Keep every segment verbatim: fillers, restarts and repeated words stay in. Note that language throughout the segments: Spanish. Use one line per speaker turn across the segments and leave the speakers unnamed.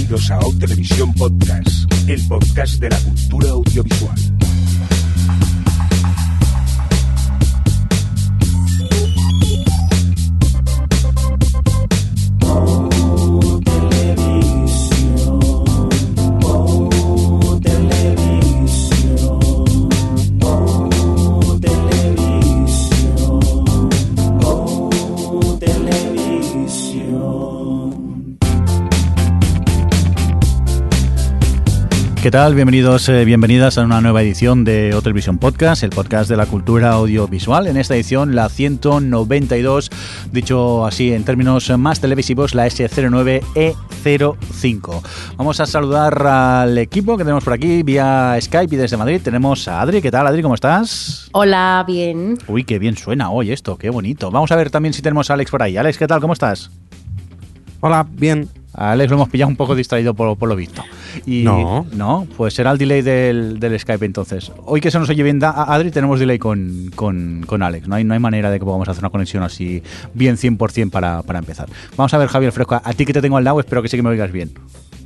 Bienvenidos a O Televisión Podcast, el podcast de la cultura audiovisual.
¿Qué tal? Bienvenidos, eh, bienvenidas a una nueva edición de O Televisión Podcast, el podcast de la cultura audiovisual. En esta edición, la ciento noventa y dos, dicho así en términos más televisivos, la ese cero nueve E cero cinco. Vamos a saludar al equipo que tenemos por aquí vía Skype y desde Madrid. Tenemos a Adri. ¿Qué tal, Adri? ¿Cómo estás?
Hola, bien.
Uy, qué bien suena hoy esto, qué bonito. Vamos a ver también si tenemos a Alex por ahí. Alex, ¿qué tal? ¿Cómo estás?
Hola, bien.
A Alex lo hemos pillado un poco distraído por, por lo visto. Y,
no.
No, pues será el delay del, del Skype entonces. Hoy que se nos oye bien da, Adri, tenemos delay con, con, con Alex. No hay, no hay manera de que podamos hacer una conexión así bien cien por ciento para, para empezar. Vamos a ver, Javier Fresco, a ti que te tengo al lado, espero que sí que me oigas bien.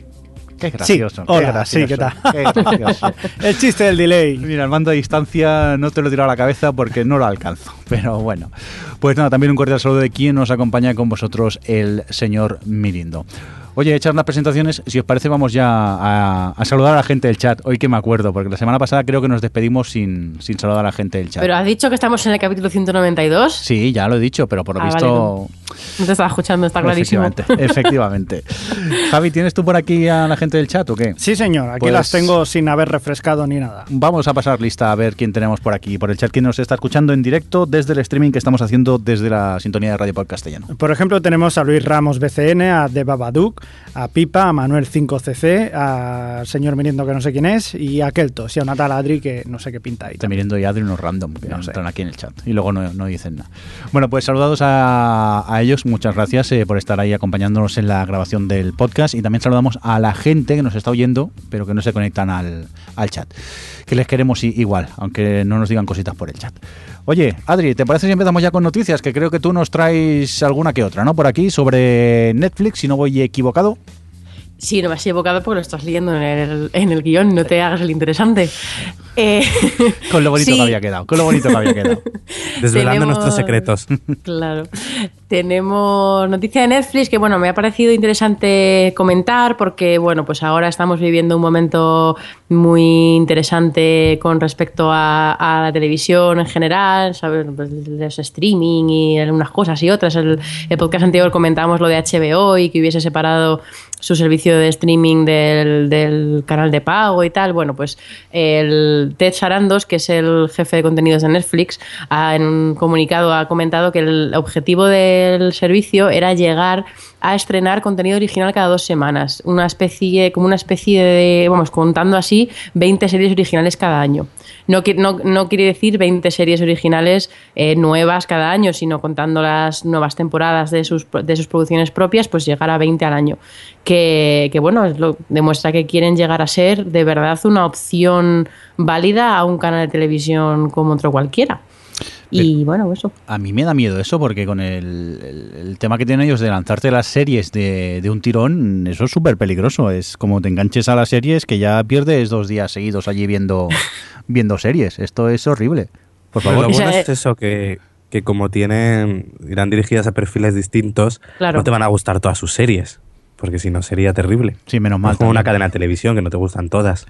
Qué gracioso.
Sí, hola,
qué gracioso,
sí, ¿qué tal?
Qué gracioso.
El chiste del delay.
Mira, el mando a distancia no te lo tiro a la cabeza porque no lo alcanzo. Pero bueno, pues nada, también un cordial saludo de quien nos acompaña con vosotros, el señor Mirindo. Oye, hechas las presentaciones, si os parece vamos ya a, a saludar a la gente del chat. Hoy que me acuerdo, porque la semana pasada creo que nos despedimos sin, sin saludar a la gente del chat.
¿Pero has dicho que estamos en el capítulo ciento noventa y dos?
Sí, ya lo he dicho, pero por lo
ah,
visto...
Vale, no. no te estaba escuchando, está clarísimo.
Efectivamente, efectivamente. Javi, ¿tienes tú por aquí a la gente del chat o qué?
Sí, señor, aquí
pues
las tengo sin haber refrescado ni nada.
Vamos a pasar lista a ver quién tenemos por aquí, por el chat, quién nos está escuchando en directo desde el streaming que estamos haciendo desde la sintonía de Radio Pod Castellano.
Por ejemplo, tenemos a Luis Ramos B C N, a The Babadook, a Pipa, a Manuel cinco C C, al señor Mirindo que no sé quién es, y a Keltos, y a una tal Adri que no sé qué pinta ahí.
Está Mirindo y Adri unos random que
no
entran
sé.
aquí en el chat y luego no, no dicen nada. Bueno, pues saludados a, a ellos, muchas gracias eh, por estar ahí acompañándonos en la grabación del podcast y también saludamos a la gente que nos está oyendo pero que no se conectan al, al chat, que les queremos igual, aunque no nos digan cositas por el chat. Oye, Adri, ¿te parece si empezamos ya con noticias? Que creo que tú nos traes alguna que otra, ¿no? Por aquí, sobre Netflix, si no voy equivocado.
Sí, no me has equivocado porque lo estás leyendo en el, en el guión, no te hagas el interesante. Eh,
con lo bonito
sí.
que había quedado, con lo bonito que había quedado.
Desvelando
Tenemos,
nuestros secretos.
Claro. Tenemos noticia de Netflix que, bueno, me ha parecido interesante comentar porque, bueno, pues ahora estamos viviendo un momento muy interesante con respecto a, a la televisión en general, ¿sabes? Pues los streaming y algunas cosas y otras. El, el podcast anterior comentábamos lo de H B O y que hubiese separado su servicio de streaming del, del canal de pago y tal. Bueno, pues el Ted Sarandos, que es el jefe de contenidos de Netflix, ha, en un comunicado ha comentado que el objetivo del servicio era llegar a estrenar contenido original cada dos semanas, una especie, como una especie de, vamos, contando así, veinte series originales cada año. No, no, no quiere decir veinte series originales eh, nuevas cada año, sino contando las nuevas temporadas de sus, de sus producciones propias, pues llegar a veinte al año. Que, que bueno, es lo, demuestra que quieren llegar a ser de verdad una opción válida a un canal de televisión como otro cualquiera. Y
Pero
bueno, eso.
A mí me da miedo eso porque con el, el, el tema que tienen ellos de lanzarte las series de, de un tirón, eso es súper peligroso. Es como te enganches a las series que ya pierdes dos días seguidos allí viendo, viendo series. Esto es horrible. Por favor.
Pero lo bueno
O sea,
es eso, que, que como tienen, irán dirigidas a perfiles distintos,
claro.
no te van a gustar todas sus series. Porque si no sería terrible.
Sí, menos mal.
Es como una cadena de televisión que no te gustan todas.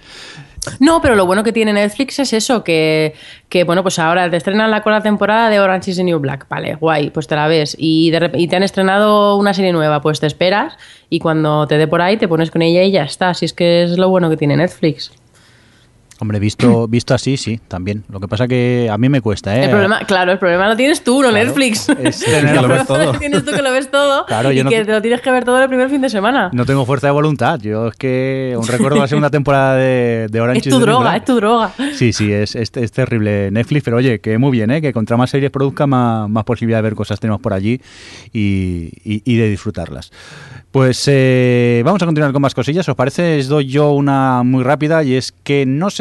No, pero lo bueno que tiene Netflix es eso, que, que bueno, pues ahora te estrenan la cuarta temporada de Orange is the New Black, vale, guay, pues te la ves. Y, de, y te han estrenado una serie nueva, pues te esperas y cuando te dé por ahí te pones con ella y ya está. Así es que es lo bueno que tiene Netflix.
Hombre, visto, visto así, sí, también. Lo que pasa que a mí me cuesta, ¿eh?
El problema, claro, el problema lo tienes tú, no
Claro,
Netflix.
es tener-
Que lo ves todo.
Tienes tú que lo ves todo
Claro,
y
yo no-
que te lo tienes que ver todo el primer fin de semana.
No tengo fuerza de voluntad. Yo es que aún recuerdo la segunda temporada de, de Orange
Es
is
tu
the New
droga,
Black.
es tu droga.
Sí, sí, es, es, es terrible Netflix, pero oye, que muy bien, ¿eh? Que contra más series produzca, más, más posibilidad de ver cosas tenemos por allí y, y, y de disfrutarlas. Pues eh, vamos a continuar con más cosillas. ¿Os parece? Os doy yo una muy rápida y es que no sé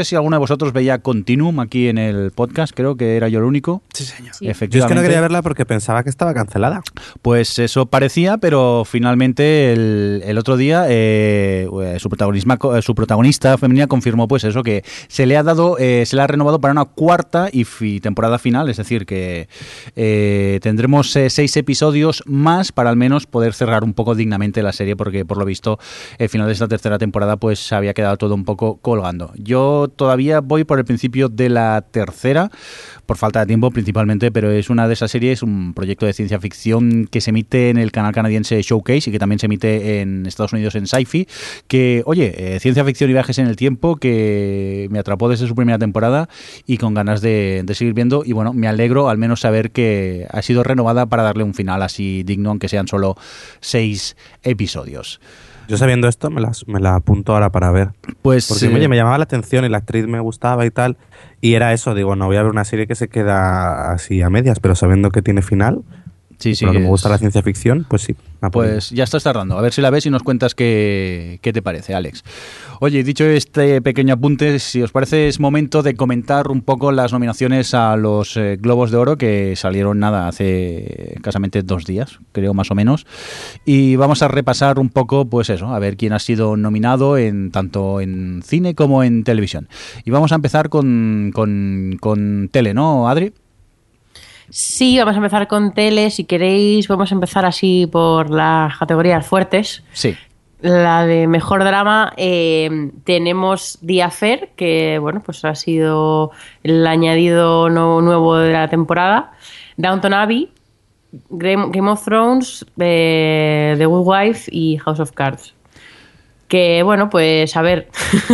si alguno de vosotros veía Continuum aquí en el podcast, creo que era yo el único.
Sí, señor.
Sí.
Yo
Efectivamente.
es que no quería verla porque pensaba que estaba cancelada.
Pues eso parecía, pero finalmente el, el otro día eh, su, protagonismo, su protagonista femenina confirmó pues eso, que se le ha dado, eh, se le ha renovado para una cuarta y fi, temporada final, es decir, que eh, tendremos eh, seis episodios más para al menos poder cerrar un poco dignamente la serie, porque por lo visto el final de esta tercera temporada pues se había quedado todo un poco colgando. Yo todavía voy por el principio de la tercera, por falta de tiempo principalmente, pero es una de esas series, un proyecto de ciencia ficción que se emite en el canal canadiense Showcase y que también se emite en Estados Unidos en Sci-Fi, que, oye, eh, ciencia ficción y viajes en el tiempo, que me atrapó desde su primera temporada y con ganas de, de seguir viendo, y bueno, me alegro al menos saber que ha sido renovada para darle un final así digno, aunque sean solo seis episodios.
Yo sabiendo esto me la, me la apunto ahora para ver.
Pues
Porque
eh,
oye, me llamaba la atención y la actriz me gustaba y tal. Y era eso, digo, no voy a ver una serie que se queda así a medias, pero sabiendo que tiene final,
sí, sí,
por lo que me gusta
es-
la ciencia ficción, pues sí. me apunto.
Pues ya estás tardando. A ver si la ves y nos cuentas qué, qué te parece, Alex. Oye, dicho este pequeño apunte, si os parece es momento de comentar un poco las nominaciones a los eh, Globos de Oro que salieron nada hace escasamente dos días, creo más o menos. Y vamos a repasar un poco, pues eso, a ver quién ha sido nominado en tanto en cine como en televisión. Y vamos a empezar con, con, con tele, ¿no, Adri?
Sí, vamos a empezar con tele. Si queréis, vamos a empezar así por las categorías fuertes.
Sí.
La de mejor drama, eh, tenemos The Affair, que bueno, pues ha sido el añadido no- nuevo de la temporada. Downton Abbey, Game, Game of Thrones, eh, The Good Wife y House of Cards. Que bueno, pues a ver,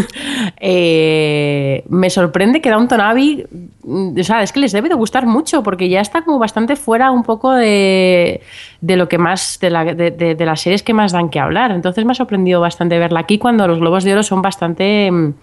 eh, me sorprende que Downton Abbey, mm, o sea, es que les debe de gustar mucho porque ya está como bastante fuera un poco de, de lo que más, de, la, de, de, de las series que más dan que hablar. Entonces me ha sorprendido bastante verla aquí cuando los Globos de Oro son bastante mm,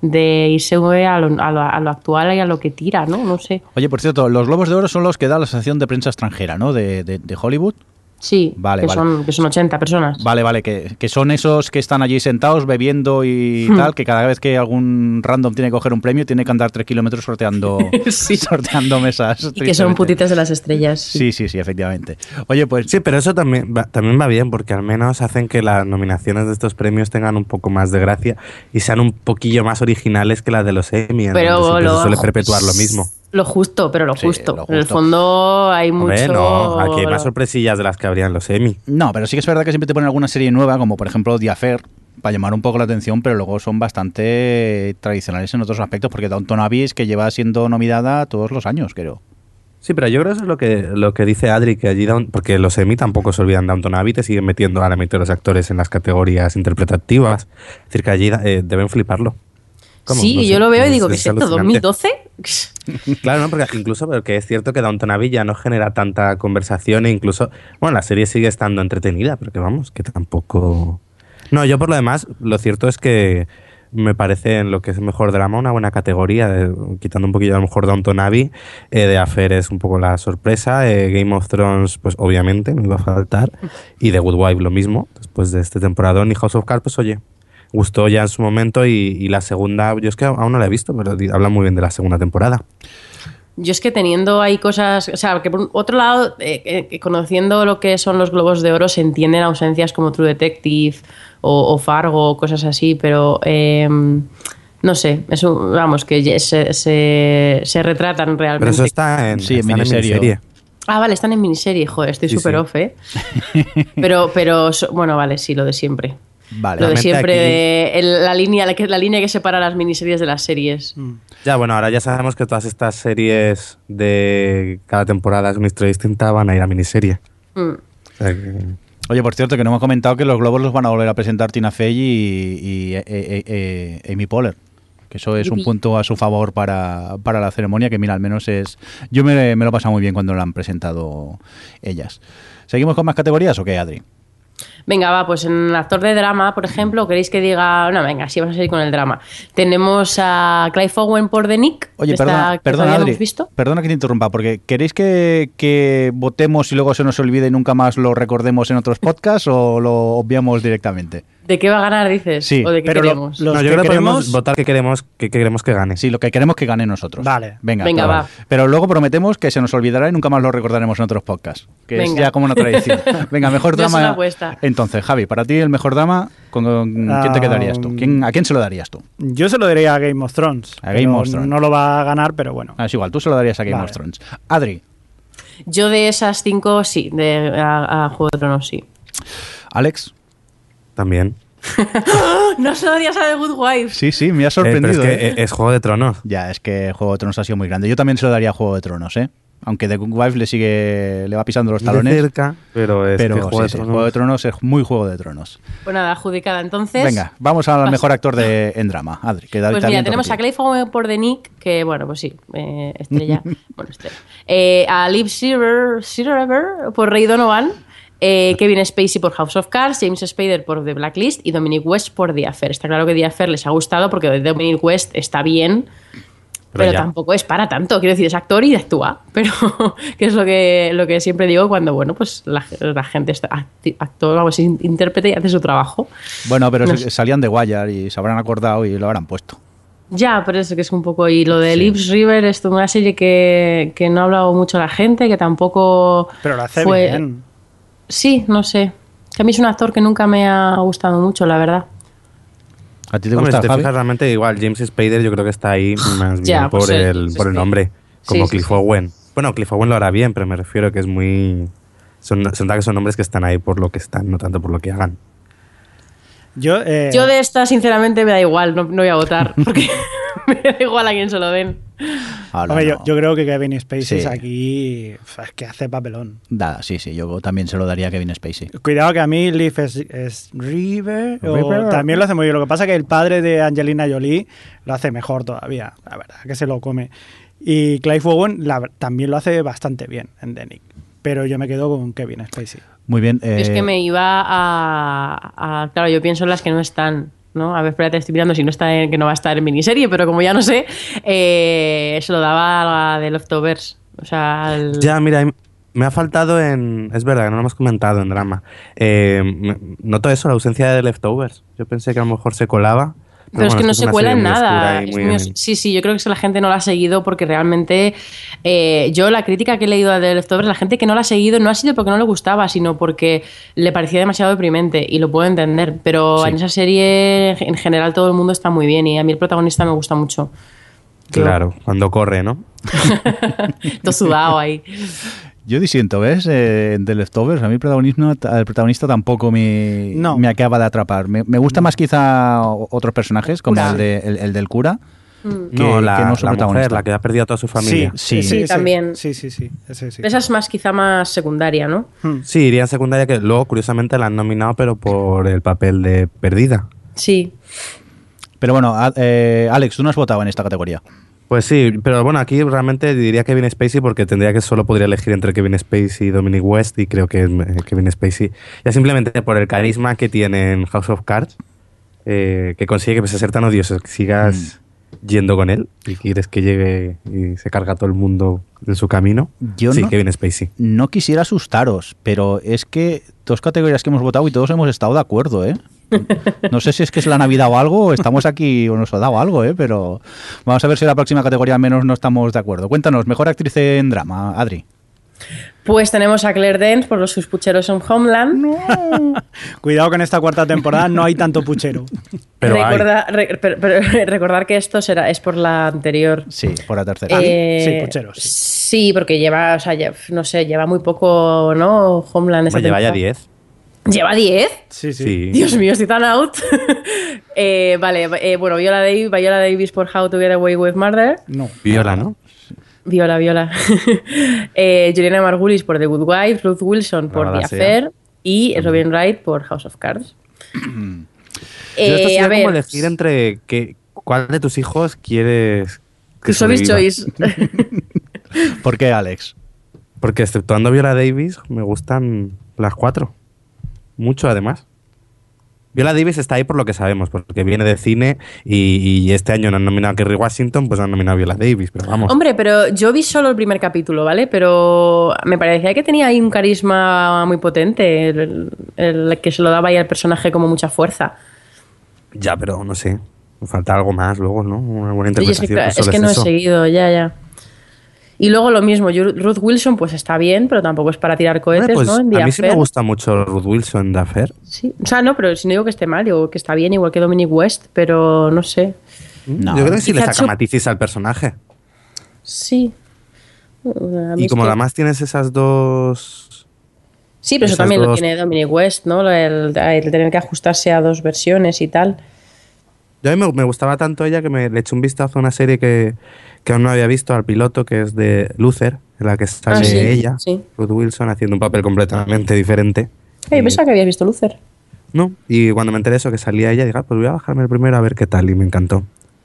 de irse a lo, a, lo, a lo actual y a lo que tira, ¿no? No sé.
Oye, por cierto, los Globos de Oro son los que da la Asociación de Prensa Extranjera, ¿no? De, de, de Hollywood.
Sí,
Vale,
que,
vale.
Son, que son ochenta personas.
Vale, vale, que, que son esos que están allí sentados bebiendo y
Hmm.
tal, que cada vez que algún random tiene que coger un premio tiene que andar tres kilómetros sorteando,
Sí.
sorteando mesas.
Y que son
tristemente.
putitas de las estrellas.
Sí, sí, sí, efectivamente. Oye, pues
Sí, pero eso también va, también va bien, porque al menos hacen que las nominaciones de estos premios tengan un poco más de gracia y sean un poquillo más originales que las de los Emmy, en
Pero
donde siempre
lo-
se suele perpetuar lo mismo.
Lo justo, pero lo
Sí,
justo.
lo
En el
justo.
fondo hay mucho...
Hombre, no, aquí hay más sorpresillas de las que habría en los Emmy.
no, pero sí que es verdad que siempre te ponen alguna serie nueva, como por ejemplo The Affair, para llamar un poco la atención, pero luego son bastante tradicionales en otros aspectos, porque Downton Abbey es que lleva siendo nominada todos los años, creo.
Sí, pero yo creo que eso es lo que, lo que dice Adri, que allí, Down- porque los Emmy tampoco se olvidan de Downton Abbey, te siguen metiendo a la mitad de los actores en las categorías interpretativas. Es decir, que allí eh, deben fliparlo. ¿Cómo?
Sí,
No sé,
yo lo veo y
es-
digo, ¿qué
es
es esto?
alucinante.
¿dos mil doce?
Claro, ¿no? Porque incluso porque es cierto que Downton Abbey ya no genera tanta conversación e incluso, bueno, la serie sigue estando entretenida, pero que vamos, que tampoco... No, yo por lo demás, lo cierto es que me parece en lo que es mejor drama una buena categoría, de- quitando un poquillo a lo mejor Downton Abbey, eh, de Affair es un poco la sorpresa, eh, Game of Thrones, pues obviamente, me iba a faltar, y The Good Wife lo mismo, después de este temporadón, y House of Cards, pues oye, gustó ya en su momento y, y la segunda, yo es que aún no la he visto, pero di- habla muy bien de la segunda temporada.
Yo es que teniendo ahí cosas, o sea, que por otro lado, eh, eh, conociendo lo que son los Globos de Oro, se entienden ausencias como True Detective o, o Fargo, cosas así, pero eh, no sé, eso, vamos, que ya se, se, se retratan realmente.
Pero eso está en,
Sí, en
están
miniserie.
miniserie.
Ah, vale, están en miniserie, joder, estoy
Sí,
súper
sí.
off, ¿eh? Pero, pero, so- bueno, vale, sí, lo de siempre.
Vale.
Lo de
Realmente
siempre,
aquí-
de el- la, línea, la, que, la línea que separa las miniseries de las series.
Ya, bueno, ahora ya sabemos que todas estas series de cada temporada es una historia distinta, van a ir a miniserie.
Mm.
O sea que-
Oye, por cierto, que no hemos comentado que los Globos los van a volver a presentar Tina Fey y, y, eh, eh, eh, Amy Poehler. Que eso es un
Yupi.
punto a su favor para, para la ceremonia, que mira, al menos es... Yo me, me lo he pasado muy bien cuando lo han presentado ellas. ¿Seguimos con más categorías o qué, Adri?
Venga, va, pues en actor de drama, por ejemplo, ¿queréis que diga...? No, venga, sí, vamos a seguir con el drama. Tenemos a Clive Owen por The Nick.
Oye,
esta
perdona,
que
perdona,
todavía no
Adri,
hemos visto.
perdona que te interrumpa, porque ¿queréis que, que votemos y luego se nos olvide y nunca más lo recordemos en otros podcasts o lo obviamos directamente?
¿De qué va a ganar, dices?
Sí,
¿O de qué
pero lo-
queremos?
los
no, yo
que
creo que podemos
queremos-
votar que queremos que queremos que gane.
Sí, lo que queremos que gane nosotros.
Vale.
Venga,
Venga,
pero,
va.
pero luego prometemos que se nos olvidará y nunca más lo recordaremos en otros podcasts. Que es
Venga.
ya como una tradición. Venga, mejor
Ya es
drama.
una apuesta.
Entonces, Javi, para ti el mejor drama, ¿con, con quién te
Ah,
quedarías tú? ¿Quién, ¿A quién se lo darías tú?
Yo se lo diría a Game of Thrones.
A Game
pero
of Thrones.
No lo va a ganar, pero bueno.
Ah, es igual, tú se lo darías a Game
Vale.
of Thrones. Adri,
Yo de esas cinco, sí. De, a, a Juego de Tronos, sí.
Alex.
También.
No se lo darías a The Good Wife.
Sí, sí, me ha
Eh,
sorprendido.
pero es que
¿eh?
eh, es Juego de Tronos.
Ya, es que Juego de Tronos ha sido muy grande. Yo también se lo daría a Juego de Tronos, ¿eh? Aunque The Good Wife le sigue, le va pisando los
De
talones.
cerca, pero es
Pero
que Juego,
sí,
de
sí,
Tronos...
Juego de Tronos es muy Juego de Tronos.
Pues nada, adjudicada entonces.
Venga, vamos al
Pas-
mejor actor de, en drama. Adri, que David
Pues
te
mira,
había
tenemos a
interrumpido.
Clay Owen por The Nick, que bueno, pues sí, eh, estrella. bueno, estrella. Eh, a Liv Schreiber Schreiber por Ray Donovan, eh, Kevin Spacey por House of Cards, James Spader por The Blacklist y Dominic West por The Affair. Está claro que The Affair les ha gustado porque Dominic West está bien, pero,
Pero ya.
tampoco es para tanto. Quiero decir, es actor y actúa, pero que es lo que, lo que siempre digo cuando, bueno, pues la, la gente está acti- actor, vamos, in- intérprete y hace su trabajo.
Bueno, pero
No
es-
sé.
salían de Wire y se habrán acordado y lo habrán puesto.
Ya, pero eso que es un poco... Y lo de
Sí.
Liv River es una serie que, que no ha hablado mucho la gente, que tampoco...
Pero lo hace
fue-
bien.
Sí, no sé. Que a mí es un actor que nunca me ha gustado mucho, la verdad.
¿A ti te
Hombre,
gusta,
si te
Javi?
fijas, realmente igual James Spader yo creo que está ahí más
Ya,
bien
pues
por,
el-
el,
James
por el
Spader.
nombre, como
Sí, sí,
Cliff
sí.
Owen. Bueno, Cliff Owen lo hará bien, pero me refiero que es muy... Son, se nota que son nombres que están ahí por lo que están, no tanto por lo que hagan.
Yo, eh,
Yo de esta, sinceramente, me da igual. No, no voy a votar, porque me da igual a quién se lo den.
Ahora
hombre, yo,
no.
yo creo que Kevin Spacey
Sí.
aquí uf, es que hace papelón.
Da, sí, sí, yo también se lo daría a Kevin Spacey.
Cuidado que a mí Liv es, es River, o
River.
también lo hace muy bien. Lo que pasa es que el padre de Angelina Jolie lo hace mejor todavía, la verdad, que se lo come. Y Clive Owen la- también lo hace bastante bien en The Nick. Pero yo me quedo con Kevin Spacey.
Muy bien. eh,
Es que me iba a, a- Claro, yo pienso en las que no están, ¿no? A ver, espérate, estoy mirando si no está en, que no va a estar en miniserie, pero como ya no sé, eh, se lo daba a la de Leftovers. O sea, al-
Ya, mira, me ha faltado en... Es verdad, que no lo hemos comentado en drama. Eh, me- noto eso, la ausencia de Leftovers. Yo pensé que a lo mejor se colaba.
Pero es
bueno,
que no
es
se
una
cuela
serie
en
muy
nada.
oscura y
Es
muy-
muy os- sí, sí, yo creo que eso la gente no la ha seguido porque realmente eh, yo la crítica que he leído a The Leftovers, la gente que no la ha seguido no ha sido porque no le gustaba, sino porque le parecía demasiado deprimente y lo puedo entender. Pero
Sí.
en esa serie en general todo el mundo está muy bien y a mí el protagonista me gusta mucho. Yo-
Claro, cuando corre, ¿no?
Todo sudado ahí.
Yo disiento, ¿ves? Eh, de Leftovers, a mí el protagonismo, el protagonista tampoco me,
No.
me acaba de atrapar. Me, me gusta más quizá o- otros personajes, como
Cura.
el, de, el, el del cura.
Mm.
que-
no, la,
que no su
la
protagonista.
mujer, la que ha perdido a toda su familia.
Sí.
Sí, también.
Sí, sí, sí. Ese sí.
Esa es más quizá más secundaria, ¿no?
Hmm.
Sí, iría en secundaria, que luego curiosamente la han nominado, pero por el papel de perdida.
Sí.
Pero bueno, a- eh, Alex, tú no has votado en esta categoría.
Pues sí, pero bueno, aquí realmente diría Kevin Spacey porque tendría que solo podría elegir entre Kevin Spacey y Dominic West y creo que es eh, Kevin Spacey. Ya simplemente por el carisma que tiene en House of Cards, eh, que consigue que pese a ser tan odioso que sigas yendo con él y quieres que llegue y se carga a todo el mundo en su camino.
Yo
sí,
no-
Kevin Spacey.
No quisiera asustaros, pero es que dos categorías que hemos votado y todos hemos estado de acuerdo, ¿eh? No sé si es que es la Navidad o algo, o estamos aquí o nos ha dado algo, ¿eh? Pero vamos a ver si en la próxima categoría al menos no estamos de acuerdo. Cuéntanos, mejor actriz en drama, Adri.
Pues tenemos a Claire Danes por Los Suspucheros en Homeland.
Cuidado que en esta cuarta temporada no hay tanto puchero.
Pero hay.
Recorda- re- pero- pero recordar que esto será, es por la anterior.
Sí, por la tercera.
Eh,
Sí, pucheros, sí.
sí, porque lleva, o sea, lle- no sé, lleva muy poco, ¿no? Homeland. esta
Pues lleva ya
temporada.
diez.
¿Lleva diez?
Sí, sí.
Sí.
Dios mío, estoy tan out. Eh, vale, eh, bueno, Viola Davis, Viola Davis por How to Get Away with Murder.
No.
Viola, ¿no?
Viola, Viola. eh, Juliana Margulis por The Good Wife, Ruth Wilson por
Nada
The
sea.
Affair y Robin Wright por House of Cards.
Yo esto
Eh,
sería
a ver,
como elegir entre que, cuál de tus hijos quieres que
Sophie's
sobreviva.
Choice.
¿Por qué, Alex?
Porque exceptuando Viola Davis, me gustan las cuatro. Mucho, además. Viola Davis está ahí por lo que sabemos, porque viene de cine y, y este año no han nominado a Kerry Washington, pues han nominado a Viola Davis, pero vamos.
Hombre, pero yo vi solo el primer capítulo, ¿vale? Pero me parecía que tenía ahí un carisma muy potente, el, el que se lo daba ahí al personaje como mucha fuerza.
Ya, pero no sé, falta algo más luego, ¿no? Una buena
Oye, es que,
interpretación.
claro,
pues solo
es que no
eso.
he seguido, ya, ya. Y luego lo mismo, yo- Ruth Wilson pues está bien, pero tampoco es para tirar cohetes,
Hombre, pues
¿no? En The
a mí sí me
Affair.
gusta mucho Ruth Wilson en The Affair.
Sí. O sea, no, pero si no digo que esté mal, digo que está bien, igual que Dominic West, pero no sé.
No.
Yo creo que sí le
Quizá
saca
su-
matices al personaje.
Sí. A mí
Y
es
como
que-
además tienes esas dos...
Sí, pero eso
esas
también lo
dos-
tiene Dominic West, ¿no? El, el tener que ajustarse a dos versiones y tal.
Yo a mí me, me gustaba tanto ella que me le eché un vistazo a una serie que, que aún no había visto, al piloto, que es de Luther, en la que sale
Ah, sí,
ella,
sí.
Ruth Wilson, haciendo un papel completamente diferente.
Hey, pensaba que habías visto Luther.
No, y cuando me enteré eso, que salía ella, dije, ah, pues voy a bajarme el primero a ver qué tal, y me encantó.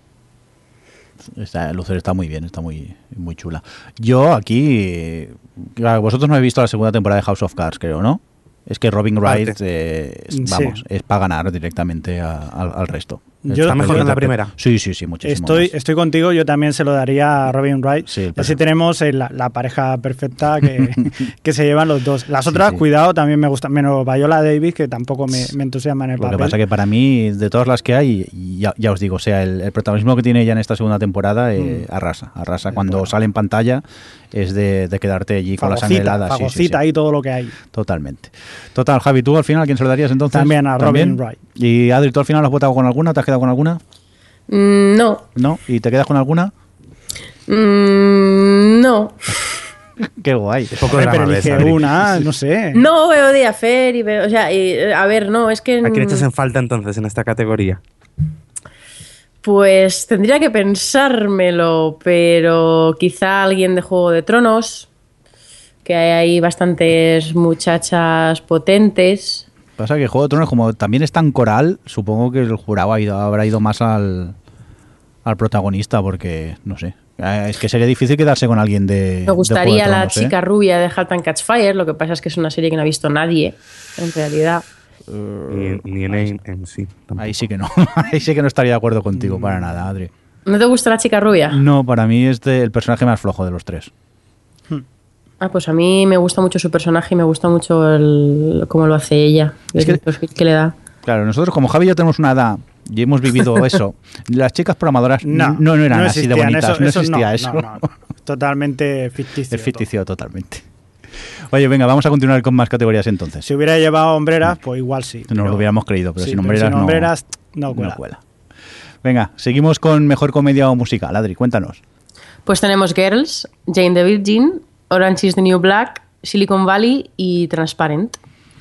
Esta Lucer está muy bien, está muy, muy chula. Yo aquí, eh, claro, vosotros no habéis visto la segunda temporada de House of Cards, creo, ¿no? Es que Robin Wright,
Parte.
eh, es-
Sí.
vamos, es para ganar directamente a- al, al resto.
Yo-
¿Está mejor
yo-
en la primera?
Sí, sí, sí, muchísimo
Estoy,
más.
estoy contigo, yo también se lo daría a Robin Wright.
Sí, el
Así
perfecto.
tenemos eh, la, la pareja perfecta que, que se llevan los dos. Las
Sí,
otras,
sí.
cuidado, también me gustan, menos Viola Davis, que tampoco me, me entusiasma en el
Lo que
papel.
pasa que para mí, de todas las que hay, ya, ya os digo, o sea, el, el protagonismo que tiene ella en esta segunda temporada eh, arrasa. Arrasa. Cuando
bueno.
sale en pantalla es de, de quedarte allí con la sangre
Fagocita,
helada. Sí, sí,
fagocita
sí.
ahí todo lo que hay.
Totalmente. Total, Javi, ¿tú al final a quién se lo darías entonces?
También a Robin Wright.
¿Y Adri, tú al final has votado con alguna? ¿Te has quedado con alguna?
Mm, no.
¿No? ¿Y te quedas con alguna?
Mm, no.
Qué guay.
Poco
Hombre, pero
drama ves,
elige
Adri.
una, no sé.
No veo The Affair y veo. O sea, y, a ver, no, es que.
¿A quién echas
mm,
en falta entonces en esta categoría?
Pues tendría que pensármelo, pero quizá alguien de Juego de Tronos, que hay ahí bastantes muchachas potentes.
Pasa que Juego de Tronos, como también es tan coral, supongo que el jurado ha ido- habrá ido más al, al protagonista, porque, no sé. Eh, Es que sería difícil quedarse con alguien de. de
Me
Juego
gustaría
de
la
Tronos, ¿eh?
chica rubia de Halt and Catch Fire, lo que pasa es que es una serie que no ha visto nadie, en realidad.
Ni, ni en, en, en sí. tampoco.
Ahí sí que no. Ahí sí que no estaría de acuerdo contigo para nada, Adri.
¿No te gusta la chica rubia?
No, para mí es de- el personaje más flojo de los tres.
Ah, pues a mí me gusta mucho su personaje y me gusta mucho el, cómo lo hace ella,
Es
el
que-
perfil que le da.
Claro, nosotros como Javi y yo tenemos una edad y hemos vivido eso. Las chicas programadoras no, no, eran así de
existían,
bonitas, no existía eso.
no, no. Totalmente ficticio.
Es ficticio totalmente. Oye, venga, vamos a continuar con más categorías entonces.
Si hubiera llevado hombreras, pues igual sí.
Nos
pero-
lo hubiéramos creído, pero
sí,
sin
pero
hombreras,
sin
no-
hombreras no
no
cuela.
cuela. Venga, seguimos con mejor comedia o musical. Adri, cuéntanos.
Pues tenemos Girls, Jane the Virgin, Orange is the New Black, Silicon Valley y Transparent.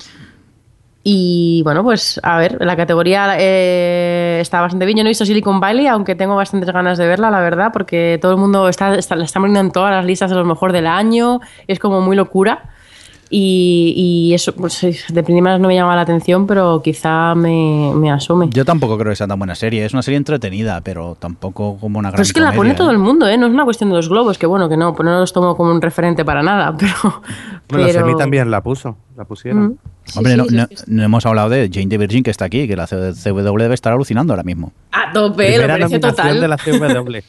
Y bueno, pues a ver, la categoría eh, está bastante bien. Yo no he visto Silicon Valley, aunque tengo bastantes ganas de verla, la verdad, porque todo el mundo está, está, la está poniendo en todas las listas de los mejor del año. Es como muy locura. Y, y eso, pues de primeras no me llama la atención, pero quizá me, me asome.
Yo tampoco creo que sea tan buena serie. Es una serie entretenida, pero tampoco como una gran
Pero es que la
comedia,
pone todo
¿eh?
el mundo, ¿eh? No es una cuestión de los globos, que bueno, que no, pues no los tomo como un referente para nada, pero...
Bueno,
pero...
Semi también la puso, la pusieron.
Mm. Sí,
Hombre,
sí,
no,
sí,
no-
sí, sí.
no hemos hablado de Jane the Virgin, que está aquí, que la C W debe estar alucinando ahora mismo.
A tope, lo
Primera
merece
nominación
total.
de la C W.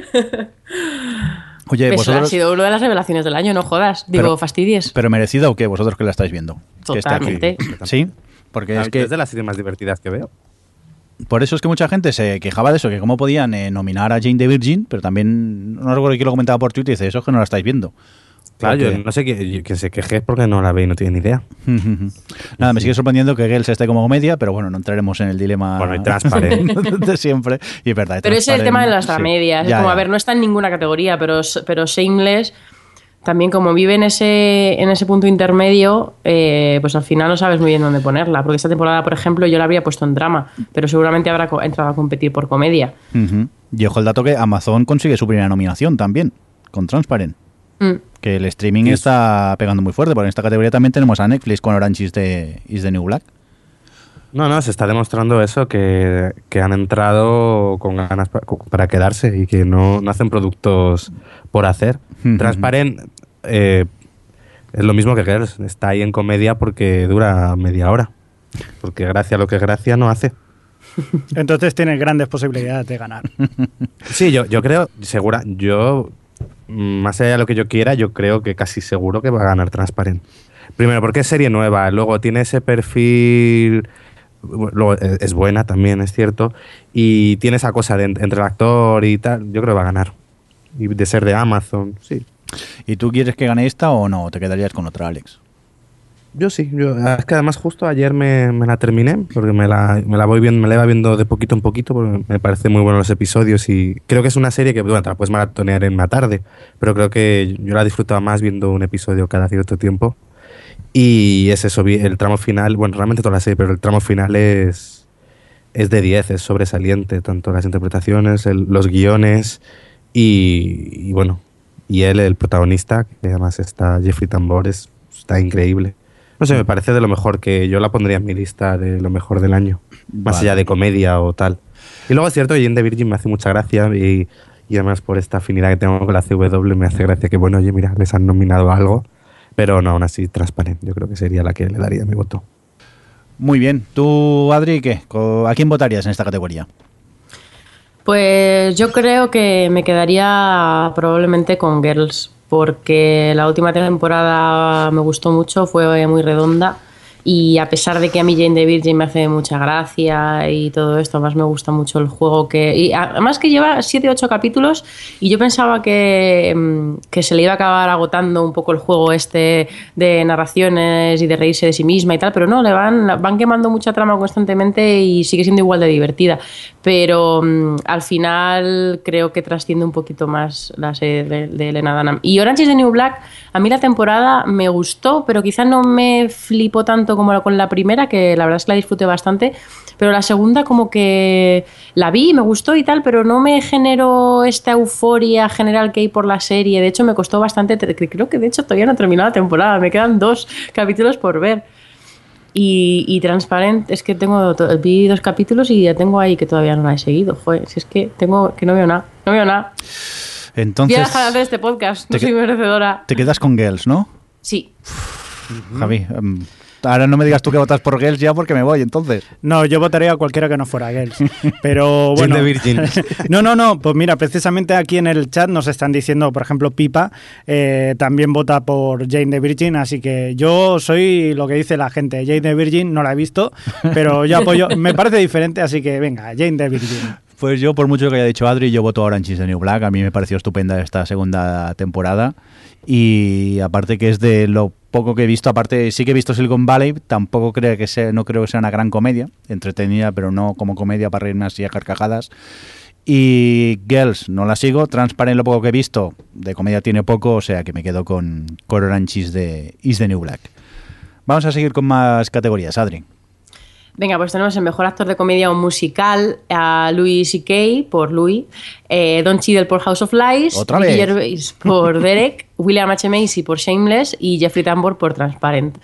Oye,
Eso ha
vosotros...
sido una de las revelaciones del año, no jodas. Digo,
Pero-
fastidies.
¿Pero merecida o qué? ¿Vosotros que la estáis viendo? Que esté aquí.
Totalmente.
Sí, porque es que
Es de las series más divertidas que veo.
por eso es que mucha gente se quejaba de eso, que cómo podían eh, nominar a Jane the Virgin, pero también, no recuerdo quién lo comentaba por Twitter, y dice, eso es que no la estáis viendo.
Claro,
Porque-
yo no sé que, que se queje porque no la ve y no tiene ni idea.
Nada, me sigue sorprendiendo que Girls esté como comedia, pero bueno, no entraremos en el dilema
Bueno, y Transparent.
de siempre. Y es verdad. y
Pero ese es el
Transparent,
tema de las
sí.
tramedias.
Ya,
es como,
ya.
a ver, no está en ninguna categoría, pero, pero Shameless también como vive en ese, en ese punto intermedio, eh, pues al final no sabes muy bien dónde ponerla. Porque esta temporada, por ejemplo, yo la habría puesto en drama, pero seguramente habrá co- entrado a competir por comedia.
Ujú. Y ojo el dato que Amazon consigue su primera nominación también, con Transparent.
Mm.
Que el streaming
Sí.
está pegando muy fuerte, porque en esta categoría también tenemos a Netflix con Orange is the, is the New Black.
No, no, se está demostrando eso, que, que han entrado con ganas pa- para quedarse y que no, no hacen productos por hacer.
Ujú.
Transparent eh, es lo mismo que Girls, está ahí en comedia porque dura media hora. Porque gracia lo que gracia no hace.
Entonces tienes grandes posibilidades de ganar.
Sí, yo, yo creo, segura, yo, más allá de lo que yo quiera, yo creo que casi seguro que va a ganar Transparent. Primero, porque es serie nueva, luego tiene ese perfil, luego es buena también, es cierto, y tiene esa cosa de entre el actor y tal, yo creo que va a ganar. Y de ser de Amazon, sí.
¿Y tú quieres que gane esta o no? ¿Te quedarías con otra, Alex?
Yo sí, yo, es que además justo ayer me, me la terminé, porque me la, me la voy viendo, me la iba viendo de poquito en poquito, porque me parece muy buenos los episodios y creo que es una serie que, bueno, te la puedes maratonear en una tarde, pero creo que yo la disfrutaba más viendo un episodio cada cierto tiempo. Y es eso, el tramo final, bueno, realmente toda la serie, pero el tramo final es, es de diez, es sobresaliente, tanto las interpretaciones, el, los guiones y, y bueno, y él, el protagonista, que además está Jeffrey Tambor, es, está increíble. No sé, me parece de lo mejor, que yo la pondría en mi lista de lo mejor del año, más
Vale.
allá de comedia o tal. Y luego es cierto, Jane the Virgin me hace mucha gracia y, y además por esta afinidad que tengo con la C W me hace gracia que, bueno, oye, mira, les han nominado a algo, pero no, aún así, Transparent, yo creo que sería la que le daría mi voto.
Muy bien. ¿Tú, Adri, qué? ¿A quién votarías en esta categoría?
Pues yo creo que me quedaría probablemente con Girls, porque la última temporada me gustó mucho, fue muy redonda y a pesar de que a mí Jane the Virgin me hace mucha gracia y todo esto, además me gusta mucho el juego que... Y además que lleva siete u ocho capítulos y yo pensaba que, que se le iba a acabar agotando un poco el juego este de narraciones y de reírse de sí misma y tal, pero no, le van, van quemando mucha trama constantemente y sigue siendo igual de divertida. Pero um, al final creo que trasciende un poquito más la serie de, de Elena Dunham. Y Orange is the New Black, a mí la temporada me gustó, pero quizás no me flipó tanto como con la primera, que la verdad es que la disfruté bastante, pero la segunda como que la vi, me gustó y tal, pero no me generó esta euforia general que hay por la serie. De hecho me costó bastante, creo que de hecho todavía no he terminado la temporada, me quedan dos capítulos por ver. Y, y Transparent, es que tengo vi dos capítulos y ya tengo ahí que todavía no la he seguido. Joder, si es que tengo que no veo nada, no veo nada.
Entonces,
Voy a dejar de hacer este podcast, no
te
soy
que-
merecedora.
Te quedas con Girls, ¿no?
Sí.
Javi, um, ahora no me digas tú que votas por Girls ya porque me voy, entonces.
No, yo votaría a cualquiera que no fuera Girls. Pero bueno.
Jane the Virgin.
No, no, no. Pues mira, precisamente aquí en el chat nos están diciendo, por ejemplo, Pipa eh, también vota por Jane the Virgin. Así que yo soy lo que dice la gente. Jane the Virgin no la he visto, pero yo apoyo. Me parece diferente, así que venga, Jane the Virgin.
Pues yo, por mucho que haya dicho Adri, yo voto a Orange is the New Black. A mí me pareció estupenda esta segunda temporada. Y aparte que es de lo poco que he visto, aparte sí que he visto Silicon Valley, tampoco creo que sea, no creo que sea una gran comedia, entretenida, pero no como comedia para reírme así a carcajadas. Y Girls no la sigo, Transparent lo poco que he visto, de comedia tiene poco, o sea que me quedo con, con Orange is the, is the New Black. Vamos a seguir con más categorías, Adri.
Venga, pues tenemos el mejor actor de comedia o musical a Louis C K por Louis, eh, Don Cheadle por House of Lies,
¿Otra
Ricky
vez?
Gervais por Derek, William H. Macy por Shameless y Jeffrey Tambor por Transparent.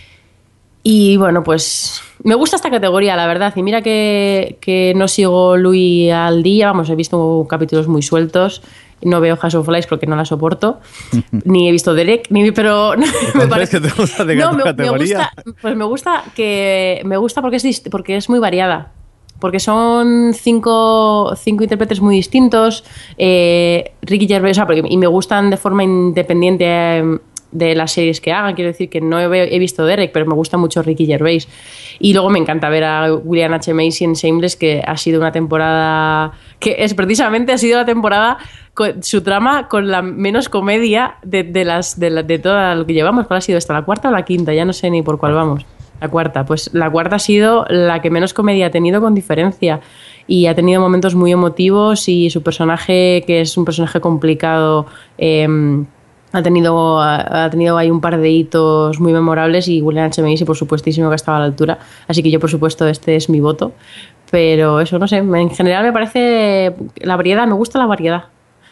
Y bueno, pues me gusta esta categoría, la verdad. Y mira que, que no sigo Louis al día, vamos, he visto capítulos muy sueltos. No veo House of Lies porque no la soporto. Ni he visto Derek, ni pero me parece
que te gusta de
no, me, me
categoría.
gusta, pues me gusta que me gusta porque es dist- porque es muy variada. Porque son cinco, cinco intérpretes muy distintos. Eh, Ricky Gervais, o sea, porque- y me gustan de forma independiente eh, de las series que hagan. Quiero decir que no he, he visto Derek, pero me gusta mucho Ricky Gervais. Y luego me encanta ver a William H. Macy en Shameless, que ha sido una temporada que es precisamente ha sido la temporada con su trama con la menos comedia de, de las de, la, de todo lo que llevamos. ¿Cuál ha sido esta? ¿La cuarta o la quinta? Ya no sé ni por cuál vamos. La cuarta. Pues la cuarta ha sido la que menos comedia ha tenido con diferencia. Y ha tenido momentos muy emotivos y su personaje, que es un personaje complicado, eh, ha tenido ha tenido ahí un par de hitos muy memorables y William H. Macy por supuestísimo que estaba a la altura, así que yo por supuesto este es mi voto, pero eso no sé, en general me parece la variedad, me gusta la variedad.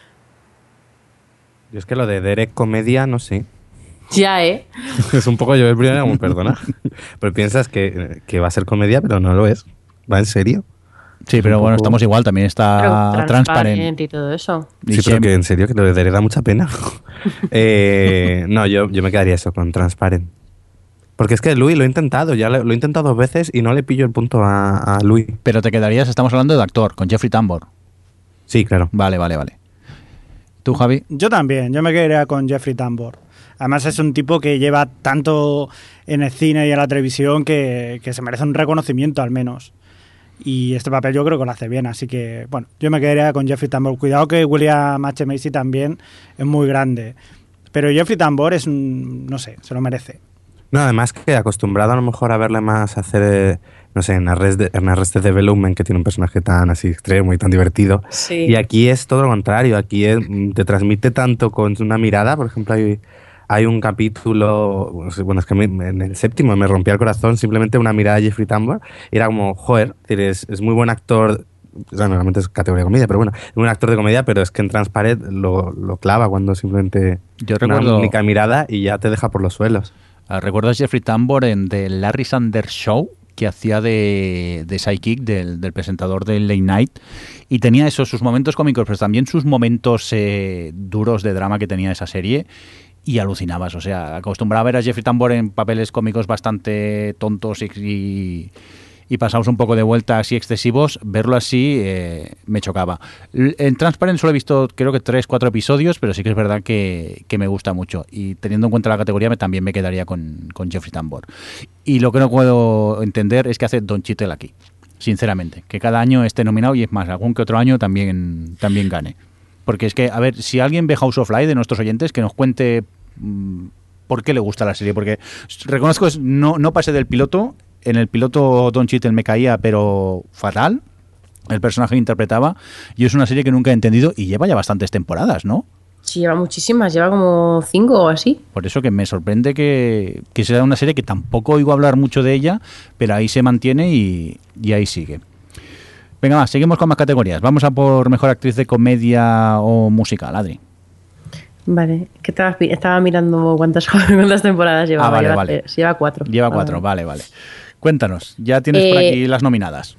Yo es que lo de Derek comedia, no sé.
Ya, ¿eh?
Es un poco yo el primero, como perdona. Pero piensas que, que va a ser comedia, pero no lo es. ¿Va en serio?
Sí, pero
un
bueno,
poco-
estamos igual, también está
Pero
Transparent.
y todo eso.
Y
Sí, pero
Shem-
que en serio, que lo de Derek da mucha pena. eh, no, yo, yo me quedaría eso con Transparent. Porque es que Louis lo he intentado, ya lo, lo he intentado dos veces y no le pillo el punto a, a Louis.
Pero te quedarías, estamos hablando de actor, con Jeffrey Tambor.
Sí, claro.
Vale, vale, vale. ¿Tú, Javi?
Yo también, yo me quedaría con Jeffrey Tambor. Además es un tipo que lleva tanto en el cine y en la televisión que, que se merece un reconocimiento al menos. Y este papel yo creo que lo hace bien, así que bueno, yo me quedaría con Jeffrey Tambor. Cuidado que William H. Macy también es muy grande, pero Jeffrey Tambor es un, no sé, se lo merece.
No, además que acostumbrado a lo mejor a verle más hacer, eh, no sé, en Arrested, en Arrested Development, que tiene un personaje tan así extremo y tan divertido.
Sí.
Y aquí es todo lo contrario, aquí es, te transmite tanto con una mirada. Por ejemplo, hay, hay un capítulo, bueno, es que me, en el séptimo me rompía el corazón simplemente una mirada de Jeffrey Tambor. Y era como, joder, es, es muy buen actor. Bueno, realmente es categoría de comedia, pero bueno, es un actor de comedia, pero es que en Transparent lo, lo clava cuando simplemente
Yo
una
recuerdo-
única mirada y ya te deja por los suelos.
Ah, ¿recuerdas Jeffrey Tambor en The Larry Sanders Show? Que hacía de, de sidekick del, del presentador del Late Night, y tenía esos sus momentos cómicos, pero también sus momentos eh, duros de drama que tenía esa serie, y alucinabas. O sea, acostumbraba a ver a Jeffrey Tambor en papeles cómicos bastante tontos y, y, y pasados un poco de vuelta así excesivos. Verlo así eh, me chocaba. L- En Transparent solo he visto creo que tres, cuatro episodios, pero sí que es verdad que, que me gusta mucho, y teniendo en cuenta la categoría me, también me quedaría con, con Jeffrey Tambor. Y lo que no puedo entender es que hace Don Cheadle aquí, sinceramente, que cada año esté nominado, y es más, algún que otro año también, también gane. Porque es que, a ver, si alguien ve House of Light de nuestros oyentes, que nos cuente mmm, por qué le gusta la serie. Porque reconozco, es- no, no pasé del piloto. En el piloto Don Cheadle me caía, pero fatal, el personaje que interpretaba, y es una serie que nunca he entendido, y lleva ya bastantes temporadas, ¿no?
Sí, lleva muchísimas, lleva como cinco o así.
Por eso que me sorprende que, que sea una serie que tampoco oigo hablar mucho de ella, pero ahí se mantiene y, y ahí sigue. Venga, más, seguimos con más categorías. Vamos a por mejor actriz de comedia o musical, Adri.
Vale, que estaba, estaba mirando cuántas, cuántas temporadas llevaba.
Ah, vale,
lleva,
vale.
tres, lleva cuatro.
Lleva cuatro,
Ah.
vale, vale. Cuéntanos, ya tienes por
Eh,
aquí las nominadas.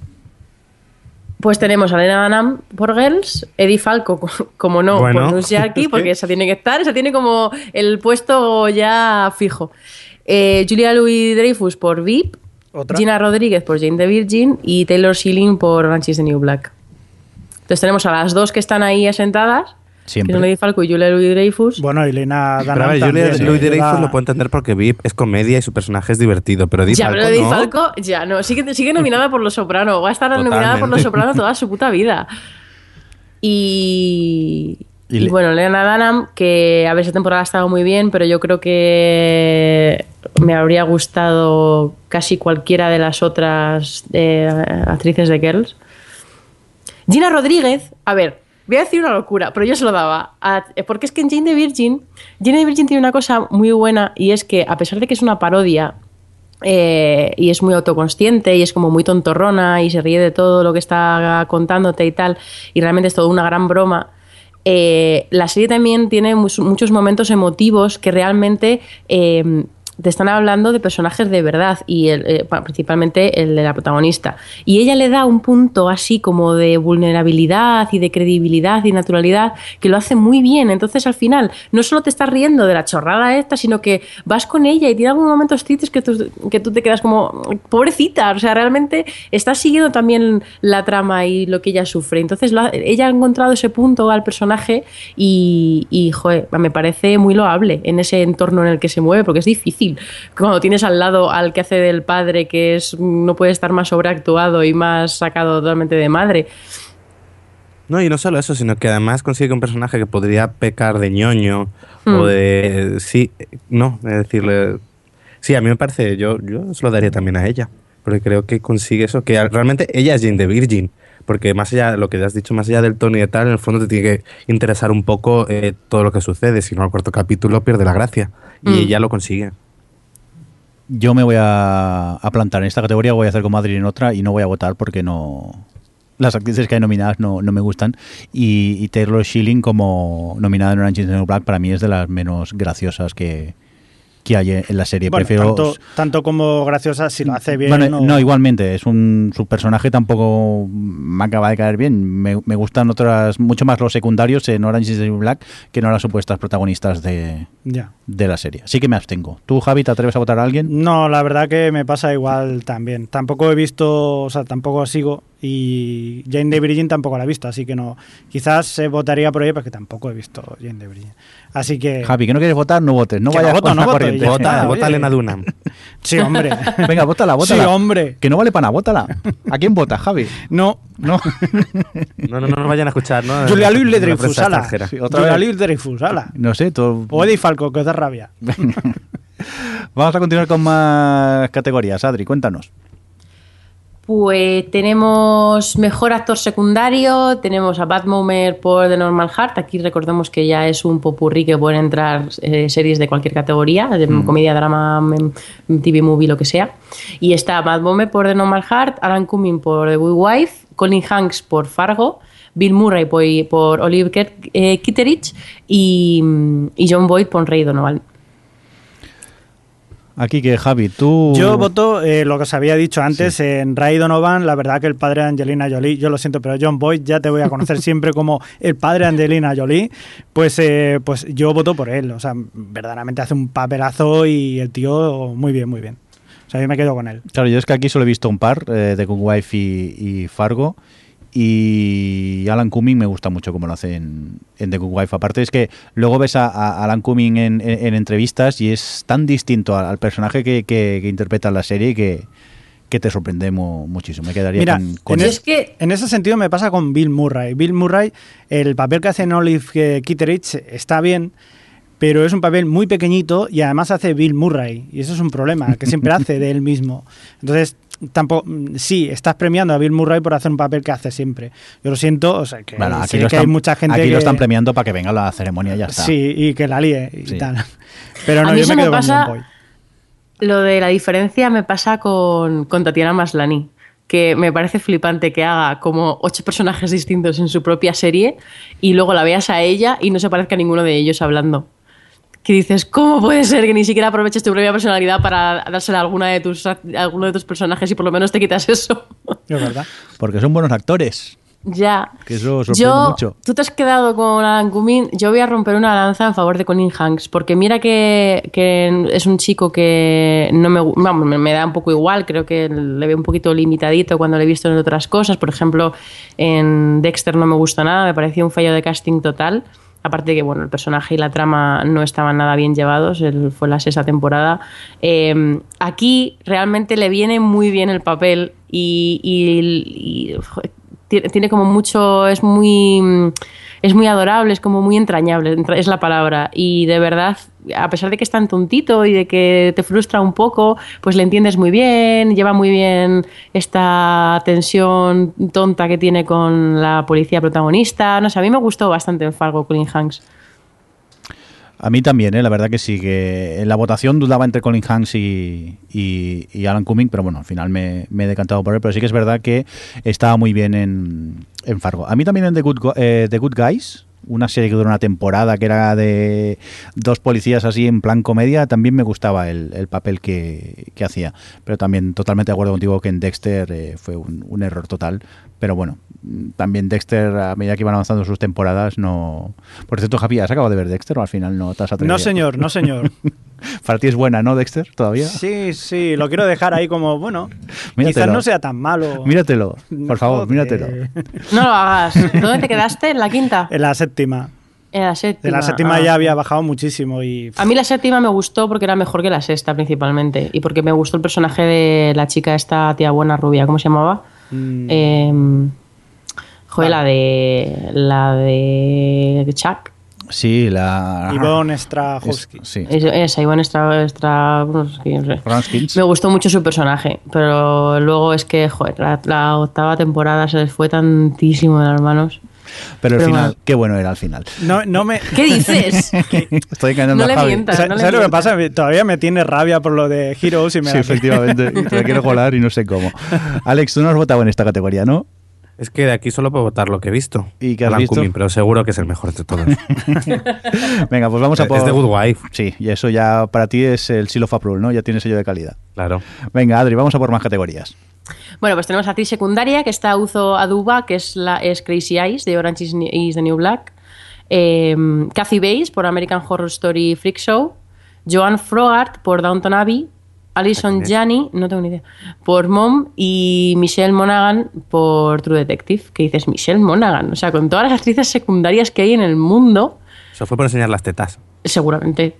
Pues tenemos a Lena Dunham por Girls, Eddie Falco, co- como no,
Bueno,
por Nushiaki,
es que-
porque esa tiene que estar, esa tiene como el puesto ya fijo. Eh, Julia Louis-Dreyfus por V I P,
Otra.
Gina Rodríguez por Jane the Virgin y Taylor Schilling por Orange is the New Black. Entonces tenemos a las dos que están ahí asentadas,
Siempre.
que son Eddie Falco y Julia Louis-Dreyfus.
Bueno, y Lena
Pero a
Dunham
ver,
también,
Julia
¿eh?
Louis Dreyfus
Lleva-
lo puedo entender porque V I P es comedia y su personaje es divertido, pero Eddie
Ya,
Falco
pero Eddie
no.
Falco, ya no, sigue, sigue nominada por Los Soprano, va a estar nominada por Los
Totalmente.
Soprano toda su puta vida. Y,
Y
y
le-
bueno, Lena Dunham, que a ver, esa temporada ha estado muy bien, pero yo creo que me habría gustado casi cualquiera de las otras eh, actrices de Girls. Gina Rodríguez, a ver, voy a decir una locura, pero yo se lo daba. a- porque es que en Jane the Virgin, Jane the Virgin tiene una cosa muy buena, y es que a pesar de que es una parodia, eh, y es muy autoconsciente y es como muy tontorrona y se ríe de todo lo que está contándote y tal, y realmente es toda una gran broma, eh, la serie también tiene mus- muchos momentos emotivos que realmente eh, te están hablando de personajes de verdad, y el, eh, bueno, principalmente el de la protagonista, y ella le da un punto así como de vulnerabilidad y de credibilidad y naturalidad que lo hace muy bien. Entonces al final no solo te estás riendo de la chorrada esta, sino que vas con ella y tiene algunos momentos tristes que tú, que tú te quedas como pobrecita, o sea, realmente estás siguiendo también la trama y lo que ella sufre. Entonces lo ha- ella ha encontrado ese punto al personaje y, y joder, me parece muy loable en ese entorno en el que se mueve, porque es difícil cuando tienes al lado al que hace del padre, que es no puede estar más sobreactuado y más sacado totalmente de madre.
No, y no solo eso, sino que además consigue un personaje que podría pecar de ñoño
Mm.
o de... Sí, no, es decirle... Sí, a mí me parece, yo, yo se lo daría también a ella, porque creo que consigue eso, que realmente ella es Jane the Virgin, porque más allá de lo que has dicho, más allá del tono y de tal, en el fondo te tiene que interesar un poco eh, todo lo que sucede, si no al cuarto capítulo pierde la gracia, y
Mm.
ella lo consigue.
Yo me voy a, a plantar en esta categoría, voy a hacer como Adri en otra, y no voy a votar porque no... Las actrices que hay nominadas no, no me gustan, y, y Taylor Schilling como nominada en Orange is the New Black para mí es de las menos graciosas que, que hay en la serie.
Bueno,
Prefiero...
tanto, tanto como graciosa, si lo hace bien.
Bueno,
o...
no, igualmente, es un su personaje tampoco me acaba de caer bien. Me, me gustan otras, mucho más los secundarios en Orange is the New Black que no las supuestas protagonistas de,
ya.
de la serie. Así que me abstengo. ¿Tú, Javi, te atreves a votar a alguien?
No, la verdad que me pasa igual también. Tampoco he visto, o sea, tampoco sigo, y Jane the Virgin tampoco la he visto, así que no. Quizás eh, votaría por ella porque tampoco he visto Jane the Virgin. Así que...
Javi, que no quieres votar, no votes. No
Que
vayas
no voto,
con
no
la
voto,
corriente.
ya
Vota,
está,
vota a
oye.
Elena Dunham.
Sí, hombre.
Venga, vótala, vótala.
Sí, hombre.
Que no vale para nada, vótala. ¿A quién votas, Javi?
No.
No.
No, no, no nos vayan a escuchar, ¿no?
Julia Louis
La
Le Dreyfus,
prensa
ala.
extranjera.
Sí, otra
Julia
vez.
Louis Dreyfus, ala.
No sé, todo...
O Eddie Falco, que os da rabia.
Vamos a continuar con más categorías. Adri, cuéntanos.
Pues tenemos mejor actor secundario, tenemos a Bad Momer por The Normal Heart. Aquí recordemos que ya es un popurrí que pueden entrar eh, series de cualquier categoría, de mm. comedia, drama, m- T V movie, lo que sea. Y está Bad Momer por The Normal Heart, Alan Cumming por The Good Wife, Colin Hanks por Fargo, Bill Murray por, por Oliver Ket- eh, Kitteridge y, y John Boyd por Ray Donovan.
Aquí que, Javi, tú...
Yo voto eh, lo que os había dicho antes, sí. en Ray Donovan. La verdad que el padre de Angelina Jolie, yo lo siento, pero John Boyd ya te voy a conocer siempre como el padre de Angelina Jolie, pues, eh, pues yo voto por él. O sea, verdaderamente hace un papelazo y el tío muy bien, muy bien. O sea, yo me quedo con él.
Claro, yo es que aquí solo he visto un par, eh, de Good Wife y, y Fargo, y Alan Cumming me gusta mucho como lo hace en, en The Good Wife. Aparte es que luego ves a, a Alan Cumming en, en, en entrevistas y es tan distinto al, al personaje que, que, que interpreta en la serie que, que te sorprende mu, muchísimo. Me quedaría
Mira,
con, con
en,
él.
es, que... en ese sentido me pasa con Bill Murray. Bill Murray, el papel que hace en Olive Kitteridge está bien, pero es un papel muy pequeñito y además hace Bill Murray, y eso es un problema, que siempre hace de él mismo. Entonces, tampoco, sí, estás premiando a Bill Murray por hacer un papel que hace siempre. Yo lo siento, o sea, que,
bueno, aquí
sé
lo
que
están,
hay mucha gente
aquí
que...
lo están premiando para que venga a la ceremonia y ya está.
Sí, y que la líe y
sí.
tal. Pero no,
a mí
yo me
me
quedo
pasa,
con John Boyd.
Lo de la diferencia me pasa con, con Tatiana Maslany, que me parece flipante que haga como ocho personajes distintos en su propia serie y luego la veas a ella y no se parezca a ninguno de ellos hablando. Que dices, ¿cómo puede ser que ni siquiera aproveches tu propia personalidad para dársela a alguna de tus, a alguno de tus personajes y por lo menos te quitas eso?
Es verdad.
Porque son buenos actores.
Ya.
Que eso sorprende
yo,
mucho.
Tú te has quedado con Alan Cumming. Yo voy a romper una lanza en favor de Colin Hanks, porque mira que, que es un chico que no me, vamos, me da un poco igual. Creo que le veo un poquito limitadito cuando le he visto en otras cosas. Por ejemplo, en Dexter no me gustó nada, me pareció un fallo de casting total. Aparte de que bueno, el personaje y la trama no estaban nada bien llevados, él fue la sexta temporada. Eh, aquí realmente le viene muy bien el papel y, y, y tiene como mucho, es muy, es muy adorable, es como muy entrañable, es la palabra. Y de verdad, a pesar de que es tan tontito y de que te frustra un poco, pues le entiendes muy bien, lleva muy bien esta tensión tonta que tiene con la policía protagonista. No sé, a mí me gustó bastante en Fargo Colin Hanks.
A mí también, ¿eh? La verdad que sí, que en la votación dudaba entre Colin Hanks y, y, y Alan Cumming, pero bueno, al final me, me he decantado por él, pero sí que es verdad que estaba muy bien en, en Fargo. A mí también en The Good, eh, The Good Guys, una serie que duró una temporada, que era de dos policías así en plan comedia, también me gustaba el, el papel que, que hacía, pero también totalmente de acuerdo contigo que en Dexter eh, fue un, un error total, pero bueno, también Dexter, a medida que iban avanzando sus temporadas, no... Por cierto, Javi, ¿has acabado de ver Dexter o al final no te has atrevido?
No, señor, no, señor.
Para ti es buena, ¿no, Dexter, todavía?
Sí, sí, lo quiero dejar ahí como, bueno,
míratelo.
Quizás no sea tan malo.
Míratelo, por favor,
Joder.
míratelo.
No lo hagas. ¿Dónde te quedaste? ¿En la quinta?
En la séptima.
En la séptima.
En la séptima
ah.
ya había bajado muchísimo y...
A mí la séptima me gustó porque era mejor que la sexta principalmente y porque me gustó el personaje de la chica esta tía buena rubia, ¿cómo se llamaba?
Mm.
Eh, joder, la de la de Chuck.
Sí, la...
Ivonne Strahovski.
Sí.
Es- Esa, Ivonne Stra, Stra- no sé qué, no sé.
Franskins.
Me gustó mucho su personaje, pero luego es que, joder, la, la octava temporada se les fue tantísimo de las manos.
Pero el
Pero
final,
bueno.
qué bueno era el final.
No, no me...
¿Qué dices?
Estoy engañando
No le
a Javi.
mientas.
¿Sabes
no le
sabes lo que
mientas.
pasa? Todavía me tiene rabia por lo de Heroes y me
Sí,
la-
efectivamente. Te la quiero colar y no sé cómo. Alex, tú no has votado en esta categoría, ¿no?
Es que de aquí solo puedo votar lo que he visto.
¿Y qué has
Alan
visto?
Cumming, pero seguro que es el mejor de todos.
Venga, pues vamos a por...
Es de Good Wife.
Sí, y eso ya para ti es el Seal of Approval, ¿no? Ya tiene sello de calidad.
Claro.
Venga, Adri, vamos a por más categorías.
Bueno, pues tenemos actriz secundaria, que está Uzo Aduba, que es, la, es Crazy Eyes, de Orange is, is the New Black. Eh, Kathy Bates, por American Horror Story Freak Show. Joan Frogart, por Downton Abbey. Alison Janney, no tengo ni idea, por Mom. Y Michelle Monaghan, por True Detective. Que dices, Michelle Monaghan. O sea, con todas las actrices secundarias que hay en el mundo...
Eso fue por enseñar las tetas.
Seguramente.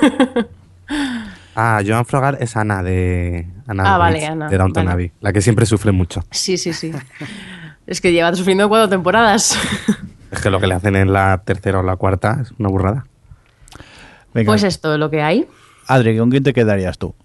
Ah, Joan Frogart es Ana de, Ana
Ah, vale,
Bates,
Ana,
de Downton
vale.
Abbey, la que siempre sufre mucho.
Sí, sí, sí. Es que lleva sufriendo cuatro temporadas.
Es que lo que le hacen en la tercera o la cuarta es una burrada.
Venga,
Pues esto es lo que hay.
Adri, ¿con quién te quedarías tú?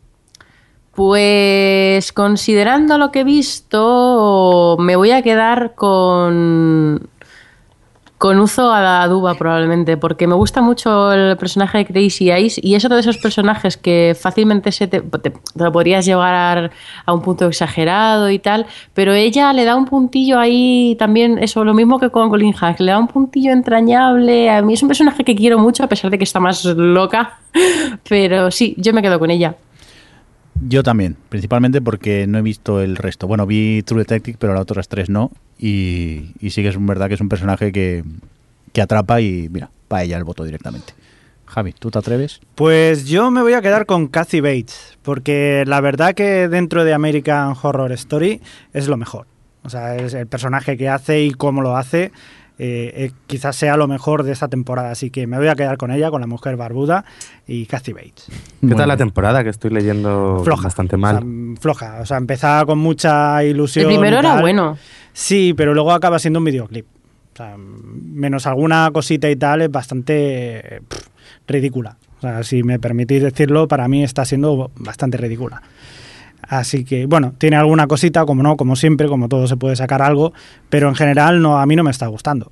Pues considerando lo que he visto, me voy a quedar con con Uzo Aduba probablemente, porque me gusta mucho el personaje de Crazy Eyes y es otro de esos personajes que fácilmente se te, te, te lo podrías llevar a un punto exagerado y tal, pero ella le da un puntillo ahí también, eso, lo mismo que con Colin Hanks, le da un puntillo entrañable. A mí es un personaje que quiero mucho, a pesar de que está más loca, pero sí, yo me quedo con ella.
Yo también, principalmente porque no he visto el resto. Bueno, vi True Detective, pero las otras tres no. Y, y sí que es verdad que es un personaje que, que atrapa y mira, para ella el voto directamente. Javi, ¿tú te atreves?
Pues yo me voy a quedar con Kathy Bates, porque la verdad que dentro de American Horror Story es lo mejor. O sea, es el personaje que hace y cómo lo hace. Eh, eh, quizás sea lo mejor de esta temporada, así que me voy a quedar con ella, con la mujer barbuda y Kathy Bates.
¿Qué
Muy
tal la
bien.
temporada? Que estoy leyendo
Floja,
bastante mal.
O sea, floja, o sea, empezaba con mucha ilusión.
El primero
y
era
tal.
bueno.
Sí, pero luego acaba siendo un videoclip. O sea, menos alguna cosita y tal, es bastante pff, ridícula. O sea, si me permitís decirlo, para mí está siendo bastante ridícula. Así que, bueno, tiene alguna cosita, como no, como siempre, como todo se puede sacar algo, pero en general no, a mí no me está gustando.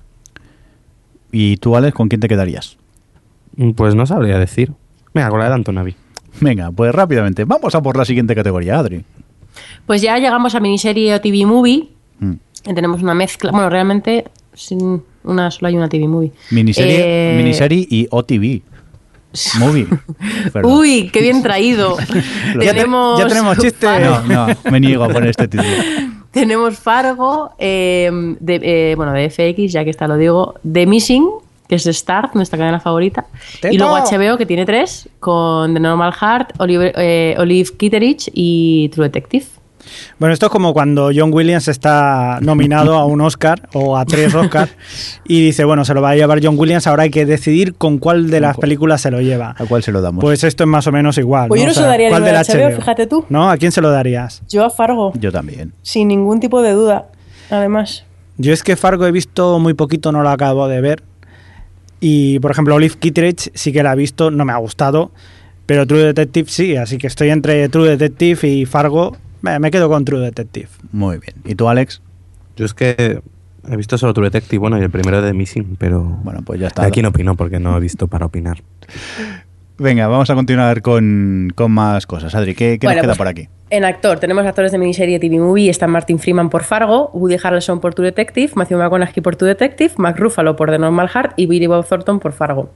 ¿Y tú, Alex, con quién te quedarías?
Pues no sabría decir. Venga, con la de Downton Abbey.
Venga, pues rápidamente, vamos a por la siguiente categoría, Adri.
Pues ya llegamos a miniserie o T V movie.
Mm.
Y tenemos una mezcla. Bueno, realmente sin una sola hay una T V movie.
Miniserie,
Eh,
miniserie y O T V. Movie. Perdón.
Uy, qué bien traído.
Ya te-
tenemos
ya tenemos chiste.
No, no, me niego a poner este título.
Tenemos Fargo, eh, de, eh, bueno, de F X, ya que está lo digo, The Missing, que es de Star, nuestra cadena favorita.
¡Teto!
Y luego H B O, que tiene tres, con The Normal Heart, Oliver, eh, Olive Kitteridge y True Detective.
Bueno, esto es como cuando John Williams está nominado a un Oscar o a tres Oscars y dice, bueno, se lo va a llevar John Williams, ahora hay que decidir con cuál de las películas se lo lleva.
¿A cuál se lo damos?
Pues esto es más o menos igual.
Pues yo
¿no?
no
O
se
sea,
lo daría
¿cuál
ni a
del
H B O,
H B O?
fíjate tú.
¿No? ¿A quién se lo darías?
Yo a Fargo,
Yo también.
sin ningún tipo de duda, además.
Yo es que Fargo he visto muy poquito, no lo acabo de ver. Y, por ejemplo, Olive Kitteridge sí que la he visto, no me ha gustado. Pero True Detective sí, así que estoy entre True Detective y Fargo. Me me quedo con True Detective.
Muy bien. ¿Y tú, Alex?
Yo es que he visto solo True Detective, bueno, y el primero de Missing, pero
Bueno, pues ya está.
de aquí no opino porque no he visto para opinar.
Venga, vamos a continuar con, con más cosas. Adri, ¿qué, qué
Bueno,
nos queda
pues,
por aquí?
En actor tenemos actores de miniserie T V movie. Están Martin Freeman por Fargo, Woody Harrelson por True Detective, Matthew McConaughey por True Detective, Mark Ruffalo por The Normal Heart y Billy Bob Thornton por Fargo.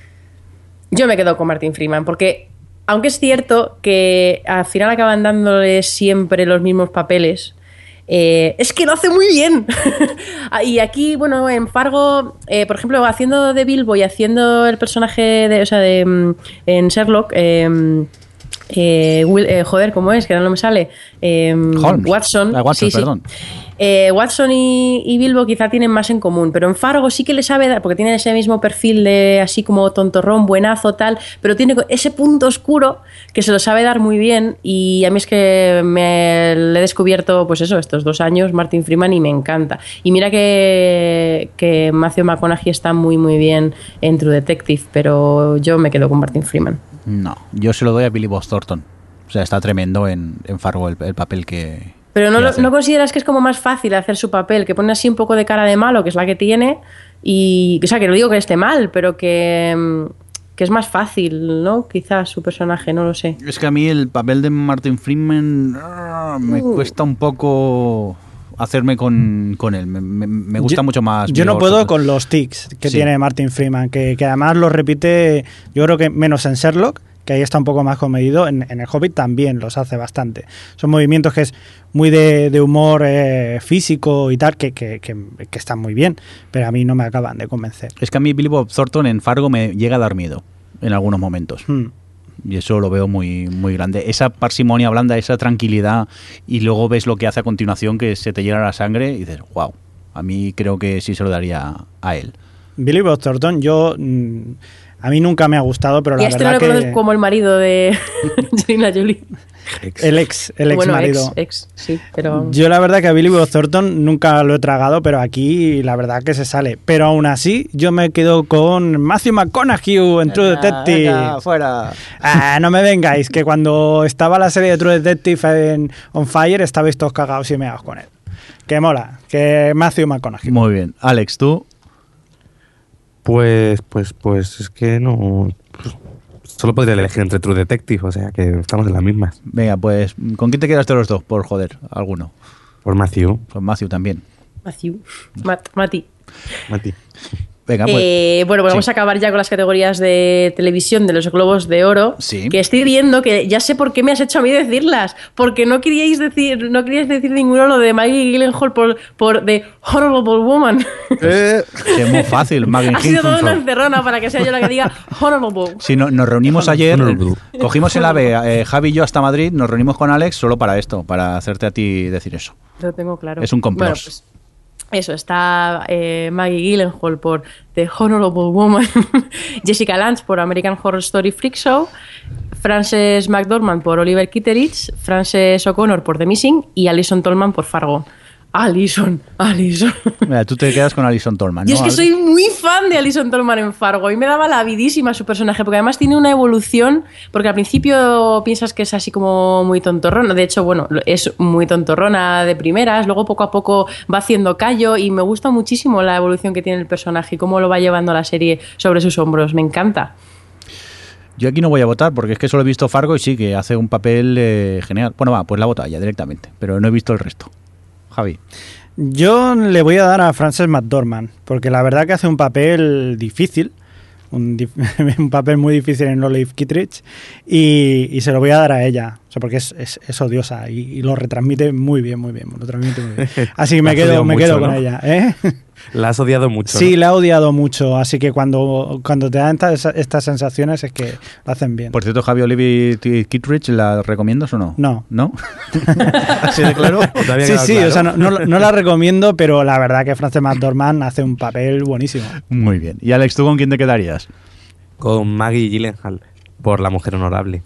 Yo me quedo con Martin Freeman porque, aunque es cierto que al final acaban dándole siempre los mismos papeles, eh, es que lo hace muy bien. Y aquí, bueno, en Fargo, eh, por ejemplo, haciendo de Bilbo y haciendo el personaje de, o sea, de mm, en Sherlock, eh, eh, Will- eh, joder, ¿cómo es? Que ahora no me sale. Eh,
Holmes.
Watson.
Ah, Watson,
sí, sí.
perdón.
Eh, Watson y, y Bilbo quizá tienen más en común, pero en Fargo sí que le sabe dar, porque tiene ese mismo perfil de así como tontorrón, buenazo, tal, pero tiene ese punto oscuro que se lo sabe dar muy bien. Y a mí es que me le he descubierto, pues eso, estos dos años, Martin Freeman, y me encanta. Y mira que, que Matthew McConaughey está muy, muy bien en True Detective, pero yo me quedo con Martin Freeman.
No, yo se lo doy a Billy Bob Thornton. O sea, está tremendo en, en Fargo el, el papel que...
Pero no,
que
lo-
hace.
¿no consideras que es como más fácil hacer su papel? Que pone así un poco de cara de malo, que es la que tiene, y, o sea, que no digo que esté mal, pero que, mm, que es más fácil, ¿no? Quizás su personaje, no lo sé.
Es que a mí el papel de Martin Freeman ah, me
Uh.
cuesta un poco... hacerme con, con él. Me, me- me gusta
Yo-
mucho más.
Yo no
Vigor
puedo
Thornton.
con los tics que
Sí.
tiene Martin Freeman, que, que además lo repite, yo creo que menos en Sherlock, que ahí está un poco más comedido, en, en el Hobbit también los hace bastante. Son movimientos que es muy de, de humor eh, físico y tal, que, que, que, que están muy bien, pero a mí no me acaban de convencer.
Es que a mí Billy Bob Thornton en Fargo me llega a dar miedo en algunos momentos.
Hmm.
Y eso lo veo muy, muy grande. Esa parsimonia blanda, esa tranquilidad, y luego ves lo que hace a continuación, que se te llega la sangre y dices, wow, a mí creo que sí se lo daría a él.
Billy Bob Thornton, yo mm, a mí nunca me ha gustado, pero
Y
la
a este no
verdad
lo conoces
que
como el marido de Angelina Jolie.
el ex, el ex
bueno,
marido.
ex, ex, sí, pero...
Yo la verdad que a Billy Bob Thornton nunca lo he tragado, pero aquí la verdad que se sale. Pero aún así, yo me quedo con Matthew McConaughey en True Detective.
fuera.
Ah, no me vengáis, que cuando estaba la serie de True Detective en On Fire estabais todos cagados y meados con él. Que mola, que Matthew McConaughey.
Muy bien. Alex, tú.
Pues, pues, pues es que no. Pues, solo podría elegir entre True Detective, o sea que estamos en las mismas.
Venga, pues, ¿con quién te quedas de los dos? Por joder, alguno.
Por Matthew,
Con Matthew también.
Matthew. Mat- Mati.
Mati.
Venga, pues.
Eh, bueno, pues vamos
sí.
a acabar ya con las categorías de televisión de los Globos de Oro.
Sí.
Que estoy viendo que ya sé por qué me has hecho a mí decirlas. Porque no queríais decir, no queríais decir ninguno lo de Maggie Gyllenhaal por, por The Honorable Woman.
Que es muy fácil, Maggie
Ha sido toda una
Gyllenhaal.
encerrona para que sea yo la que diga Honorable.
Si no, nos reunimos ayer,
Honorable.
cogimos el AVE, eh, Javi y yo hasta Madrid, nos reunimos con Alex solo para esto, para hacerte a ti decir eso.
Lo tengo claro.
Es un complot.
Bueno, pues, eso, está eh, Maggie Gyllenhaal por The Honorable Woman, Jessica Lange por American Horror Story Freak Show, Frances McDormand por Oliver Kitteridge, Frances O'Connor por The Missing y Alison Tolman por Fargo. Alison, Alison.
Mira, tú te quedas con Alison Tolman, ¿no?
Y es que
Alex?
soy muy fan de Alison Tolman en Fargo y me daba la vidísima su personaje, porque además tiene una evolución, porque al principio piensas que es así como muy tontorrona, de hecho, bueno, es muy tontorrona de primeras, luego poco a poco va haciendo callo y me gusta muchísimo la evolución que tiene el personaje y cómo lo va llevando la serie sobre sus hombros, me encanta.
Yo aquí no voy a votar porque es que solo he visto Fargo y sí, que hace un papel eh, genial. Bueno, va, pues la vota ya directamente, pero no he visto el resto. Javi.
Yo le voy a dar a Frances McDormand, porque la verdad que hace un papel difícil, un, dif- un papel muy difícil en Olive Kitteridge, y, y se lo voy a dar a ella, o sea, porque es, es, es odiosa y, y lo retransmite muy bien, muy bien, lo transmite muy bien. Así que
La
me
has
quedo,
odiado
me
mucho,
quedo
¿no?
con ella. ¿eh?
La has odiado mucho.
Sí,
¿no?
la he odiado mucho, así que cuando, cuando te dan estas, estas sensaciones es que lo hacen bien.
Por cierto, Javi, Olivia Kitteridge, ¿la recomiendas o no?
No.
¿No? ¿Así de claro?
¿O te había
Sí,
quedado
sí,
claro?
o sea, no, no, no la recomiendo, pero la verdad que Frances McDormand hace un papel buenísimo.
Muy bien. Y Alex, ¿tú con quién te quedarías?
Con Maggie Gyllenhaal, por La Mujer Honorable.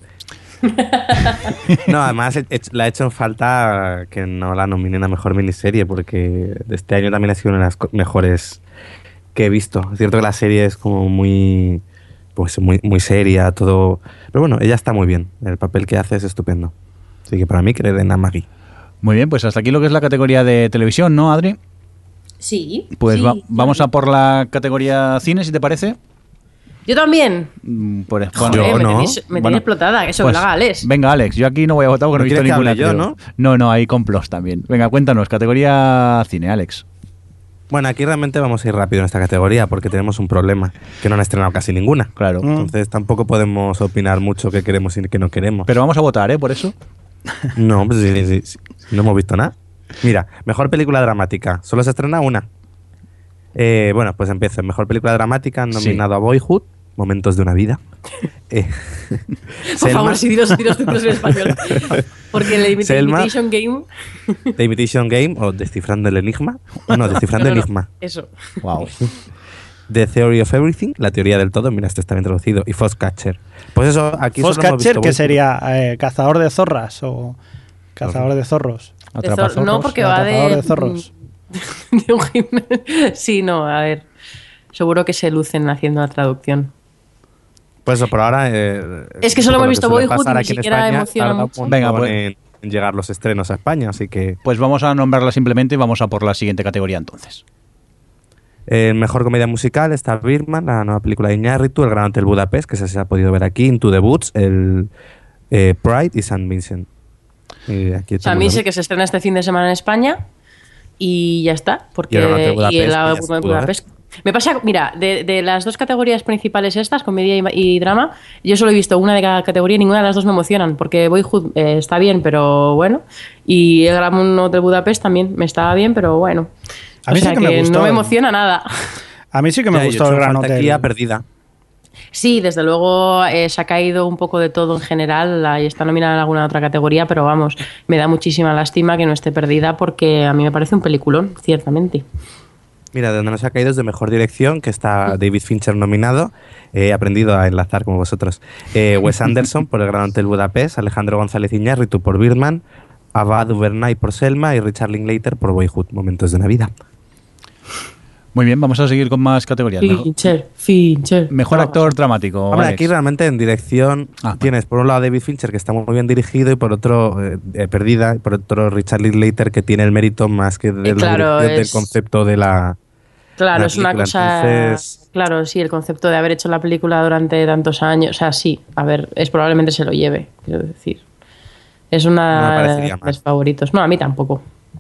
No, además he- he- le ha hecho en falta que no la nominen a Mejor Miniserie, porque de este año también ha sido una de las co- mejores que he visto. Es cierto que la serie es como muy, pues muy, muy seria, todo... Pero bueno, ella está muy bien. El papel que hace es estupendo. Así que para mí que le den a Maggie.
Muy bien, pues hasta aquí lo que es la categoría de televisión, ¿no, Adri?
Sí.
Pues
sí,
va-
sí.
vamos a por la categoría cine, si te parece.
Yo también.
Mm, Pues,
Joder,
Yo
me
no.
tenéis, me tenéis
Bueno,
explotada, que eso me
pues,
lo haga Alex.
Venga, Alex, yo aquí no voy a votar porque no,
¿No
he visto
quieres que
ninguna.
hable yo,
creo. no, no, hay complots también. Venga, cuéntanos, categoría cine, Alex.
Bueno, aquí realmente vamos a ir rápido en esta categoría porque tenemos un problema, que no han estrenado casi ninguna.
Claro.
Mm.
Entonces tampoco podemos opinar mucho qué queremos y qué no queremos.
Pero vamos a votar, ¿eh? Por eso.
No, pues sí, sí, sí, no hemos visto nada. Mira, mejor película dramática. Solo se estrena una. Eh, bueno, pues empiezo. Mejor película dramática, nominado a Boyhood, Momentos de una vida. Eh,
Por
Selma,
favor, si diros, diros títulos en español. Porque el Imit-
Selma.
Imitation Game...
The Imitation Game o Descifrando el Enigma. No, Descifrando
No, no, no,
Enigma.
Eso.
Wow.
The Theory of Everything, La teoría del todo. Mira, este está bien traducido. Y Foxcatcher. Pues eso, aquí solo hemos
Foxcatcher,
visto
que
Boyhood.
sería eh, cazador de zorras o cazador de zorros.
De
Atrapa
zor- no,
zorros.
porque
o
va
atrapador
de...
de zorros.
de un gimnasio. Sí, no, a ver. Seguro que se lucen haciendo la traducción.
Pues eso, por ahora... eh,
Es que solo
por
hemos
lo
visto
suele
Boyhood,
pasar
ni
aquí en
siquiera
España,
emociona
tarda un
mucho.
montón
Venga, pues.
en, en llegar los estrenos a España, así que...
Pues vamos a nombrarla simplemente y vamos a por la siguiente categoría entonces.
En mejor comedia musical está Birdman, la nueva película de Iñárritu, El Gran Hotel Budapest, que esa se ha podido ver aquí, Into the Woods, el eh, Pride y Saint Vincent. Y aquí
O sea, a
estamos
mí
de-
sé que se estrena este fin de semana en España. y ya está. Porque,
Y el Gran Hotel Budapest,
y el
que ya se
Gran
pudo
Budapest. Me pasa, mira, de, de las dos categorías principales estas, comedia y, y drama, yo solo he visto una de cada categoría y ninguna de las dos me emocionan, porque Boyhood eh, está bien, pero bueno, y el Gran Hotel Budapest también me estaba bien, pero bueno.
A mí
o sea
sí que me gustó.
no me emociona nada.
A mí sí que me
Ya, yo
gustó
he
el
hecho
Gran
falta
Hotel.
aquí a perdida.
Sí, desde luego eh, se ha caído un poco de todo en general y está nominada en alguna otra categoría, pero vamos, me da muchísima lástima que no esté perdida porque a mí me parece un peliculón, ciertamente.
Mira, de donde nos ha caído es de mejor dirección, que está David Fincher nominado. He aprendido a enlazar como vosotros. Eh, Wes Anderson por El Gran Hotel Budapest, Alejandro González Iñárritu por Birdman, Ava DuVernay por Selma y Richard Linklater por Boyhood, Momentos de Navidad.
Muy bien, vamos a seguir con más categorías. Mejor,
Fincher, Fincher.
mejor
Vamos.
actor dramático.
Hombre,
Alex.
aquí realmente en dirección
Ah,
tienes por un lado David Fincher, que está muy bien dirigido, y por otro eh, eh, Perdida, y por otro Richard Linklater, que tiene el mérito más que de
Eh,
la
claro,
dirección
es-
del concepto de la...
Claro,
la
es una
película,
cosa.
entonces-
Claro, sí, el concepto de haber hecho la película durante tantos años. O sea, sí, a ver, es probablemente se lo lleve, quiero decir. Es
No me
una
parecería
de
mal.
mis favoritos. No, a mí tampoco.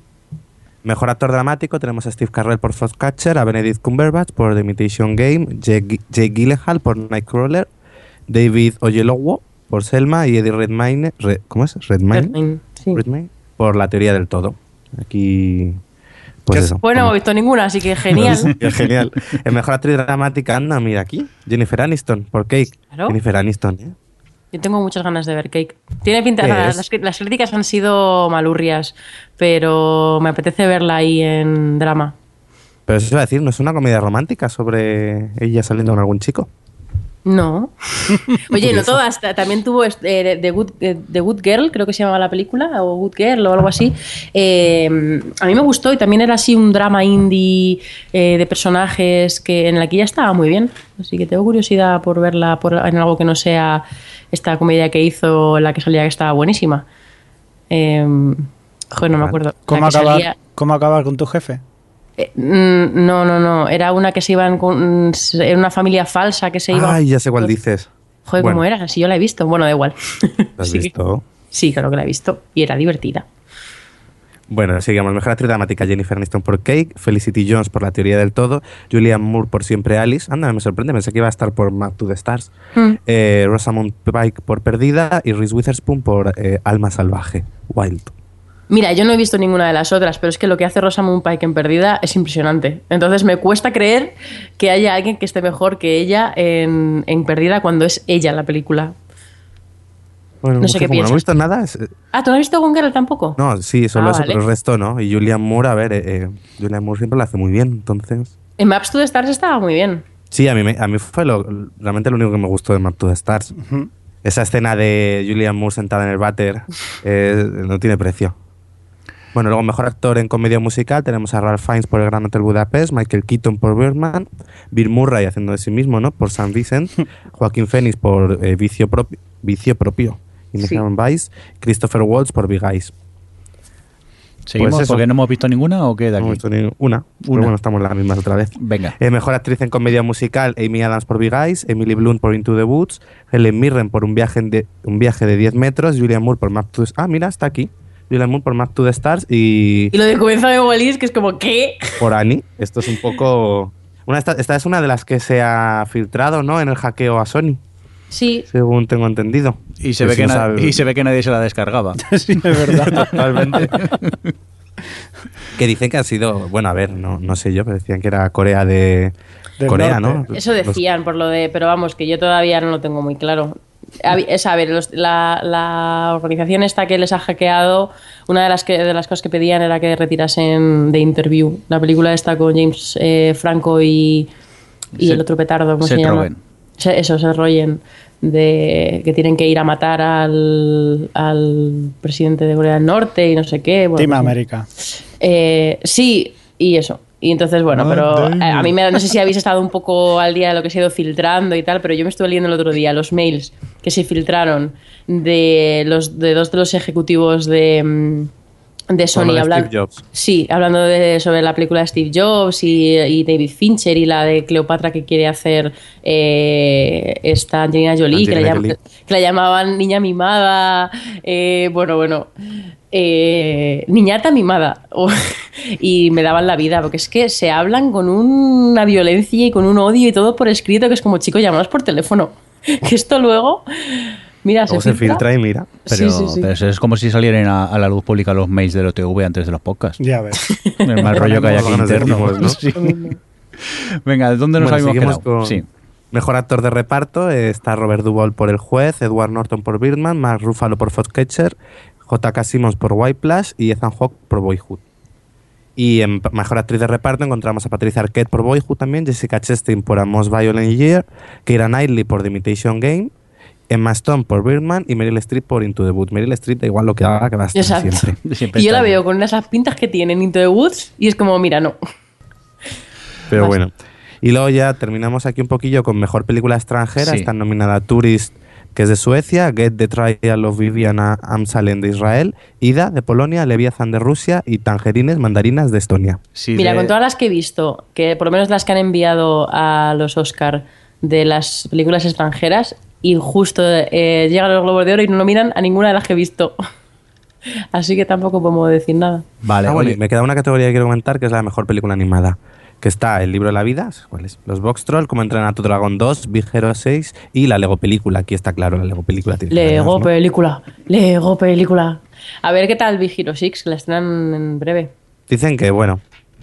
Mejor actor dramático tenemos a Steve Carell por Foxcatcher, a Benedict Cumberbatch por The Imitation Game, Jake Jake Gyllenhaal por Nightcrawler, David Oyelowo por Selma y Eddie Redmayne, Re- ¿cómo es? Redmayne,
Redmayne, sí.
Redmayne por La Teoría del Todo. Aquí, pues
¿Qué es?
eso.
Bueno, no
como-
he visto ninguna, así que genial.
Qué genial. El mejor actriz dramática, anda, mira aquí, Jennifer Aniston por Cake.
Claro.
Jennifer Aniston, ¿eh?
Yo tengo muchas ganas de ver Cake. Tiene pinta,
¿Qué
las,
es?
las- las críticas han sido malurrias, pero me apetece verla ahí en drama.
Pero eso iba a decir, ¿no es una comedia romántica sobre ella saliendo con algún chico?
No. Oye, no
Curioso.
todas. ta- También tuvo eh, The, Good, eh, The Good Girl, creo que se llamaba la película, o Good Girl o algo así. Eh, a mí me gustó y también era así un drama indie eh, de personajes que en la que ya estaba muy bien. Así que tengo curiosidad por verla por, en algo que no sea esta comedia que hizo en la que salía que estaba buenísima. Eh, joder, no me acuerdo.
¿Cómo
La que
acabar,
salía-
¿Cómo acabar con tu jefe?
eh, mm, no, no, no. Era una que se iban con. Era una familia falsa que se iba.
Ay, ya sé cuál dices.
Joder,
Bueno,
¿cómo era? Si yo la he visto. Bueno, da igual.
¿lo has
Sí.
visto?
Sí, claro que la he visto. Y era divertida.
Bueno, sigamos. Mejor actriz dramática, Jennifer Aniston por Cake, Felicity Jones por La Teoría del Todo, Julianne Moore por Siempre Alice. Anda, me sorprende, pensé que iba a estar por Map to the Stars.
Hmm.
Eh, Rosamund Pike por Perdida y Reese Witherspoon por eh, Alma Salvaje, Wild.
Mira, yo no he visto ninguna de las otras, pero es que lo que hace Rosamund Pike en Perdida es impresionante. Entonces me cuesta creer que haya alguien que esté mejor que ella en, en Perdida cuando es ella la película.
Bueno,
No sé
es que
qué
como no
piensas.
he visto nada. es-
Ah, ¿tú no has visto Gone Girl tampoco?
no, sí, solo
Ah,
eso,
vale.
pero el resto no. Y Julianne Moore, a ver, eh, eh, Julianne Moore siempre lo hace muy bien, entonces.
En Maps to the Stars estaba muy bien.
Sí, a mí, me- a mí fue lo, realmente lo único que me gustó de Map to the Stars. Esa escena de Julianne Moore sentada en el váter eh, no tiene precio. Bueno, luego mejor actor en comedia musical tenemos a Ralph Fiennes por El Gran Hotel Budapest, Michael Keaton por Birdman, Bill Murray haciendo de sí mismo, ¿no? Por San Vincent, Joaquín Phoenix por eh, Vicio, Propi- Vicio Propio, Inherent Vice, Christopher Waltz por Big Eyes.
¿Seguimos
Pues eso.
porque no hemos visto ninguna o qué de
No
aquí?
hemos visto ni una, pero
Una.
bueno, estamos las mismas otra vez.
Venga.
Eh, mejor actriz en comedia musical, Amy Adams por Big Eyes, Emily Blunt por Into the Woods, Helen Mirren por Un viaje, en de, un viaje de diez metros, Julianne Moore por Map to the... Ah, mira, está aquí. Julianne Moore por Map to the Stars y
Y lo de Comienzo de Wallis, que es como, ¿qué?
por Annie. Esto es un poco... Una, esta, esta es una de las que se ha filtrado, ¿no? En el hackeo a Sony,
Sí.
según tengo entendido.
Y se,
Pues
ve
si
que
no
na-
sabe-
y se ve que nadie se la descargaba.
Sí, es verdad.
Totalmente. Que dicen que ha sido... Bueno, a ver, no, no sé yo, pero decían que era Corea de...
Del
Corea,
norte.
¿no?
Eso decían por lo de, pero vamos, que yo todavía no lo tengo muy claro. A, es, a ver, los- la, la organización esta que les ha hackeado, una de las, que, de las cosas que pedían era que retirasen de Interview. La película esta con James eh, Franco y, y
Seth-
el otro petardo, ¿cómo se
Seth
llama?
Rogen.
Se- Eso, Seth Rogen, de que tienen que ir a matar al, al presidente de Corea del Norte y no sé qué. Bueno,
Team
pues,
América.
eh, sí, y eso. Y entonces, bueno,
Ah,
pero
David.
a, a mí me, no sé si habéis estado un poco al día de lo que se ha ido filtrando y tal, pero yo me estuve leyendo el otro día los mails que se filtraron de los de dos de los ejecutivos de, mm, de Sony.
Como de
Hablando,
Steve Jobs.
Sí, hablando de, sobre la película de Steve Jobs y, y David Fincher y la de Cleopatra que quiere hacer eh, esta Angelina Jolie,
Angelina
que, la llam-
Jolie.
que la llamaban niña mimada. Eh, bueno, bueno. Eh, niñata mimada. Oh, y me daban la vida, porque es que se hablan con una violencia y con un odio y todo por escrito, que es como, chicos, llamados por teléfono. Que esto luego... Mira,
Luego se filtra y mira.
Pero,
Sí, sí, sí.
pero eso es como si salieran a, a la luz pública los mails del O T V antes de los podcasts.
Ya ves.
El mal rollo que hay aquí
Como nos
interno.
decimos, ¿no?
Sí. Venga, ¿dónde nos
Bueno,
habíamos
seguimos
quedado?
con
Sí.
Mejor actor de reparto. eh, está Robert Duvall por El Juez, Edward Norton por Birdman, Mark Ruffalo por Foxcatcher, J K. Simmons por White Plush y Ethan Hawke por Boyhood. Y en p- Mejor actriz de reparto encontramos a Patricia Arquette por Boyhood también, Jessica Chastain por A Most Violent Year, Keira Knightley por The Imitation Game, Emma Stone por Birdman y Meryl Streep por Into the Woods. Meryl Streep da igual lo que haga, que va a estar
Exacto.
siempre.
Siempre
Y yo
está
la
bien.
veo con esas pintas que tienen Into the Woods y es como, mira, no.
Pero
Más.
bueno. Y luego ya terminamos aquí un poquillo con Mejor Película Extranjera.
Sí.
Está nominada Tourist, que es de Suecia, Get the Trial of Viviana Amsalen de Israel, Ida de Polonia, Leviathan de Rusia y Tangerines, Mandarinas de Estonia.
Sí,
Mira,
de-
con todas las que he visto, que por lo menos las que han enviado a los Oscar de las películas extranjeras, y justo eh, llegan los Globos de Oro y no nominan a ninguna de las que he visto. Así que tampoco podemos decir nada.
Vale,
Ah, bueno,
oye,
y me queda una categoría que quiero comentar, que es la de Mejor Película Animada, que está El Libro de la Vida, ¿cuál es? Los Box Troll, Cómo entrenar a tu dragón dos, Big Hero seis y la Lego Película. Aquí está claro, la Lego Película tiene que
Lego
ganar, ¿no?
película, Lego película. A ver qué tal Big Hero seis, que la estrenan en breve.
Dicen que, bueno,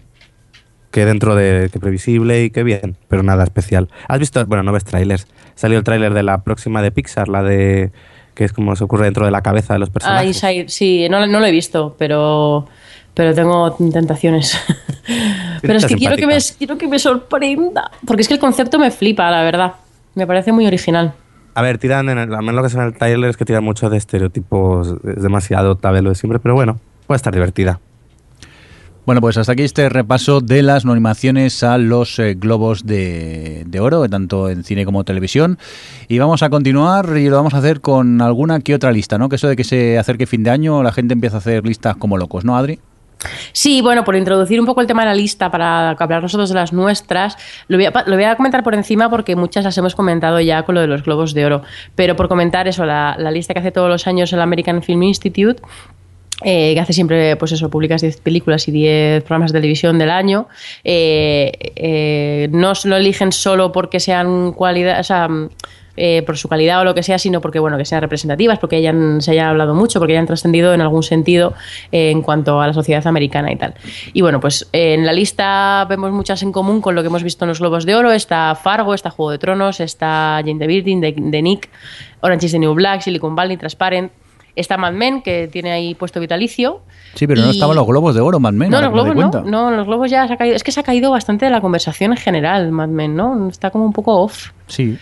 que dentro de que previsible y que bien, pero nada especial. ¿Has visto? Bueno, no ves trailers. Salió el tráiler de la próxima de Pixar, la de que es como se ocurre dentro de la cabeza de los
Ah,
personajes.
Inside, sí, no, no lo he visto, pero, pero tengo tentaciones. Pero es que quiero que, me, quiero que me sorprenda, porque es que el concepto me flipa, la verdad. Me parece muy original.
A ver, tiran, en el, al menos lo que es en el tráiler es que tiran mucho de estereotipos, es demasiado tabelo de siempre, pero bueno, puede estar divertida.
bueno, pues hasta aquí este repaso de las nominaciones a los eh, Globos de, de Oro, tanto en cine como televisión. Y vamos a continuar y lo vamos a hacer con alguna que otra lista, ¿no? Que eso de que se acerque fin de año, la gente empieza a hacer listas como locos, ¿no, Adri?
Sí, bueno, por introducir un poco el tema de la lista para hablar nosotros de las nuestras, lo voy, a, lo voy a comentar por encima porque muchas las hemos comentado ya con lo de los Globos de Oro, pero por comentar eso, la, la lista que hace todos los años el American Film Institute, eh, que hace siempre, pues eso, publicas diez películas y diez programas de televisión del año, eh, eh, no lo eligen solo porque sean cualidad, o sea, Eh, por su calidad o lo que sea, sino porque bueno, que sean representativas, porque hayan, se hayan hablado mucho, porque hayan trascendido en algún sentido eh, en cuanto a la sociedad americana y tal. Y bueno, pues eh, en la lista vemos muchas en común con lo que hemos visto en los Globos de Oro. Está Fargo, está Juego de Tronos, está Jane the Virgin, de, de Nick, Orange is the New Black, Silicon Valley, Transparent. Está Mad Men, que tiene ahí puesto vitalicio.
Sí, pero no
Y-
estaban los Globos de Oro, Mad Men.
No,
ahora
los
que me doy
globos
cuenta.
no, no, los globos ya se ha caído. Es que se ha caído bastante de la conversación en general, Mad Men, ¿no? Está como un poco off.
Sí.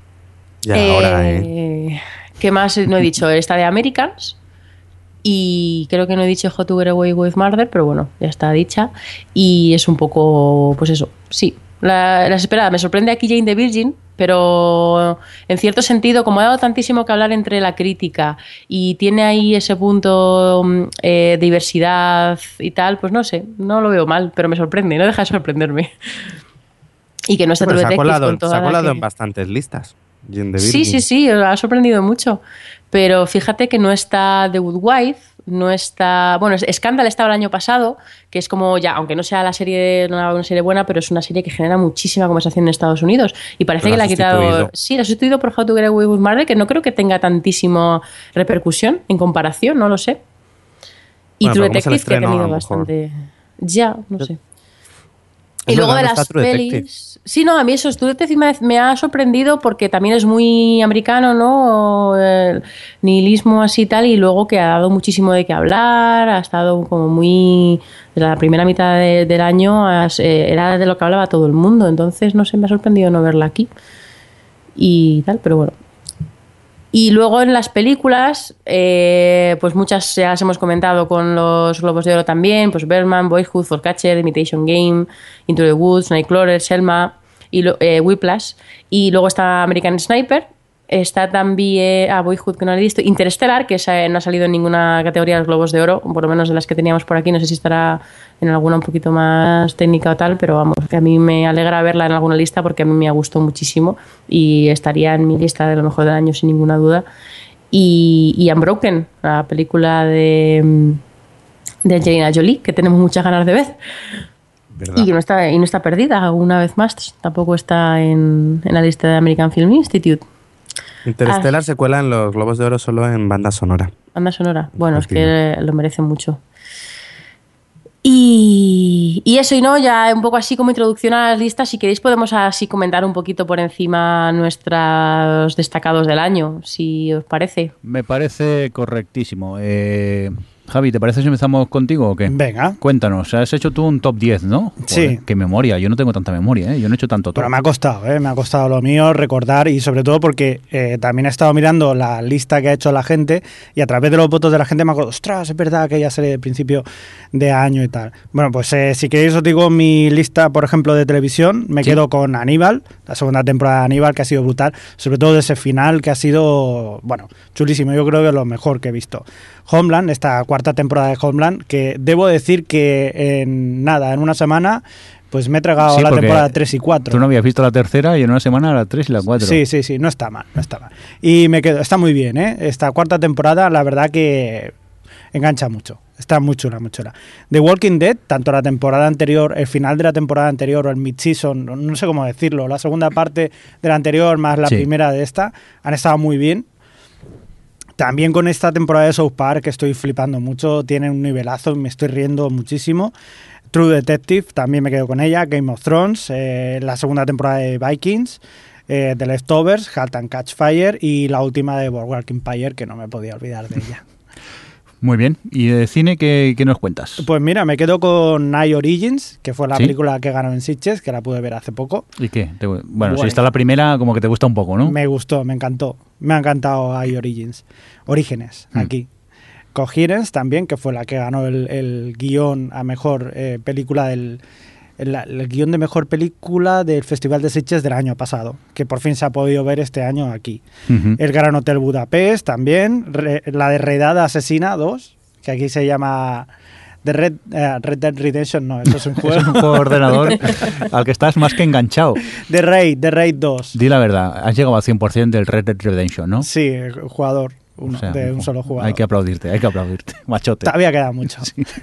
Ya
Eh,
ahora, ¿eh?
¿Qué más no he dicho? Está de Americans. Y creo que no he dicho How to Get Away with Murder, pero bueno, ya está dicha. Y es un poco, pues eso, sí. La, las esperadas. Me sorprende aquí Jane the Virgin, pero en cierto sentido, como ha dado tantísimo que hablar entre la crítica y tiene ahí ese punto eh, de diversidad y tal, pues no sé, no lo veo mal, pero me sorprende, no deja de sorprenderme. Y que no está
Bueno, se ha
True Detective
colado,
con toda
se ha
la
colado
que-
en bastantes listas. Jane the
Sí,
Virgin.
sí, sí, ha sorprendido mucho. Pero fíjate que no está The Good Wife, no está... Bueno, Scandal estaba el año pasado, que es como ya, aunque no sea la serie, no una serie buena, pero es una serie que genera muchísima conversación en Estados Unidos. Y parece
Pero
que
la
la ha
ha
quitado...
sustituido.
Sí, la ha sustituido por How to Get Away with Murder, que no creo que tenga tantísima repercusión en comparación, no lo sé. Y
Bueno,
True
pero como es el
Detective, que ha
estreno, a
tenido
lo mejor.
bastante... Ya, no sé.
Es
Y luego de
verdad, no
las
está True Detective.
pelis... Sí, no, a mí eso, True Detective me, me ha sorprendido porque también es muy americano, ¿no? El nihilismo así y tal, y luego que ha dado muchísimo de qué hablar, ha estado como muy... De la primera mitad de- del año has- eh, era de lo que hablaba todo el mundo, entonces no sé, me ha sorprendido no verla aquí. Y tal, pero bueno. Y luego en las películas, eh, pues muchas ya las hemos comentado con los Globos de Oro también, pues Birdman, Boyhood, Foxcatcher, Imitation Game, Into the Woods, Nightcrawler, Selma y lo- eh, Whiplash. Y luego está American Sniper, Está también, ah, Boyhood, que no lo he visto, Interstellar, que esa no ha salido en ninguna categoría de los Globos de Oro, por lo menos de las que teníamos por aquí, no sé si estará en alguna un poquito más técnica o tal, pero vamos, que a mí me alegra verla en alguna lista porque a mí me ha gustado muchísimo y estaría en mi lista de lo mejor del año sin ninguna duda. Y, y Unbroken, la película de, de Angelina Jolie, que tenemos muchas ganas de ver.
¿Verdad?
Y no está, y no está perdida, una vez más, tampoco está en, en la lista de American Film Institute.
Interstellar
Ah.
se cuela en los Globos de Oro solo en banda sonora.
Banda sonora. Bueno, es
Hostia.
que lo merece mucho. Y, y eso, y no, ya un poco así como introducción a las listas, si queréis podemos así comentar un poquito por encima nuestros destacados del año, si os parece.
Me parece correctísimo. Eh, Javi, ¿te parece si empezamos contigo o qué?
Venga.
Cuéntanos, has hecho tú un top diez, ¿no?
Sí.
Joder, qué memoria, yo no tengo tanta memoria, ¿eh? Yo no he hecho tanto top.
Pero me ha costado, ¿eh? Me ha costado lo mío recordar y sobre todo porque eh, también he estado mirando la lista que ha hecho la gente y a través de los votos de la gente me acuerdo, ostras, es verdad que ya sale de principio de año y tal. Bueno, pues eh, si queréis os digo mi lista, por ejemplo, de televisión, me
Sí.
quedo con Aníbal, la segunda temporada de Aníbal que ha sido brutal, sobre todo de ese final que ha sido, bueno, chulísimo, yo creo que es lo mejor que he visto. Homeland, esta cuarta temporada de Homeland, que debo decir que en nada, en una semana, pues me he tragado
Sí,
la
porque
temporada tres y cuatro.
Tú no habías visto la tercera y en una semana la tres y la cuatro.
Sí, sí, sí, no está mal, no está mal. Y me quedo, está muy bien, ¿eh? Esta cuarta temporada, la verdad que engancha mucho. Está muy chula, muy chula. The Walking Dead, tanto la temporada anterior, el final de la temporada anterior o el mid-season, no, no sé cómo decirlo, la segunda parte de la anterior más la
Sí.
primera de esta, han estado muy bien. También con esta temporada de South Park que estoy flipando mucho, tiene un nivelazo, me estoy riendo muchísimo. True Detective, también me quedo con ella. Game of Thrones, eh, la segunda temporada de Vikings, eh, The Leftovers, Halt and Catch Fire y la última de Boardwalk Empire, que no me podía olvidar de ella.
Muy bien. ¿Y de cine qué, qué nos cuentas?
Pues mira, me quedo con Night Origins, que fue la
¿Sí?
película que ganó en Sitges, que la pude ver hace poco.
¿Y qué? Te- bueno,
Bueno.
si está la primera, como que te gusta un poco, ¿no?
Me gustó, me encantó. Me ha encantado Night Origins. Orígenes,
Hmm.
aquí. Coherence también, que fue la que ganó el, el guión a mejor eh, película del... El, el guión de mejor película del Festival de Sitges del año pasado, que por fin se ha podido ver este año aquí.
Ujú.
El Gran Hotel Budapest también, re- la de Redada Asesina dos, que aquí se llama The Red, eh, Red Dead Redemption, no, eso es un
Es
juego.
un juego de ordenador al que estás más que enganchado.
The Raid, The Raid dos.
Di la verdad, has llegado al cien por ciento del Red Dead Redemption, ¿no?
Sí, jugador, uno,
O sea,
de un solo jugador.
Hay que aplaudirte, hay que aplaudirte, machote.
Todavía queda mucho.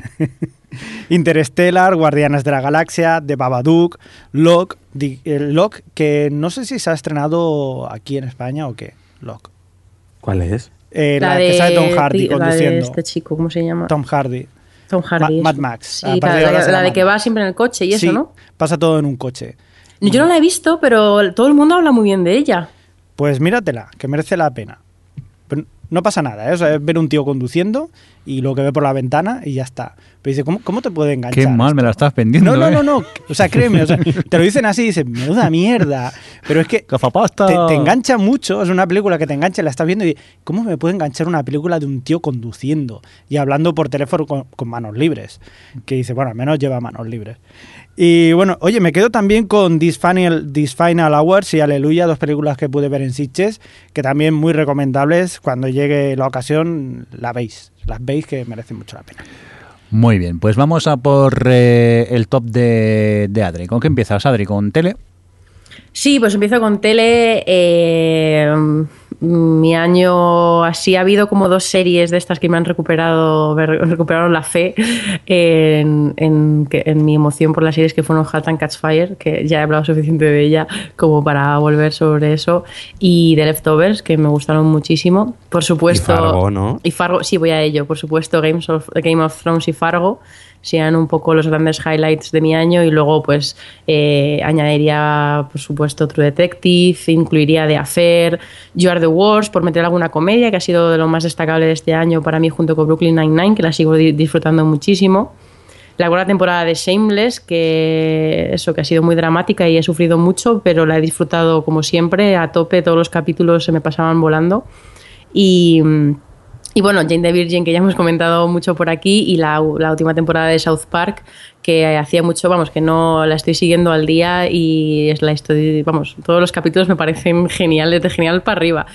Interstellar, Guardianes de la Galaxia, The Babadook, Locke, Di- eh, Locke, que no sé si se ha estrenado aquí en España o qué. Locke.
¿Cuál es?
Eh, la, que sale Tom Hardy
la de
conduciendo.
este chico, ¿cómo se llama?
Tom Hardy.
Tom Hardy.
Ma-
eso.
Mad Max.
Sí,
A
la,
partir de ahora
la-
será
la de
Mad
que
Max.
va siempre en el coche y
Sí,
eso, ¿no?
pasa todo en un coche.
Yo no la he visto, pero todo el mundo habla muy bien de ella.
Pues míratela, que merece la pena. Pero no pasa nada, ¿eh? O sea, es ver un tío conduciendo y lo que ve por la ventana y ya está. Pero dice, ¿cómo, cómo te puede enganchar?
Qué mal
esto?
me la estás vendiendo,
No, no,
¿eh?
no, no. O sea, créeme, o sea, te lo dicen así y dices, menuda mierda. Pero es que
Gafapasta.
te, te engancha mucho, es una película que te engancha, la estás viendo y ¿cómo me puede enganchar una película de un tío conduciendo y hablando por teléfono con, con manos libres? Que dice, bueno, al menos lleva manos libres. Y bueno, oye, me quedo también con This Final, This Final Hours y Aleluya, dos películas que pude ver en Sitges, que también muy recomendables. Cuando llegue la ocasión, la veis. Las veis que merecen mucho la pena.
Muy bien, pues vamos a por eh, el top de, de Adri. ¿Con qué empiezas, Adri? ¿Con tele?
Sí, pues empiezo con tele. Eh, mi año así ha habido como dos series de estas que me han recuperado, me recuperaron la fe en, en, que- en mi emoción por las series que fueron Halt and Catch Fire, que ya he hablado suficiente de ella como para volver sobre eso, y The Leftovers, que me gustaron muchísimo. Por supuesto.
Y Fargo, ¿no?
Y Fargo, sí, voy a ello. Por supuesto, Games of, Game of Thrones y Fargo sean un poco los grandes highlights de mi año, y luego pues eh, añadiría por supuesto True Detective, incluiría The Affair, You Are the Worst, por meter alguna comedia que ha sido de lo más destacable de este año para mí, junto con Brooklyn Nine-Nine, que la sigo di- disfrutando muchísimo. La cuarta temporada de Shameless, que eso, que ha sido muy dramática y he sufrido mucho, pero la he disfrutado como siempre a tope, todos los capítulos se me pasaban volando. Y, Y bueno, Jane the Virgin, que ya hemos comentado mucho por aquí, y la, la última temporada de South Park, que hacía mucho, vamos, que no la estoy siguiendo al día y es la estoy, vamos, todos los capítulos me parecen geniales, de genial para arriba.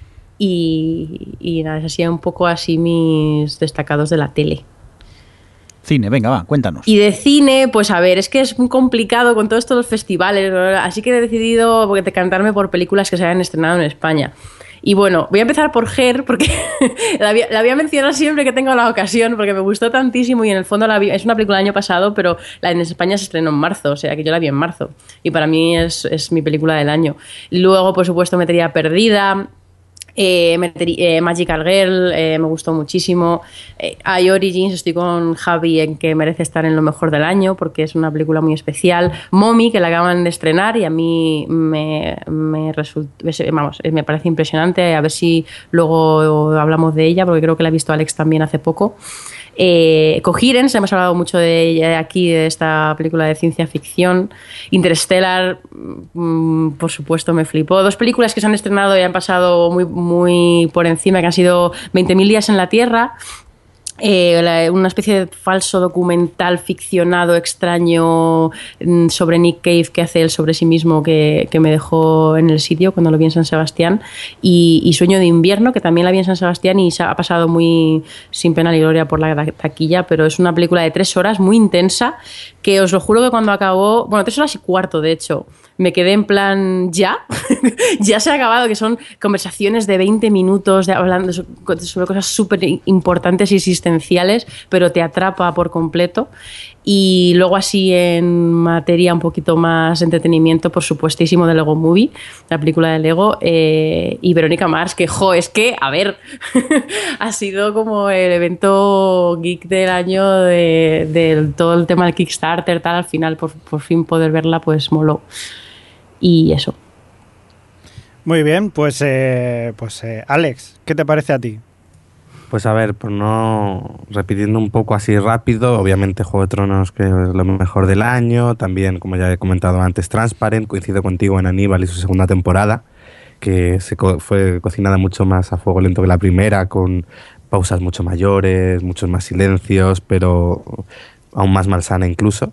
Y, y nada, es así un poco así mis destacados de la tele.
Cine, venga, va, cuéntanos.
Y de cine, pues a ver, es que es muy complicado con todos estos festivales, ¿no? Así que he decidido decantarme por películas que se hayan estrenado en España. Y bueno, voy a empezar por Her, porque la, voy, la voy a mencionar siempre que tengo la ocasión, porque me gustó tantísimo y en el fondo la vi, es una película del año pasado, pero la en España se estrenó en marzo, o sea que yo la vi en marzo. Y para mí es, es mi película del año. Luego, por supuesto, metería Perdida. Eh, metería, eh, Magical Girl, eh, me gustó muchísimo. eh, I Origins, estoy con Javi en que merece estar en lo mejor del año porque es una película muy especial. Mommy, que la acaban de estrenar y a mí me, me resulta, vamos, me parece impresionante. A ver si luego hablamos de ella porque creo que la ha visto Alex también hace poco. Eh, Coherence, hemos hablado mucho de ella aquí, de esta película de ciencia ficción. Interstellar, mmm, por supuesto, me flipó. Dos películas que se han estrenado y han pasado muy, muy por encima, que han sido veinte mil días en la Tierra. Eh, la, una especie de falso documental ficcionado extraño sobre Nick Cave que hace él sobre sí mismo que, que me dejó en el sitio cuando lo vi en San Sebastián, y, y Sueño de invierno, que también la vi en San Sebastián y se ha pasado muy sin pena ni gloria por la taquilla, pero es una película de tres horas muy intensa que os lo juro que cuando acabó, bueno, tres horas y cuarto de hecho, me quedé en plan, ¿ya? Ya se ha acabado, que son conversaciones de veinte minutos de, hablando sobre cosas súper importantes y existenciales, pero te atrapa por completo. Y luego así en materia un poquito más de entretenimiento, por supuestísimo, de Lego Movie, la película de Lego, eh, y Verónica Mars, que, jo, es que, a ver, ha sido como el evento geek del año de, de todo el tema del Kickstarter, tal, al final por, por fin poder verla, pues moló. Y eso.
Muy bien, pues, eh, pues eh, Alex, ¿qué te parece a ti?
Pues a ver, por no repitiendo un poco así rápido, obviamente Juego de Tronos, que es lo mejor del año, también, como ya he comentado antes, Transparent, coincido contigo en Aníbal y su segunda temporada, que se co- fue cocinada mucho más a fuego lento que la primera, con pausas mucho mayores, muchos más silencios, pero aún más malsana incluso.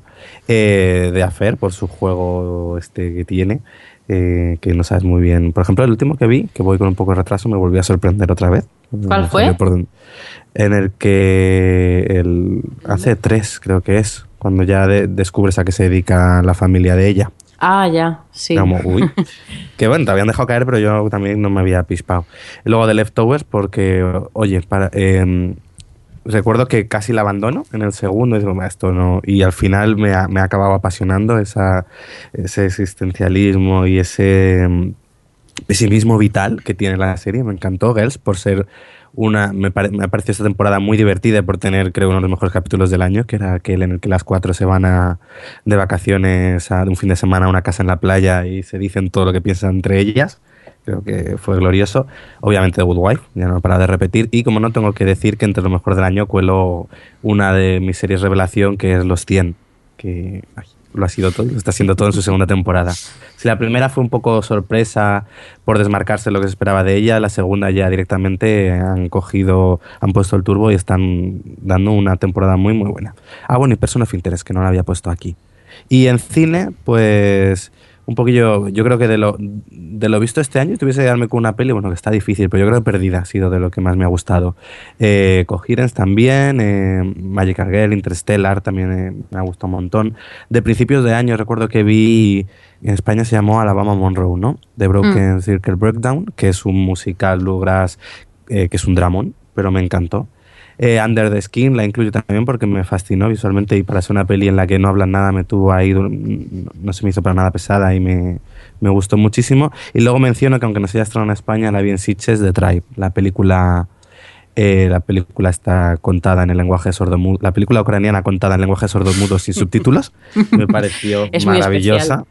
Eh, de Affair, por su juego este que tiene, eh, que no sabes muy bien. Por ejemplo, el último que vi, que voy con un poco de retraso, me volvió a sorprender otra vez.
¿Cuál fue?
Por, en el que el, hace tres, creo que es, cuando ya de, descubres a qué se dedica la familia de ella.
Ah, ya, sí.
Como, uy, que bueno, te habían dejado caer, pero yo también no me había pispado. Y luego de Leftovers, porque, oye, para... Eh, recuerdo que casi la abandono en el segundo y digo, esto no, y al final me ha, me ha acabado apasionando esa, ese existencialismo y ese pesimismo vital que tiene la serie. Me encantó Girls por ser una, me, pare, me pareció esta temporada muy divertida y por tener, creo, uno de los mejores capítulos del año, que era aquel en el que las cuatro se van a, de vacaciones a un fin de semana a una casa en la playa y se dicen todo lo que piensan entre ellas. Creo que fue glorioso. Obviamente The Good Wife, ya no he parado de repetir. Y como no, tengo que decir que entre lo mejor del año cuelo una de mis series revelación, que es Los cien, que ay, lo ha sido todo, lo está siendo todo en su segunda temporada. Si la primera fue un poco sorpresa por desmarcarse de lo que se esperaba de ella, la segunda ya directamente han cogido, han puesto el turbo y están dando una temporada muy muy buena. Ah, bueno, y Person of Interest, que no la había puesto aquí. Y en cine, pues... un poquillo, yo creo que de lo, de lo visto este año, tuviese que darme con una peli, bueno, que está difícil, pero yo creo que Perdida ha sido de lo que más me ha gustado. Eh, Coherence también, eh, Magical Girl, Interstellar también eh, me ha gustado un montón. De principios de año recuerdo que vi, en España se llamó Alabama Monroe, ¿no? The Broken mm. Circle Breakdown, que es un musical bluegrass, eh, que es un dramón, pero me encantó. Eh, Under the Skin la incluyo también porque me fascinó visualmente y para ser una peli en la que no hablan nada me tuvo ahí, no se me hizo para nada pesada y me, me gustó muchísimo. Y luego menciono que aunque no se haya estrenado en España, la vi en Sitges de Tribe, la película eh, la película está contada en el lenguaje sordomudo, la película ucraniana contada en lenguaje sordomudo sin subtítulos, me pareció
es
maravillosa.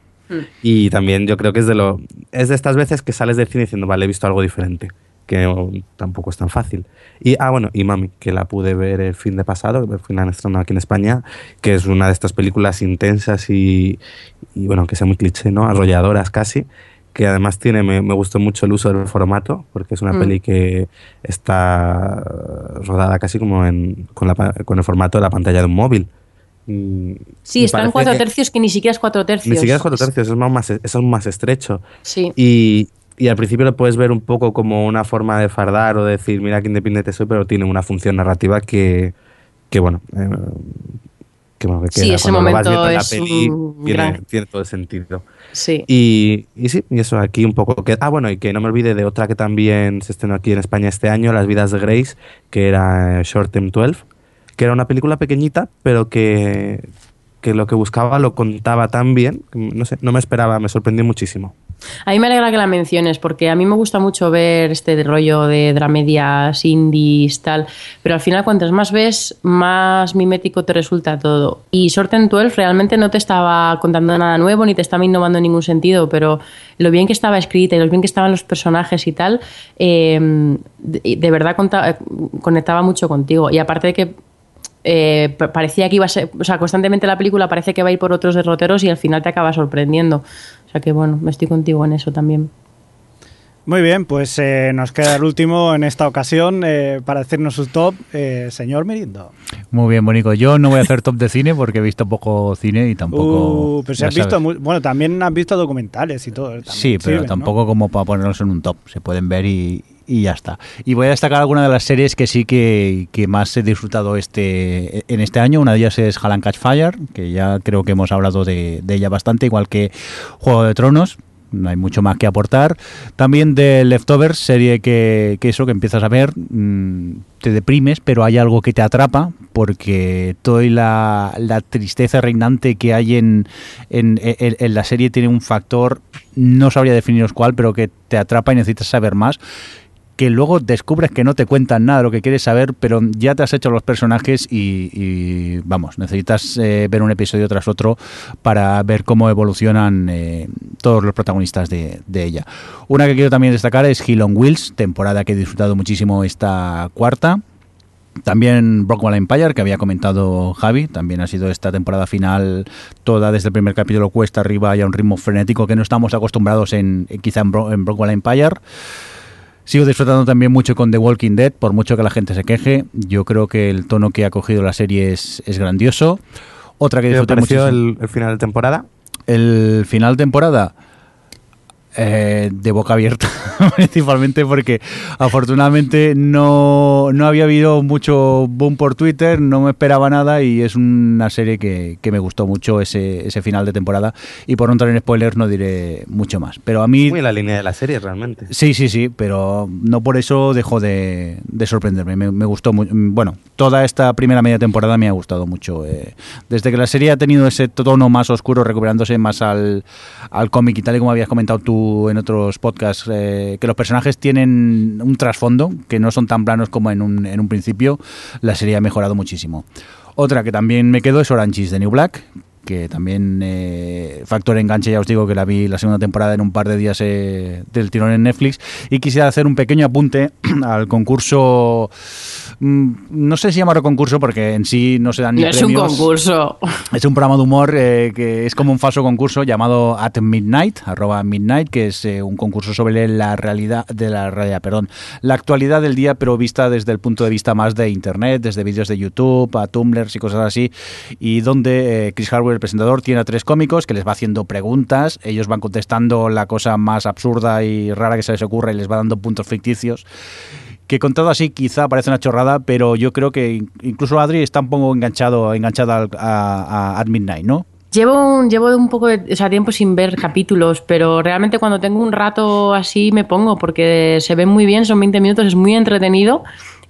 Y también yo creo que es de lo es de estas veces que sales del cine diciendo, vale, he visto algo diferente, que no, tampoco es tan fácil. Y, ah, bueno, y Mami, que la pude ver el fin de pasado, que al final estrenó aquí en España, que es una de estas películas intensas y, y bueno, que sea muy cliché, ¿no? Arrolladoras casi, que además tiene, me, me gustó mucho el uso del formato, porque es una mm. peli que está rodada casi como en, con, la, con el formato de la pantalla de un móvil.
Sí, está en cuatro tercios que ni siquiera es cuatro tercios.
Ni siquiera es cuatro tercios, es más, es aún más estrecho.
Sí.
Y, y al principio lo puedes ver un poco como una forma de fardar o de decir, mira qué independiente soy, pero tiene una función narrativa que, que bueno... Eh, que, bueno, que
sí,
queda.
ese
Cuando
momento
lo vas viendo en la
es
peli,
un
tiene,
gran...
tiene todo el sentido.
Sí.
Y, y sí, y eso aquí un poco... Que, ah, bueno, y que no me olvide de otra que también se estrenó aquí en España este año, Las vidas de Grace, que era Short Term doce, que era una película pequeñita, pero que... que lo que buscaba lo contaba tan bien, no sé, no me esperaba, me sorprendió muchísimo.
A mí me alegra que la menciones, porque a mí me gusta mucho ver este rollo de dramedias, indies, tal, pero al final cuantas más ves, más mimético te resulta todo. Y Short Term doce realmente no te estaba contando nada nuevo, ni te estaba innovando en ningún sentido, pero lo bien que estaba escrita y lo bien que estaban los personajes y tal, eh, de, de verdad conta, conectaba mucho contigo. Y aparte de que Eh, parecía que iba a ser, o sea, constantemente la película parece que va a ir por otros derroteros y al final te acaba sorprendiendo. O sea que bueno, me estoy contigo en eso también.
Muy bien, pues eh, nos queda el último en esta ocasión eh, para decirnos su top, eh, señor Mirindo.
Muy bien, Bonico. Yo no voy a hacer top de cine porque he visto poco cine y tampoco...
Uh, pero si has visto, muy, bueno, también has visto documentales y todo.
Sí, pero
sirven,
tampoco
¿no?
como para ponerlos en un top. Se pueden ver y, y ya está. Y voy a destacar algunas de las series que sí que, que más he disfrutado este en este año. Una de ellas es Hal and Catch Fire, que ya creo que hemos hablado de, de ella bastante, igual que Juego de Tronos. No hay mucho más que aportar. También de Leftovers, serie que, que eso, que empiezas a ver, mmm, te deprimes, pero hay algo que te atrapa, porque toda la, la tristeza reinante que hay en, en, en, en la serie tiene un factor, no sabría definiros cuál, pero que te atrapa y necesitas saber más, que luego descubres que no te cuentan nada de lo que quieres saber, pero ya te has hecho los personajes y, y vamos, necesitas eh, ver un episodio tras otro para ver cómo evolucionan eh, todos los protagonistas de, de ella. Una que quiero también destacar es Hell on Wheels, temporada que he disfrutado muchísimo esta cuarta. También Brockwell Empire, que había comentado Javi, también ha sido esta temporada final toda desde el primer capítulo cuesta arriba y a un ritmo frenético que no estamos acostumbrados en quizá en, Bro- en Brockwell Empire. Sigo disfrutando también mucho con The Walking Dead, por mucho que la gente se queje. Yo creo que el tono que ha cogido la serie es, es grandioso. Otra que disfruté mucho.
El, el final de temporada?
El final de temporada... Eh, de boca abierta, principalmente porque afortunadamente no, no había habido mucho boom por Twitter, no me esperaba nada y es una serie que, que me gustó mucho ese, ese final de temporada y por no entrar en spoilers no diré mucho más. Pero a mí...
Es muy la línea de la serie realmente.
Sí, sí, sí, pero no por eso dejó de, de sorprenderme, me, me gustó mucho. Bueno, toda esta primera media temporada me ha gustado mucho. Eh, desde que la serie ha tenido ese tono más oscuro, recuperándose más al, al cómic y tal y como habías comentado tú en otros podcasts, eh, que los personajes tienen un trasfondo, que no son tan planos como en un, en un principio, la serie ha mejorado muchísimo. Otra que también me quedo es Orange is the New Black, que también eh, factor enganche, ya os digo que la vi la segunda temporada en un par de días eh, del tirón en Netflix, y quisiera hacer un pequeño apunte al concurso, mmm, no sé si llamarlo concurso porque en sí no se dan ni
no
premios.
No es un concurso.
Es un programa de humor eh, que es como un falso concurso llamado At Midnight, arroba Midnight, que es eh, un concurso sobre la realidad, de la realidad, perdón, la actualidad del día, pero vista desde el punto de vista más de internet, desde vídeos de YouTube, a Tumblr y cosas así, y donde eh, Chris Hardwick, el presentador, tiene a tres cómicos que les va haciendo preguntas, ellos van contestando la cosa más absurda y rara que se les ocurre y les va dando puntos ficticios, que contado así quizá parece una chorrada, pero yo creo que incluso Adri está un poco enganchado, enganchada a, a At Midnight, ¿no?
Llevo un, llevo un poco de o sea, tiempo sin ver capítulos, pero realmente cuando tengo un rato así me pongo, porque se ven muy bien, son veinte minutos, es muy entretenido.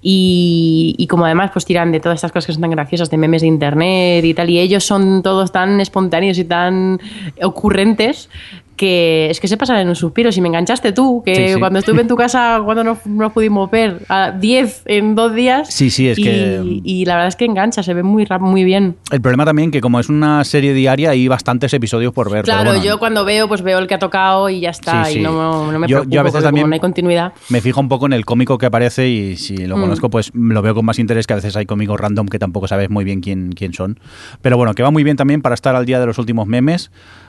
Y, y como además pues tiran de todas estas cosas que son tan graciosas, de memes de internet y tal, y ellos son todos tan espontáneos y tan ocurrentes que es que se pasan en un suspiro. Si me enganchaste tú, que sí, sí. Cuando estuve en tu casa, cuando nos, nos pudimos ver a diez en dos días.
Sí, sí, es
y,
que...
Y la verdad es que engancha, se ve muy, muy bien.
El problema también que como es una serie diaria hay bastantes episodios por ver.
Claro,
bueno,
yo cuando veo, pues veo el que ha tocado y ya está,
sí, sí.
y no, no me
yo,
preocupo,
yo a veces también
no hay continuidad.
Me fijo un poco en el cómico que aparece y si lo mm. conozco, pues lo veo con más interés, que a veces hay cómicos random que tampoco sabes muy bien quién, quién son. Pero bueno, que va muy bien también para estar al día de los últimos memes.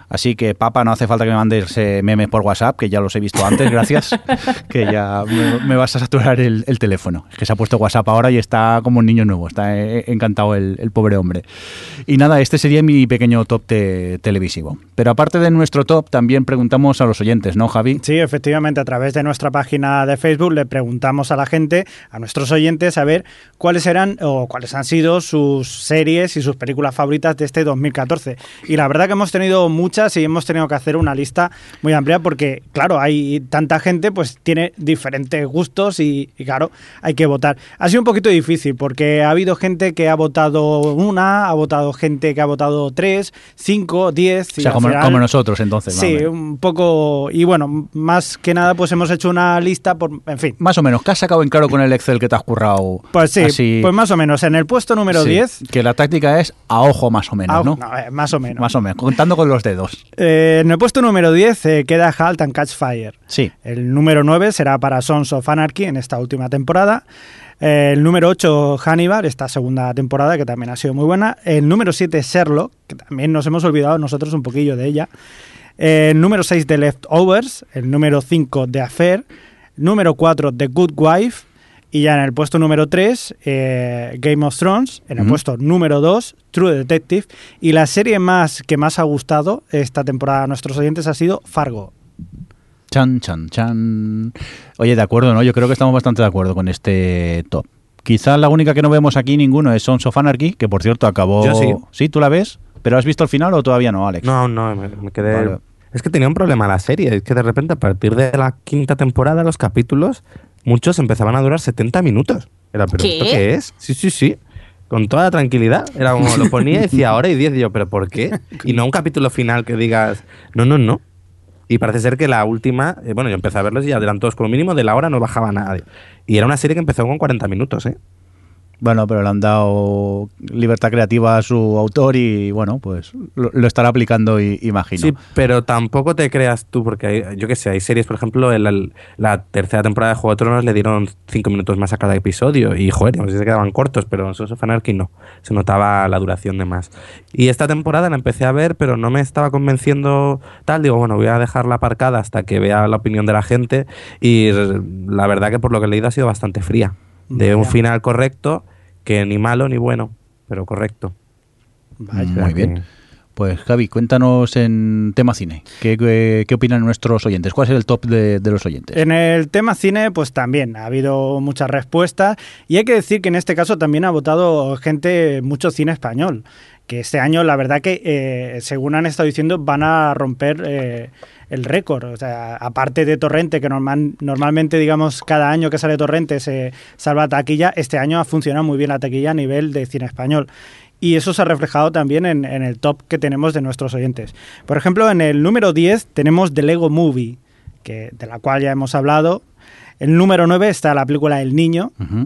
Así que, Papa, no hace falta que me mandes eh, memes por WhatsApp, que ya los he visto antes, gracias, que ya me, me vas a saturar el, el teléfono. Es que se ha puesto WhatsApp ahora y está como un niño nuevo, está eh, encantado el, el pobre hombre. Y nada, este sería mi pequeño top te, televisivo. Pero aparte de nuestro top, también preguntamos a los oyentes, ¿no, Javi?
Sí, efectivamente, a través de nuestra página de Facebook le preguntamos a la gente, a nuestros oyentes, a ver cuáles eran o cuáles han sido sus series y sus películas favoritas de este dos mil catorce. Y la verdad que hemos tenido muchas y hemos tenido que hacer una lista muy amplia porque, claro, hay tanta gente, pues tiene diferentes gustos y, y claro, hay que votar. Ha sido un poquito difícil porque ha habido gente que ha votado una, ha votado gente que ha votado tres, cinco, diez.
O sea, como, final, como nosotros entonces.
Sí, un poco. Y bueno, más que nada, pues hemos hecho una lista, por, en fin.
Más o menos, ¿qué has sacado en claro con el Excel que te has currado?
Pues sí, así? Pues más o menos. En el puesto número
sí,
diez.
Que la táctica es a ojo más o menos,
a,
¿no?
no eh, más o menos.
Más o menos, contando con los dedos.
Eh, en el puesto número diez eh, queda Halt and Catch Fire.
Sí.
El número nueve será para Sons of Anarchy en esta última temporada. Eh, el número ocho, Hannibal, esta segunda temporada, que también ha sido muy buena. El número siete, Sherlock, que también nos hemos olvidado nosotros un poquillo de ella. Eh, el número seis, The Leftovers. El número cinco, The Affair. Número cuatro, The Good Wife. Y ya en el puesto número tres, eh, Game of Thrones. En el mm. puesto número dos, True Detective. Y la serie más que más ha gustado esta temporada a nuestros oyentes ha sido Fargo.
Chan, chan, chan. Oye, de acuerdo, ¿no? Yo creo que estamos bastante de acuerdo con este top. Quizás la única que no vemos aquí ninguno es Sons of Anarchy, que por cierto acabó...
Yo sí.
¿Sí? ¿Tú la ves? ¿Pero has visto el final o todavía no, Alex?
No, no, me, me quedé...
Vale.
Es que tenía un problema la serie. Es que de repente, a partir de la quinta temporada, los capítulos, muchos empezaban a durar setenta minutos. Era, ¿pero
¿Qué?
esto qué es? Sí, sí, sí. Con toda la tranquilidad. Era como lo ponía y decía hora y diez. Y yo, ¿pero por qué? Y no un capítulo final que digas, no, no, no. Y parece ser que la última, eh, bueno, yo empecé a verlos y ya eran todos como mínimo de la hora, no bajaba nada. Y era una serie que empezó con cuarenta minutos, ¿eh?
Bueno, pero le han dado libertad creativa a su autor y, bueno, pues lo, lo estará aplicando, y, imagino.
Sí, pero tampoco te creas tú, porque hay, yo qué sé, hay series, por ejemplo, en la, la tercera temporada de Juego de Tronos le dieron cinco minutos más a cada episodio y, joder, no sé si se quedaban cortos, pero en Sons of Anarchy no, se notaba la duración de más. Y esta temporada la empecé a ver, pero no me estaba convenciendo tal, digo, bueno, voy a dejarla aparcada hasta que vea la opinión de la gente y la verdad que por lo que he leído ha sido bastante fría. De un final correcto, que ni malo ni bueno, pero correcto.
Vaya, muy bien. Pues Javi, cuéntanos en tema cine. ¿Qué, qué, qué opinan nuestros oyentes? ¿Cuál es el top de, de los oyentes?
En el tema cine, pues también ha habido muchas respuestas. Y hay que decir que en este caso también ha votado gente, mucho cine español. Que este año, la verdad que, eh, según han estado diciendo, van a romper eh, el récord. O sea, aparte de Torrente, que normal, normalmente, digamos, cada año que sale Torrente se salva taquilla, este año ha funcionado muy bien la taquilla a nivel de cine español. Y eso se ha reflejado también en, en el top que tenemos de nuestros oyentes. Por ejemplo, en el número diez tenemos The Lego Movie, que, de la cual ya hemos hablado. El número nueve está la película El Niño. Uh-huh.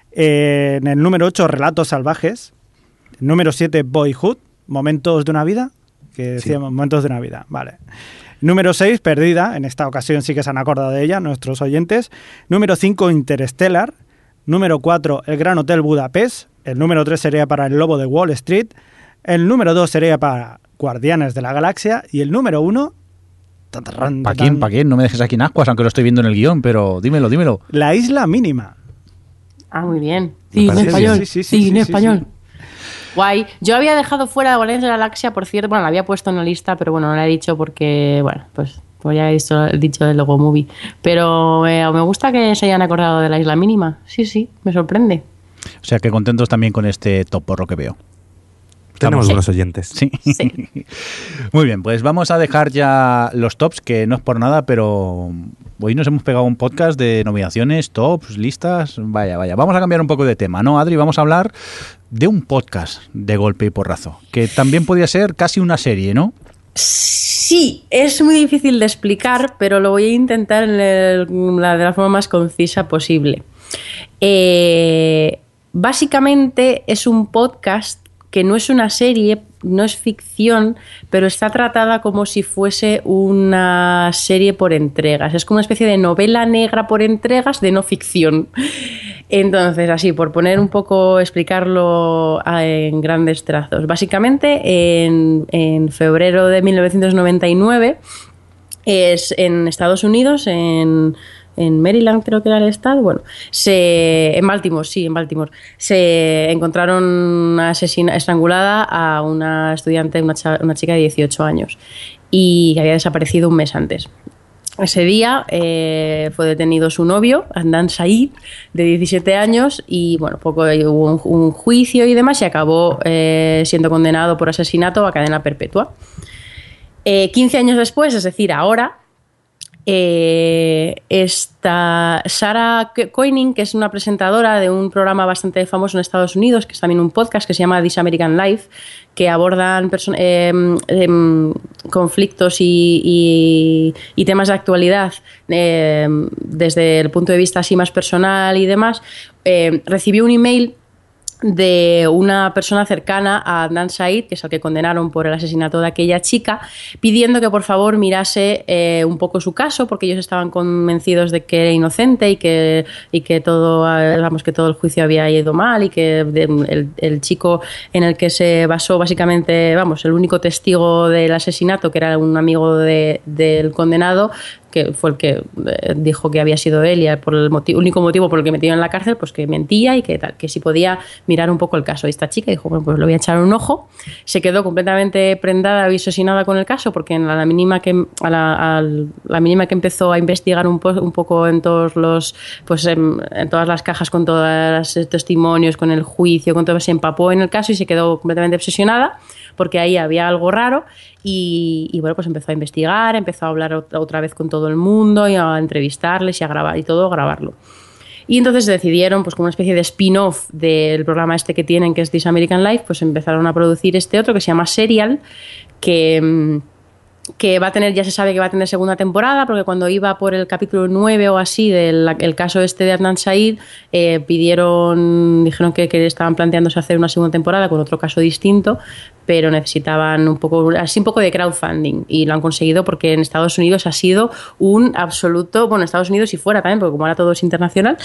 Eh, en el número ocho, Relatos Salvajes. Número siete, Boyhood, Momentos de una vida, que decíamos, sí. Momentos de una vida, vale. Número seis, Perdida, en esta ocasión sí que se han acordado de ella, nuestros oyentes. Número cinco, Interstellar. Número cuatro, El Gran Hotel Budapest. El número tres sería para El Lobo de Wall Street. El número dos sería para Guardianes de la Galaxia. Y el número uno...
¿Para quién? ¿Para quién? No me dejes aquí en ascuas, aunque lo estoy viendo en el guión, pero dímelo, dímelo.
La Isla Mínima.
Ah, muy bien. Sí, en español. Sí, sí, sí, sí, en sí, español. Sí, sí. Guay. Yo había dejado fuera de Guardianes de la Galaxia, por cierto, bueno, la había puesto en la lista, pero bueno, no la he dicho porque, bueno, pues, pues ya he visto, dicho del Lego Movie. Pero eh, me gusta que se hayan acordado de La Isla Mínima. Sí, sí, me sorprende.
O sea, que contentos también con este top, por lo que veo.
Tenemos buenos oyentes.
Sí. sí. Muy bien, pues vamos a dejar ya los tops, que no es por nada, pero hoy nos hemos pegado un podcast de nominaciones, tops, listas. Vaya, vaya. Vamos a cambiar un poco de tema, ¿no, Adri? Vamos a hablar de un podcast de golpe y porrazo, que también podría ser casi una serie, ¿no?
Sí, es muy difícil de explicar, pero lo voy a intentar en el, la, de la forma más concisa posible. Eh, básicamente es un podcast que no es una serie, no es ficción, pero está tratada como si fuese una serie por entregas. Es como una especie de novela negra por entregas de no ficción. Entonces, así, por poner un poco, explicarlo en grandes trazos. Básicamente, en, en febrero de mil novecientos noventa y nueve, es en Estados Unidos, en... en Maryland creo que era el estado, bueno, se, en Baltimore, sí, en Baltimore, se encontraron asesina, estrangulada a una estudiante, una, una chica de dieciocho años, y que había desaparecido un mes antes. Ese día eh, fue detenido su novio, Adnan Syed, de diecisiete años, y bueno, poco hubo un, un juicio y demás, y acabó eh, siendo condenado por asesinato a cadena perpetua. Eh, quince años después, es decir, ahora, Eh, esta Sarah Koenig, que es una presentadora de un programa bastante famoso en Estados Unidos, que es también un podcast que se llama This American Life, que abordan eh, eh, conflictos y, y, y temas de actualidad eh, desde el punto de vista así más personal y demás, eh, recibió un email de una persona cercana a Adnan Syed, que es al que condenaron por el asesinato de aquella chica, pidiendo que por favor mirase eh, un poco su caso, porque ellos estaban convencidos de que era inocente y que, y que todo, vamos, que todo el juicio había ido mal, y que de, el, el chico en el que se basó básicamente, vamos, el único testigo del asesinato, que era un amigo de, del condenado, que fue el que dijo que había sido él, y por el motivo, único motivo por el que metieron en la cárcel, pues que mentía y que tal, que si podía mirar un poco el caso. Y esta chica dijo, bueno, pues le voy a echar un ojo. Se quedó completamente prendada y obsesionada con el caso, porque a la mínima que a la, a la mínima que empezó a investigar un, po, un poco en todos los, pues en, en todas las cajas, con todos los testimonios, con el juicio, con todo, se empapó en el caso y se quedó completamente obsesionada, porque ahí había algo raro. Y, y bueno, pues empezó a investigar, empezó a hablar otra, otra vez con todo el mundo y a entrevistarles y a grabar y todo, a grabarlo. Y entonces decidieron, pues como una especie de spin-off del programa este que tienen, que es This American Life, pues empezaron a producir este otro que se llama Serial, que... que va a tener, ya se sabe que va a tener segunda temporada, porque cuando iba por el capítulo nueve o así del el caso este de Adnan Syed, eh, pidieron, dijeron que, que estaban planteándose hacer una segunda temporada con otro caso distinto, pero necesitaban un poco, así un poco de crowdfunding, y lo han conseguido, porque en Estados Unidos ha sido un absoluto, bueno, en Estados Unidos y fuera también, porque como ahora todo es internacional,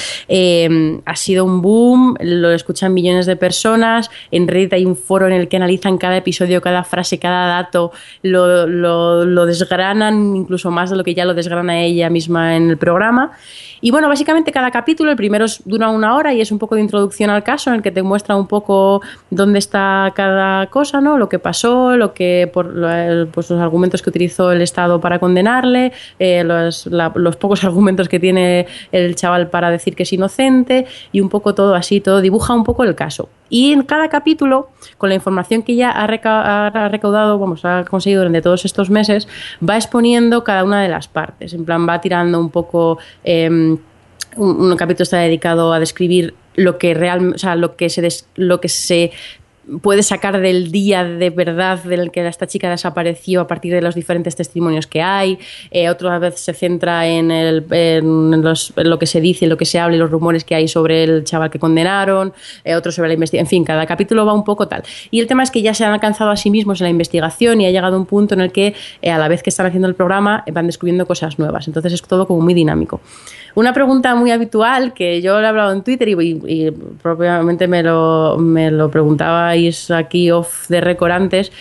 eh, ha sido un boom, lo escuchan millones de personas. En Reddit hay un foro en el que analizan cada episodio, cada frase, cada dato, lo, lo, lo desgranan incluso más de lo que ya lo desgrana ella misma en el programa. Y bueno, básicamente cada capítulo, el primero dura una hora y es un poco de introducción al caso, en el que te muestra un poco dónde está cada cosa, ¿no? Lo que pasó, lo que por pues los argumentos que utilizó el Estado para condenarle, eh, los, la, los pocos argumentos que tiene el chaval para decir que es inocente, y un poco todo así, todo dibuja un poco el caso. Y en cada capítulo, con la información que ya ha, reca ha recaudado, vamos, ha conseguido durante todos estos meses, va exponiendo cada una de las partes. En plan, va tirando un poco... Eh, un, un capítulo está dedicado a describir lo que real, o sea, lo que se des, lo que se puede sacar del día de verdad del que esta chica desapareció a partir de los diferentes testimonios que hay. Eh, otra vez se centra en, el, en, los, en lo que se dice, en lo que se habla y los rumores que hay sobre el chaval que condenaron, eh, otro sobre la investigación. En fin, cada capítulo va un poco tal. Y el tema es que ya se han alcanzado a sí mismos en la investigación, y ha llegado un punto en el que eh, a la vez que están haciendo el programa van descubriendo cosas nuevas. Entonces es todo como muy dinámico. Una pregunta muy habitual que yo le he hablado en Twitter y, y, y propiamente me lo, me lo preguntabais aquí off the record antes,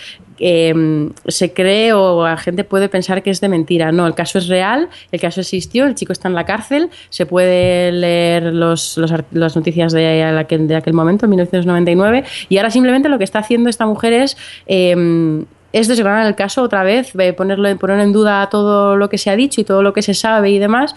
eh, se cree o la gente puede pensar que es de mentira. No, el caso es real, el caso existió, el chico está en la cárcel, se puede leer los, los, las noticias de aquel, de aquel momento, en mil novecientos noventa y nueve, y ahora simplemente lo que está haciendo esta mujer es... Eh, es desgranar el caso otra vez, ponerlo, poner en duda todo lo que se ha dicho y todo lo que se sabe y demás.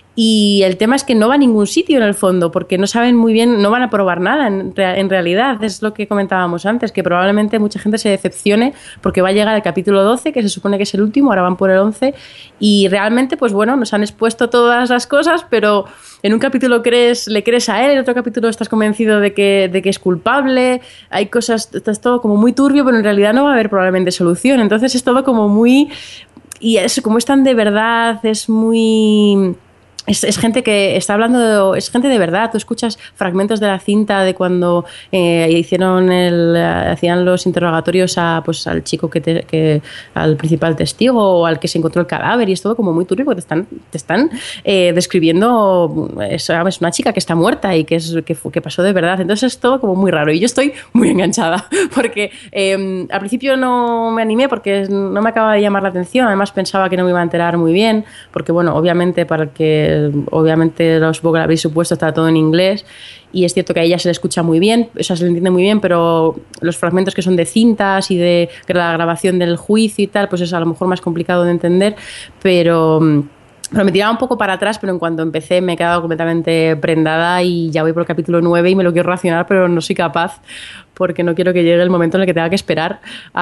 Y el tema es que no va a ningún sitio en el fondo, porque no saben muy bien, no van a probar nada en, en realidad. Es lo que comentábamos antes, que probablemente mucha gente se decepcione porque va a llegar el capítulo doce, que se supone que es el último, ahora van por el once, y realmente, pues bueno, nos han expuesto todas las cosas, pero en un capítulo crees, le crees a él, en otro capítulo estás convencido de que, de que es culpable, hay cosas, es todo como muy turbio, pero en realidad no va a haber probablemente solución. Entonces es todo como muy... Y es, como es tan de verdad, es muy... Es, es gente que está hablando, de, es gente de verdad. Tú escuchas fragmentos de la cinta de cuando eh, hicieron el, hacían los interrogatorios a, pues, al chico que, te, que al principal testigo o al que se encontró el cadáver, y es todo como muy turbio porque te están, te están eh, describiendo, es, es una chica que está muerta y que, es, que, que pasó de verdad. Entonces es todo como muy raro y yo estoy muy enganchada porque eh, al principio no me animé porque no me acaba de llamar la atención. Además pensaba que no me iba a enterar muy bien porque, bueno, obviamente para el que obviamente lo supongo que lo habéis supuesto, está todo en inglés y es cierto que a ella se le escucha muy bien, o sea, se le entiende muy bien, pero los fragmentos que son de cintas y de la grabación del juicio y tal, pues es a lo mejor más complicado de entender, pero... Pero me tiraba un poco para atrás, pero en cuanto empecé me he quedado completamente prendada y ya voy por el capítulo nueve y me lo quiero racionar, pero no soy capaz porque no quiero que llegue el momento en el que tenga que esperar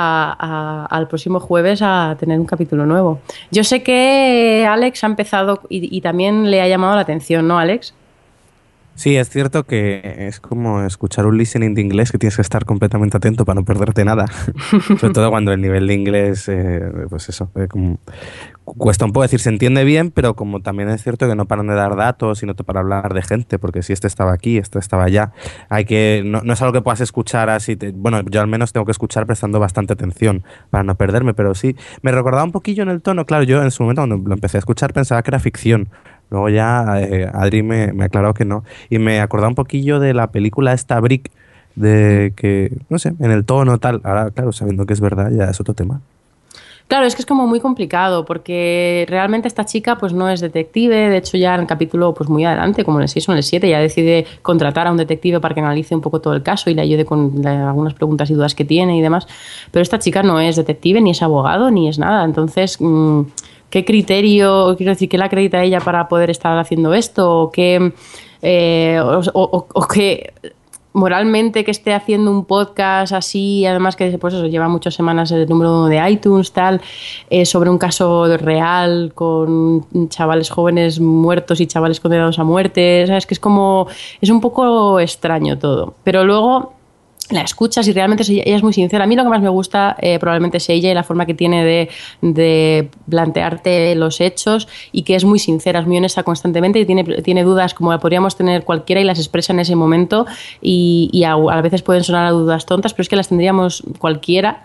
a, a, al próximo jueves a tener un capítulo nuevo. Yo sé que Alex ha empezado y, y también le ha llamado la atención, ¿no, Alex?
Sí, es cierto que es como escuchar un listening de inglés que tienes que estar completamente atento para no perderte nada. Sobre todo cuando el nivel de inglés, eh, pues eso, eh, como, cuesta un poco decir, se entiende bien, pero como también es cierto que no paran de dar datos, sino para hablar de gente, porque si este estaba aquí, este estaba allá, hay que, no, no es algo que puedas escuchar así, te, bueno, yo al menos tengo que escuchar prestando bastante atención para no perderme, pero sí, me recordaba un poquillo en el tono, claro, yo en su momento cuando lo empecé a escuchar pensaba que era ficción. Luego ya eh, Adri me, me aclaró que no. Y me acordaba un poquillo de la película esta Brick, de que, no sé, en el tono tal. Ahora, claro, sabiendo que es verdad, ya es otro tema.
Claro, es que es como muy complicado porque realmente esta chica pues no es detective. De hecho, ya en el capítulo pues muy adelante, como en el seis o en el siete, ya decide contratar a un detective para que analice un poco todo el caso y le ayude con la, algunas preguntas y dudas que tiene y demás. Pero esta chica no es detective, ni es abogado, ni es nada. Entonces... Mmm, ¿qué criterio, quiero decir, qué le acredita a ella para poder estar haciendo esto? ¿O qué, eh, o, o, o que moralmente que esté haciendo un podcast así, además que pues eso, lleva muchas semanas el número uno de iTunes, tal, eh, sobre un caso real con chavales jóvenes muertos y chavales condenados a muerte? ¿Sabes? Que es como, es un poco extraño todo. Pero luego... la escuchas y realmente ella es muy sincera. A mí lo que más me gusta eh, probablemente es ella y la forma que tiene de, de plantearte los hechos y que es muy sincera, es muy honesta constantemente y tiene, tiene dudas como podríamos tener cualquiera y las expresa en ese momento y, y a, a veces pueden sonar a dudas tontas, pero es que las tendríamos cualquiera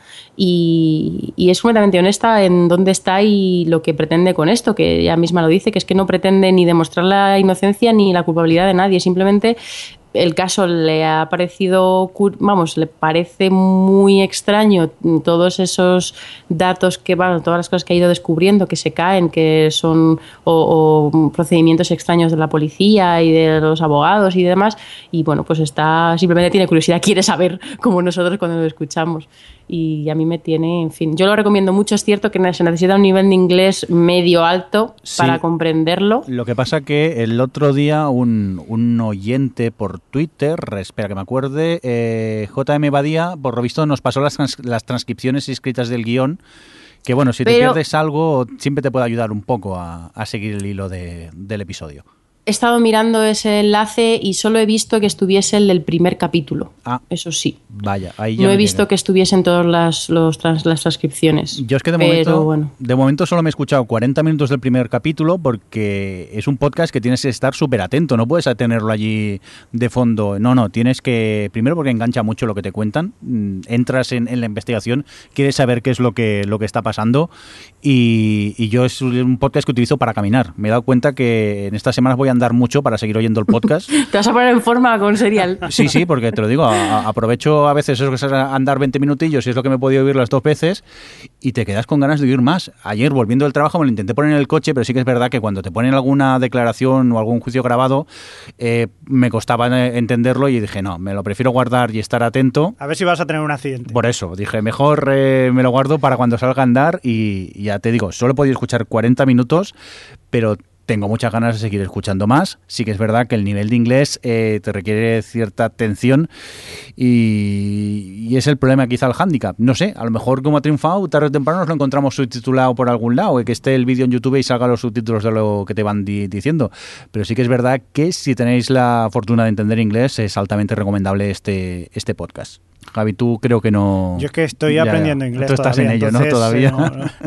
y, y es completamente honesta en dónde está y lo que pretende con esto, que ella misma lo dice, que es que no pretende ni demostrar la inocencia ni la culpabilidad de nadie, simplemente... el caso le ha parecido, vamos, le parece muy extraño todos esos datos que van, todas las cosas que ha ido descubriendo, que se caen, que son o, o procedimientos extraños de la policía y de los abogados y demás, y bueno, pues está, simplemente tiene curiosidad, quiere saber como nosotros cuando lo escuchamos. Y a mí me tiene, en fin, yo lo recomiendo mucho. Es cierto que se necesita un nivel de inglés medio alto sí, para comprenderlo.
Lo que pasa que el otro día un, un oyente por Twitter, espera que me acuerde, eh, J M Badía, por lo visto nos pasó las, trans, las transcripciones escritas del guión, que bueno, si te Pero, pierdes algo siempre te puede ayudar un poco a, a seguir el hilo de, del episodio.
He estado mirando ese enlace y solo he visto que estuviese el del primer capítulo. Ah, eso sí.
Vaya, ahí ya
no
me
he visto
llegué.
que estuviesen todas las, los trans, las transcripciones.
Yo es que de
pero,
momento,
bueno.
de momento solo me he escuchado cuarenta minutos del primer capítulo porque es un podcast que tienes que estar súper atento. No puedes tenerlo allí de fondo. No, no, tienes que... Primero porque engancha mucho lo que te cuentan. Entras en, en la investigación, quieres saber qué es lo que, lo que está pasando y, y yo es un podcast que utilizo para caminar. Me he dado cuenta que en estas semanas voy a andar mucho para seguir oyendo el podcast.
Te vas a poner en forma con serial.
Sí, sí, porque te lo digo, a, a, aprovecho a veces eso que es andar veinte minutillos y es lo que me he podido oír las dos veces y te quedas con ganas de oír más. Ayer volviendo del trabajo me lo intenté poner en el coche, pero sí que es verdad que cuando te ponen alguna declaración o algún juicio grabado eh, me costaba entenderlo y dije, no, me lo prefiero guardar y estar atento.
A ver si vas a tener un accidente.
Por eso, dije, mejor eh, me lo guardo para cuando salga a andar y, y ya te digo, solo he podido escuchar cuarenta minutos, pero tengo muchas ganas de seguir escuchando más. Sí que es verdad que el nivel de inglés eh, te requiere cierta atención y, y es el problema, quizá el hándicap. No sé, a lo mejor como ha triunfado, tarde o temprano nos lo encontramos subtitulado por algún lado y que esté el vídeo en YouTube y salga los subtítulos de lo que te van di- diciendo. Pero sí que es verdad que si tenéis la fortuna de entender inglés es altamente recomendable este, este podcast. Javi, tú creo que no...
Yo es que estoy
ya,
aprendiendo inglés.
Tú estás
todavía,
en ello,
entonces,
¿no? Todavía.
Eh, no, no.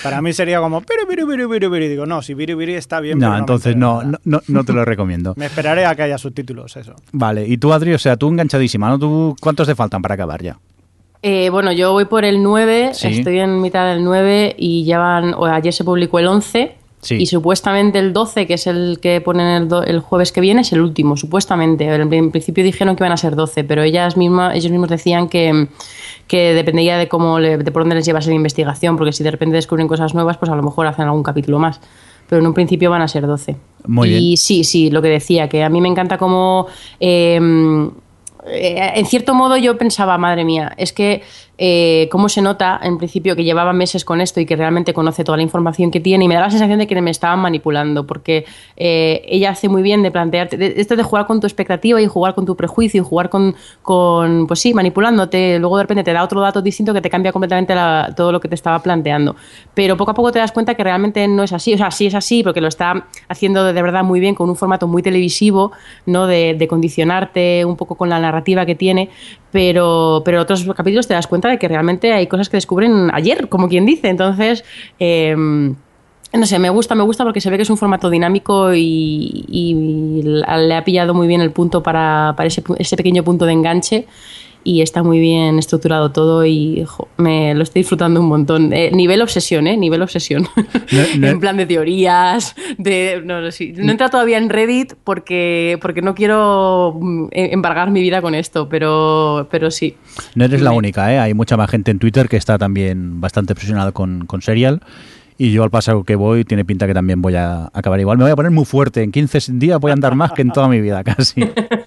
Para mí sería como piri, piri, piri, piri, piri. Digo, no, si piri, piri está bien.
No,
pero no
entonces
me
no,
entero.
no, no, no te lo recomiendo.
Me esperaré a que haya subtítulos, eso.
Vale, y tú, Adri, o sea, tú enganchadísima, ¿no? ¿Tú, ¿Cuántos te faltan para acabar ya?
Eh, bueno, yo voy por el nueve,
Sí.
estoy en mitad del nueve y ya van, o ayer se publicó el once
Sí.
y supuestamente el doce, que es el que ponen el, do- el jueves que viene, es el último, supuestamente. En, en principio dijeron que iban a ser doce, pero ellas mismas, ellos mismos decían que, que dependería de cómo le- de por dónde les llevase la investigación, porque si de repente descubren cosas nuevas, pues a lo mejor hacen algún capítulo más. Pero en un principio van a ser doce.
Muy
y
bien.
sí, sí, lo que decía, que a mí me encanta cómo... eh, eh, en cierto modo yo pensaba, madre mía, es que eh, cómo se nota en principio que llevaba meses con esto y que realmente conoce toda la información que tiene, y me da la sensación de que me estaban manipulando, porque eh, ella hace muy bien de plantearte de, esto de jugar con tu expectativa y jugar con tu prejuicio y jugar con, con pues sí, manipulándote. Luego de repente te da otro dato distinto que te cambia completamente la- todo lo que te estaba planteando, pero poco a poco te das cuenta que realmente no es así. O sea, sí es así porque lo está haciendo de verdad muy bien, con un formato muy televisivo, ¿no? de, de condicionarte un poco con la narrativa que tiene, pero, pero otros capítulos te das cuenta de que realmente hay cosas que descubren ayer, como quien dice. Entonces, eh, no sé, me gusta, me gusta porque se ve que es un formato dinámico y, y le ha pillado muy bien el punto para, para ese, ese pequeño punto de enganche. Y está muy bien estructurado todo y jo, me lo estoy disfrutando un montón. Eh, nivel obsesión, ¿eh? Nivel obsesión.
No, no.
En plan de teorías, de... No, no, sí. No he entrado todavía en Reddit porque, porque no quiero mm, embargar mi vida con esto, pero, pero sí.
No eres la
Me-
única, ¿eh? Hay mucha más gente en Twitter que está también bastante obsesionada con, con Serial. Y yo al paso que voy, tiene pinta que también voy a acabar igual. Me voy a poner muy fuerte. En quince días voy a andar más que en toda mi vida, casi.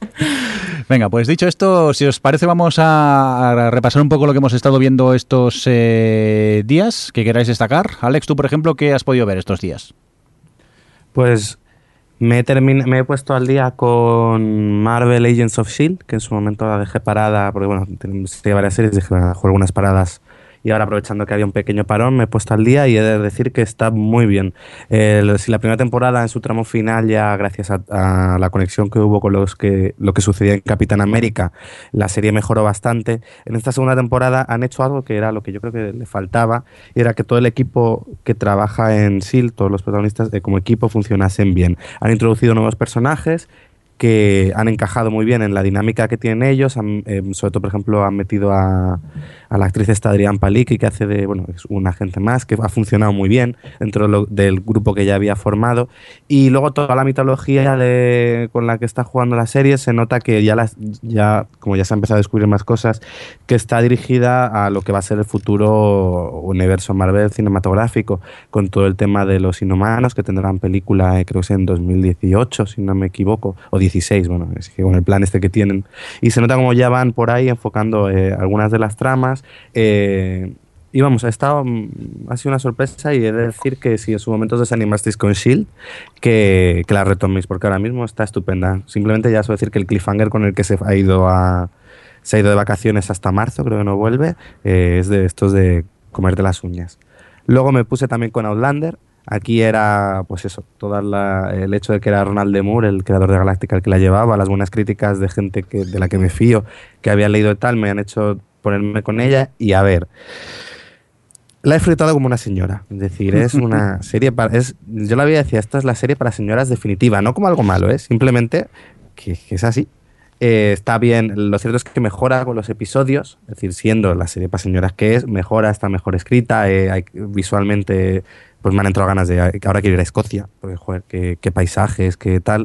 Venga, pues dicho esto, si os parece, vamos a, a repasar un poco lo que hemos estado viendo estos eh, días que queráis destacar. Alex, tú, por ejemplo, ¿qué has podido ver estos días?
Pues me he, termin- me he puesto al día con Marvel Agents of S H I E L D, que en su momento la dejé parada, porque bueno, tenemos varias series, dejé jugar algunas paradas. Y ahora, aprovechando que había un pequeño parón, me he puesto al día y he de decir que está muy bien. Eh, si la primera temporada, en su tramo final, ya gracias a, a la conexión que hubo con los que, lo que sucedía en Capitán América, la serie mejoró bastante. En esta segunda temporada han hecho algo que era lo que yo creo que le faltaba, y era que todo el equipo que trabaja en S H I E L D, todos los protagonistas eh, como equipo, funcionasen bien. Han introducido nuevos personajes que han encajado muy bien en la dinámica que tienen ellos. Han, eh, sobre todo, por ejemplo, han metido a, a la actriz esta Adrián Palicki, que hace de, bueno, es un agente más, que ha funcionado muy bien dentro de lo, del grupo que ya había formado. Y luego toda la mitología de, con la que está jugando la serie, se nota que ya, las, ya, como ya se ha empezado a descubrir más cosas, que está dirigida a lo que va a ser el futuro universo Marvel cinematográfico, con todo el tema de los inhumanos, que tendrán película, eh, creo que es en dos mil dieciocho, si no me equivoco, o dieciséis, bueno, es que con el plan este que tienen. Y se nota como ya van por ahí enfocando eh, algunas de las tramas. Eh, y vamos, ha estado, ha sido una sorpresa, y he de decir que si en su momento os desanimasteis con S H I E L D, que, que la retoméis, porque ahora mismo está estupenda. Simplemente ya os voy a decir que el cliffhanger con el que se ha ido a se ha ido de vacaciones hasta marzo, creo que no vuelve, eh, es de estos de comerte las uñas. Luego me puse también con Outlander. Aquí era, pues eso, todo el hecho de que era Ronald D. Moore, el creador de Galáctica, el que la llevaba, las buenas críticas de gente que, de la que me fío, que había leído y tal, me han hecho ponerme con ella. Y a ver, la he disfrutado como una señora. Es decir, es una serie para... Es, yo la había decía, esta es la serie para señoras definitiva, no como algo malo, ¿eh? Simplemente que, que es así. Eh, está bien, lo cierto es que mejora con los episodios, es decir, siendo la serie para señoras que es, mejora, está mejor escrita, eh, hay, visualmente pues me han entrado ganas de que ahora quiero ir a Escocia, porque joder, qué, qué paisajes, qué tal.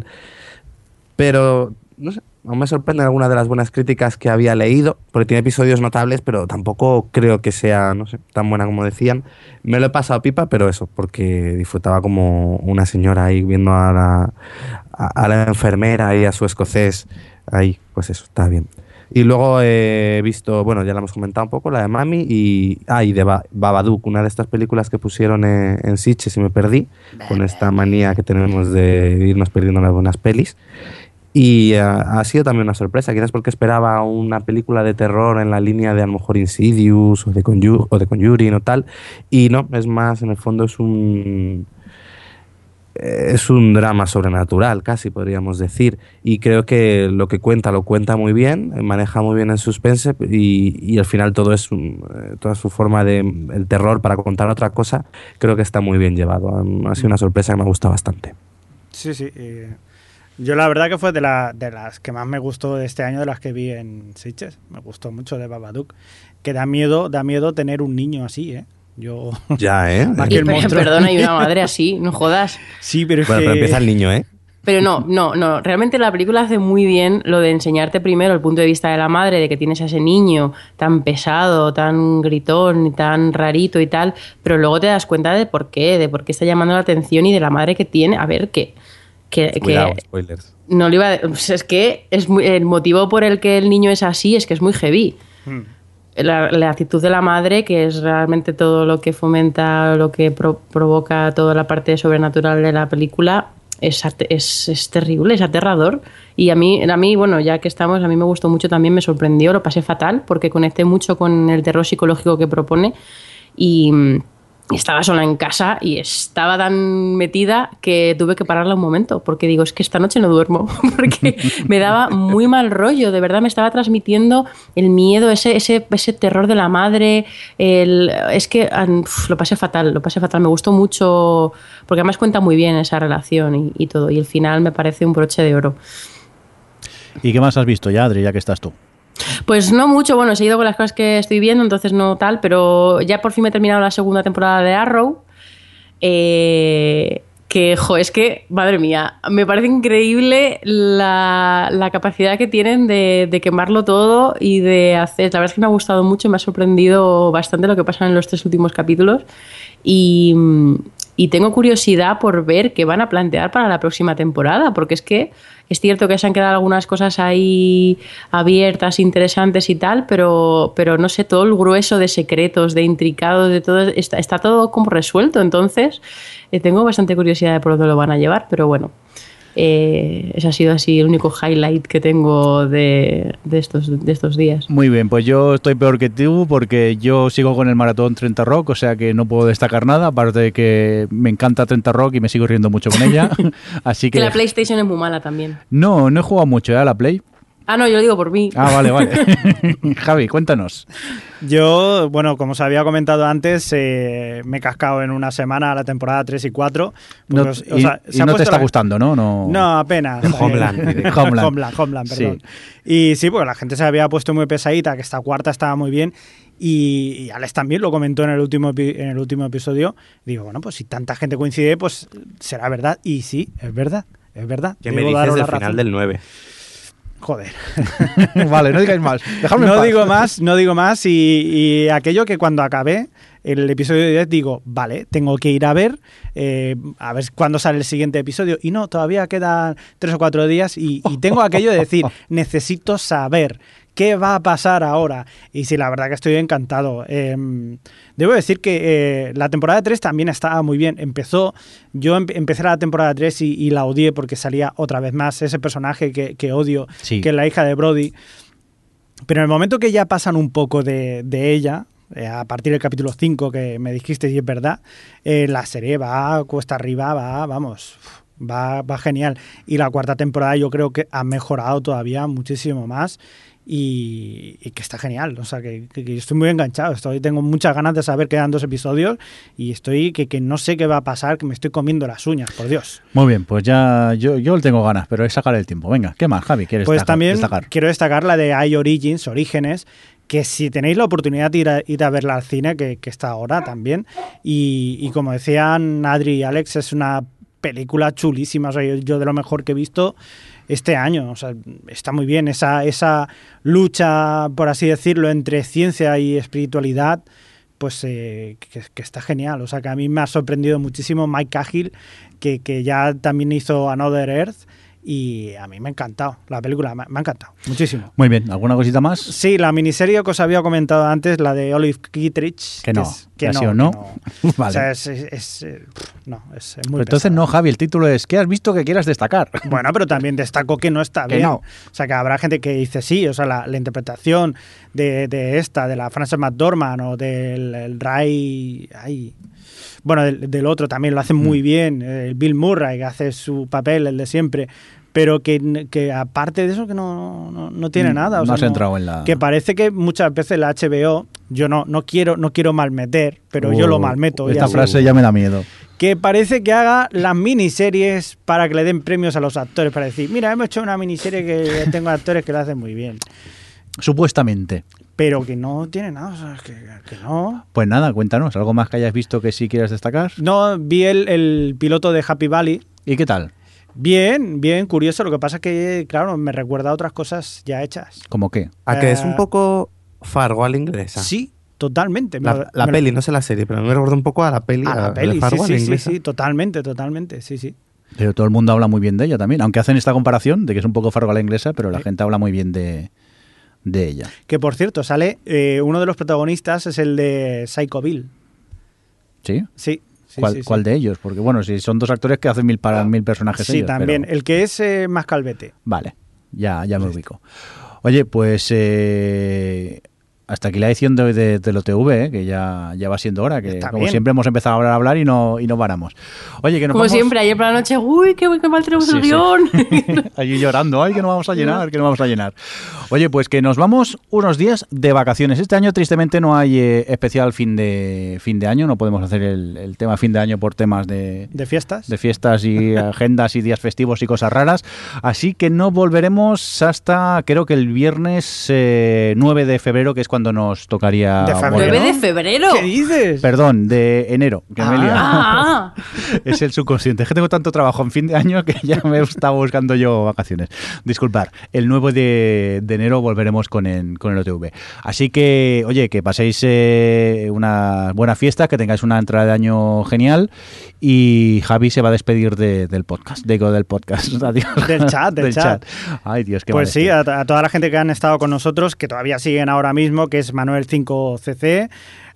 Pero, no sé, aún me sorprenden algunas de las buenas críticas que había leído, porque tiene episodios notables, pero tampoco creo que sea, no sé, tan buena como decían. Me lo he pasado pipa, pero eso, porque disfrutaba como una señora ahí viendo a la, a, a la enfermera y a su escocés. Ahí, pues eso, está bien. Y luego he visto, bueno, ya la hemos comentado un poco, la de Mami y, ah, y de ba Babadook, una de estas películas que pusieron en, en Sitges y me perdí, con esta manía que tenemos de irnos perdiendo las buenas pelis. Y uh, ha sido también una sorpresa, quizás porque esperaba una película de terror en la línea de a lo mejor Insidious o de, Conju o de Conjuring o tal, y no, es más, en el fondo es un... es un drama sobrenatural, casi podríamos decir. Y creo que lo que cuenta lo cuenta muy bien, maneja muy bien el suspense y, y al final todo es un, toda su forma de el terror para contar otra cosa, creo que está muy bien llevado. Ha sido una sorpresa que me ha gustado bastante.
Sí, sí. Eh, yo la verdad que fue de, la, de las que más me gustó de este año, de las que vi en Sitges. Me gustó mucho de Babadook. Que da miedo, da miedo tener un niño así, ¿eh? Yo...
Ya, ¿eh?
Más que el monstruo.
Perdona, hay una madre así, no jodas.
Sí, pero es
Bueno,
que...
pero empieza el niño, ¿eh?
Pero no, no, no. Realmente la película hace muy bien lo de enseñarte primero el punto de vista de la madre, de que tienes a ese niño tan pesado, tan gritón, tan rarito y tal, pero luego te das cuenta de por qué, de por qué está llamando la atención y de la madre que tiene. A ver, que... que
Cuidado,
que
spoilers.
no le iba a, pues es que es muy, el motivo por el que el niño es así es que es muy heavy.
Hmm.
La, la actitud de la madre, que es realmente todo lo que fomenta, lo que pro, provoca toda la parte sobrenatural de la película, es, es, es terrible, es aterrador. Y a mí, a mí, bueno, ya que estamos, a mí me gustó mucho también, me sorprendió, lo pasé fatal, porque conecté mucho con el terror psicológico que propone y estaba sola en casa y estaba tan metida que tuve que pararla un momento, porque digo, es que esta noche no duermo, porque me daba muy mal rollo, de verdad me estaba transmitiendo el miedo, ese, ese, ese terror de la madre, el, es que uf, lo pasé fatal, lo pasé fatal, me gustó mucho, porque además cuenta muy bien esa relación y, y todo, y el final me parece un broche de oro.
¿Y qué más has visto ya, Adri, ya que estás tú?
Pues no mucho, bueno, he seguido con las cosas que estoy viendo, entonces no tal, pero ya por fin me he terminado la segunda temporada de Arrow, eh, que, jo, es que, madre mía, me parece increíble la, la capacidad que tienen de, de quemarlo todo y de hacer, la verdad es que me ha gustado mucho, me ha sorprendido bastante lo que pasa en los tres últimos capítulos y, y tengo curiosidad por ver qué van a plantear para la próxima temporada, porque es que es cierto que se han quedado algunas cosas ahí abiertas, interesantes y tal, pero, pero no sé, todo el grueso de secretos, de intricados, de todo, está, está todo como resuelto. Entonces, eh, tengo bastante curiosidad de por dónde lo van a llevar, pero bueno, eh, ese ha sido así el único highlight que tengo de, de, estos, de estos días.
Muy bien, pues yo estoy peor que tú porque yo sigo con el maratón treinta Rock, o sea que no puedo destacar nada, aparte de que me encanta treinta Rock y me sigo riendo mucho con ella. Así que...
que la PlayStation es muy mala también.
No, no he jugado mucho ¿eh? a la Play.
Ah, no, yo lo digo por mí.
Ah, vale, vale. Javi, cuéntanos.
Yo, bueno, como os había comentado antes, eh, me he cascado en una semana la temporada tres y cuatro.
No,
os,
y, o sea, y no te está la... gustando, ¿no? No,
no apenas.
De Homeland.
Eh,
Homeland.
Homeland, Homeland, perdón.
Sí.
Y sí, porque la gente se había puesto muy pesadita, que esta cuarta estaba muy bien. Y, y Alex también lo comentó en el último en el último episodio. Digo, bueno, pues si tanta gente coincide, pues será verdad. Y sí, es verdad, es verdad.
¿Qué me dices del final del nueve?
Joder.
Vale, no digáis más. Dejadme
no
en paz.
digo más, no digo más. Y, y aquello que cuando acabé el episodio diez digo, vale, tengo que ir a ver, eh, a ver cuándo sale el siguiente episodio. Y no, todavía quedan tres o cuatro días y, y tengo aquello de decir, necesito saber qué va a pasar ahora. Y sí, la verdad que estoy encantado. Eh, debo decir que eh, la temporada tres también estaba muy bien. Empezó, yo em- empecé la temporada tres y, y la odié porque salía otra vez más ese personaje que, que odio,
sí.
que es la hija de Brody. Pero en el momento que ya pasan un poco de, de ella, eh, a partir del capítulo cinco que me dijiste y es verdad, eh, la serie va cuesta arriba, va, vamos, va, va genial. Y la cuarta temporada yo creo que ha mejorado todavía muchísimo más. Y, y que está genial, o sea que, que, que estoy muy enganchado, estoy, tengo muchas ganas de saber que quedan dos episodios y estoy que, que no sé qué va a pasar, que me estoy comiendo las uñas, por Dios.
Muy bien, pues ya yo, yo tengo ganas, pero es sacar el tiempo. Venga, ¿qué más, Javi? ¿Quieres
pues
destacar,
también
destacar?
Quiero destacar la de iOrigins, Orígenes, que si tenéis la oportunidad de ir a, ir a verla al cine, que, que está ahora también, y, y como decían Adri y Alex, es una película chulísima, o sea, yo, yo de lo mejor que he visto este año, o sea, está muy bien esa, esa lucha, por así decirlo, entre ciencia y espiritualidad, pues eh, que, que está genial, o sea, que a mí me ha sorprendido muchísimo Mike Cahill, que, que ya también hizo Another Earth, y a mí me ha encantado la película, me ha encantado muchísimo.
Muy bien, ¿alguna cosita más?
Sí, la miniserie que os había comentado antes, la de Olive Kitteridge.
Que no,
que, es, que
que
no,
sí o no.
no.
Vale.
O sea, es, es, es, es, no, es muy
Pero entonces
pesada.
no, Javi, el título es ¿qué has visto que quieras destacar?
Bueno, pero también destaco que no está
Que
bien.
no.
O sea, que habrá gente que dice sí, o sea, la, la interpretación de, de esta, de la Frances McDormand o del el Ray... Ay, bueno, del, del otro también lo hacen muy bien, el Bill Murray, que hace su papel, el de siempre, pero que, que aparte de eso que no, no, no tiene nada. O
no
sea,
has
no,
entrado en la...
Que parece que muchas veces la H B O, yo no, no quiero no quiero malmeter, pero
Uh,
yo lo malmeto.
Esta
ya
frase
sí.
ya me da miedo.
Que parece que haga las miniseries para que le den premios a los actores, para decir, mira, hemos hecho una miniserie que tengo actores que la hacen muy bien.
Supuestamente.
Pero que no tiene nada, o sea, que, que no.
Pues nada, cuéntanos, algo más que hayas visto que sí quieras destacar.
No, vi el, el piloto de Happy Valley.
¿Y qué tal?
Bien, bien, curioso. Lo que pasa es que, claro, me recuerda a otras cosas ya hechas.
¿Cómo qué?
¿A que
Eh,
es un poco Fargo a la inglesa?
Sí, totalmente. Me
La,
lo-
la
me lo-
peli, no sé la serie, pero me recuerda un poco a la peli,
A la
de
peli, sí,
Fargo a la
sí, sí,
inglesa.
sí, totalmente, totalmente, sí, sí.
Pero todo el mundo habla muy bien de ella también, aunque hacen esta comparación de que es un poco Fargo a la inglesa, pero la
Sí.
gente habla muy bien de, de ella.
Que, por cierto, sale, eh, uno de los protagonistas es el de Psycho Bill.
¿Sí?
Sí. sí,
¿Cuál,
sí, sí.
cuál de ellos? Porque bueno, si son dos actores que hacen mil, para, mil personajes
Sí,
ellos,
también.
pero-
El que es eh, más calvete.
Vale, ya, ya me ubico. Oye, pues eh, hasta aquí la edición de hoy de, del O T V, ¿eh? Que ya, ya va siendo hora, que
Está
como
bien.
siempre hemos empezado a hablar, a hablar y no, y no paramos. Oye, que nos
Como
vamos...
siempre, ayer por la noche, uy, qué, qué mal tenemos
Sí,
el
sí.
guión.
Allí llorando, ay, que no vamos a llenar, que no vamos a llenar. Oye, pues que nos vamos unos días de vacaciones. Este año, tristemente, no hay eh, especial fin de fin de año. No podemos hacer el, el tema fin de año por temas de,
¿De fiestas?
de fiestas y agendas y días festivos y cosas raras. Así que no volveremos hasta, creo que el viernes eh, nueve de febrero, que es cuando nos tocaría
¿De febrero?
volver.
nueve de febrero.
¿Qué dices?
Perdón, de enero, que me he liado.
Ah,
Es el subconsciente. Es que tengo tanto trabajo en fin de año que ya me estaba buscando yo vacaciones. Disculpad, el nueve de, de enero volveremos con el, con el O T V. Así que, oye, que paséis eh, una buena fiesta, que tengáis una entrada de año genial y Javi se va a despedir de- del podcast, digo del podcast, adiós.
Del chat, del chat.
Ay, Dios, qué
Pues
mal
sí,
estoy.
a, a toda la gente que han estado con nosotros, que todavía siguen ahora mismo, que es Manuel cinco C C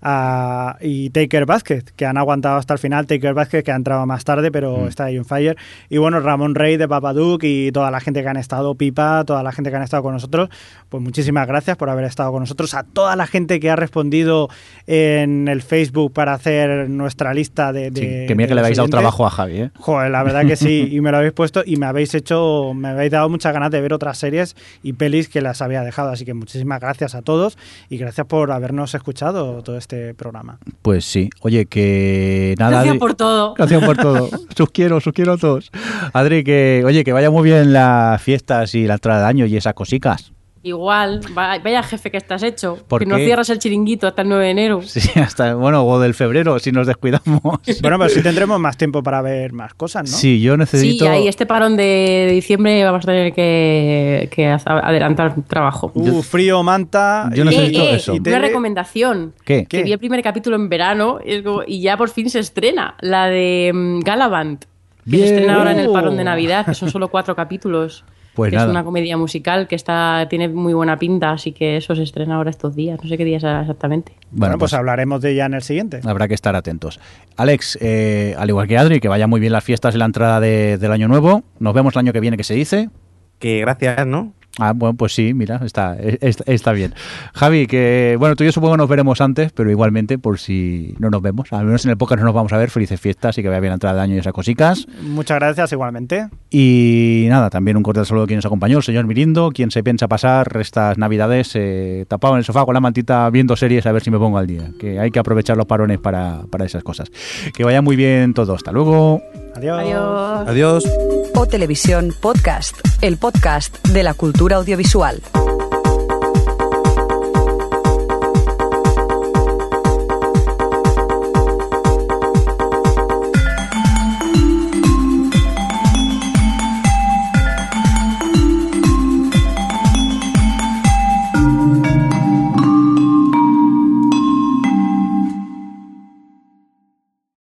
a- y Taker Vázquez, que han aguantado hasta el final. Taker Vázquez, que ha entrado más tarde, pero
Mm.
está ahí on fire. Y bueno, Ramón Rey de Babadook y toda la gente que han estado, Pipa, toda la gente que han estado con nosotros, pues muchísimas gracias por haber estado con nosotros. A toda la gente que ha respondido en el Facebook para hacer nuestra lista de...
Sí,
de-
que mira
de
que le
los
habéis dado
oyentes.
trabajo a Javi, ¿eh?
Joder, la verdad que sí, y me lo habéis puesto y me habéis hecho, me habéis dado muchas ganas de ver otras series y pelis que las había dejado, así que muchísimas gracias a todos y gracias por habernos escuchado todo este programa.
Pues sí. Oye, que nada...
gracias
Adri-
por todo.
Gracias por todo. Sus quiero, sus quiero a todos. Adri, que oye, que vaya muy bien las fiestas y la entrada de año y esas cosicas.
Igual, va- vaya jefe que estás hecho.
¿Por
que no
qué?
cierras el chiringuito hasta el nueve de enero.
Sí, hasta, bueno, o del febrero, si nos descuidamos.
Bueno, pero sí tendremos más tiempo para ver más cosas, ¿no?
Sí, yo necesito...
Sí, ahí este parón de diciembre vamos a tener que, que hacer- adelantar trabajo.
Uh, frío, manta...
Yo
y-
necesito
Eh, eh,
eso.
y
Una
tele.
recomendación.
¿Qué?
¿Qué?
Que vi el primer capítulo en verano es como- y ya por fin se estrena. La de mm, Galavant. Que
Bien.
se estrena ahora en el parón de
Oh.
Navidad, que son solo cuatro capítulos.
Pues
que
nada.
es una comedia musical que está tiene muy buena pinta, así que eso se estrena ahora estos días. No sé qué días será exactamente.
Bueno, pues hablaremos de ella en el siguiente.
habrá que estar atentos. Alex, eh, al igual que Adri, que vaya muy bien las fiestas y la entrada de- del año nuevo. Nos vemos el año que viene, que se dice.
Que gracias, ¿no?
Ah, bueno, pues sí, mira, está, está, está bien. Javi, que bueno, tú y yo supongo que nos veremos antes, pero igualmente, por si no nos vemos, al menos en el podcast no nos vamos a ver, felices fiestas y que vaya bien la entrada de año y esas cositas.
Muchas gracias igualmente.
Y nada, también un cordial saludo a quien nos acompañó, el señor Mirindo, quien se piensa pasar estas navidades eh, tapado en el sofá con la mantita viendo series a ver si me pongo al día, que hay que aprovechar los parones para, para esas cosas. Que vaya muy bien todo, hasta luego.
Adiós.
Adiós.
Adiós.
O Televisión Podcast, el podcast de la cultura audiovisual.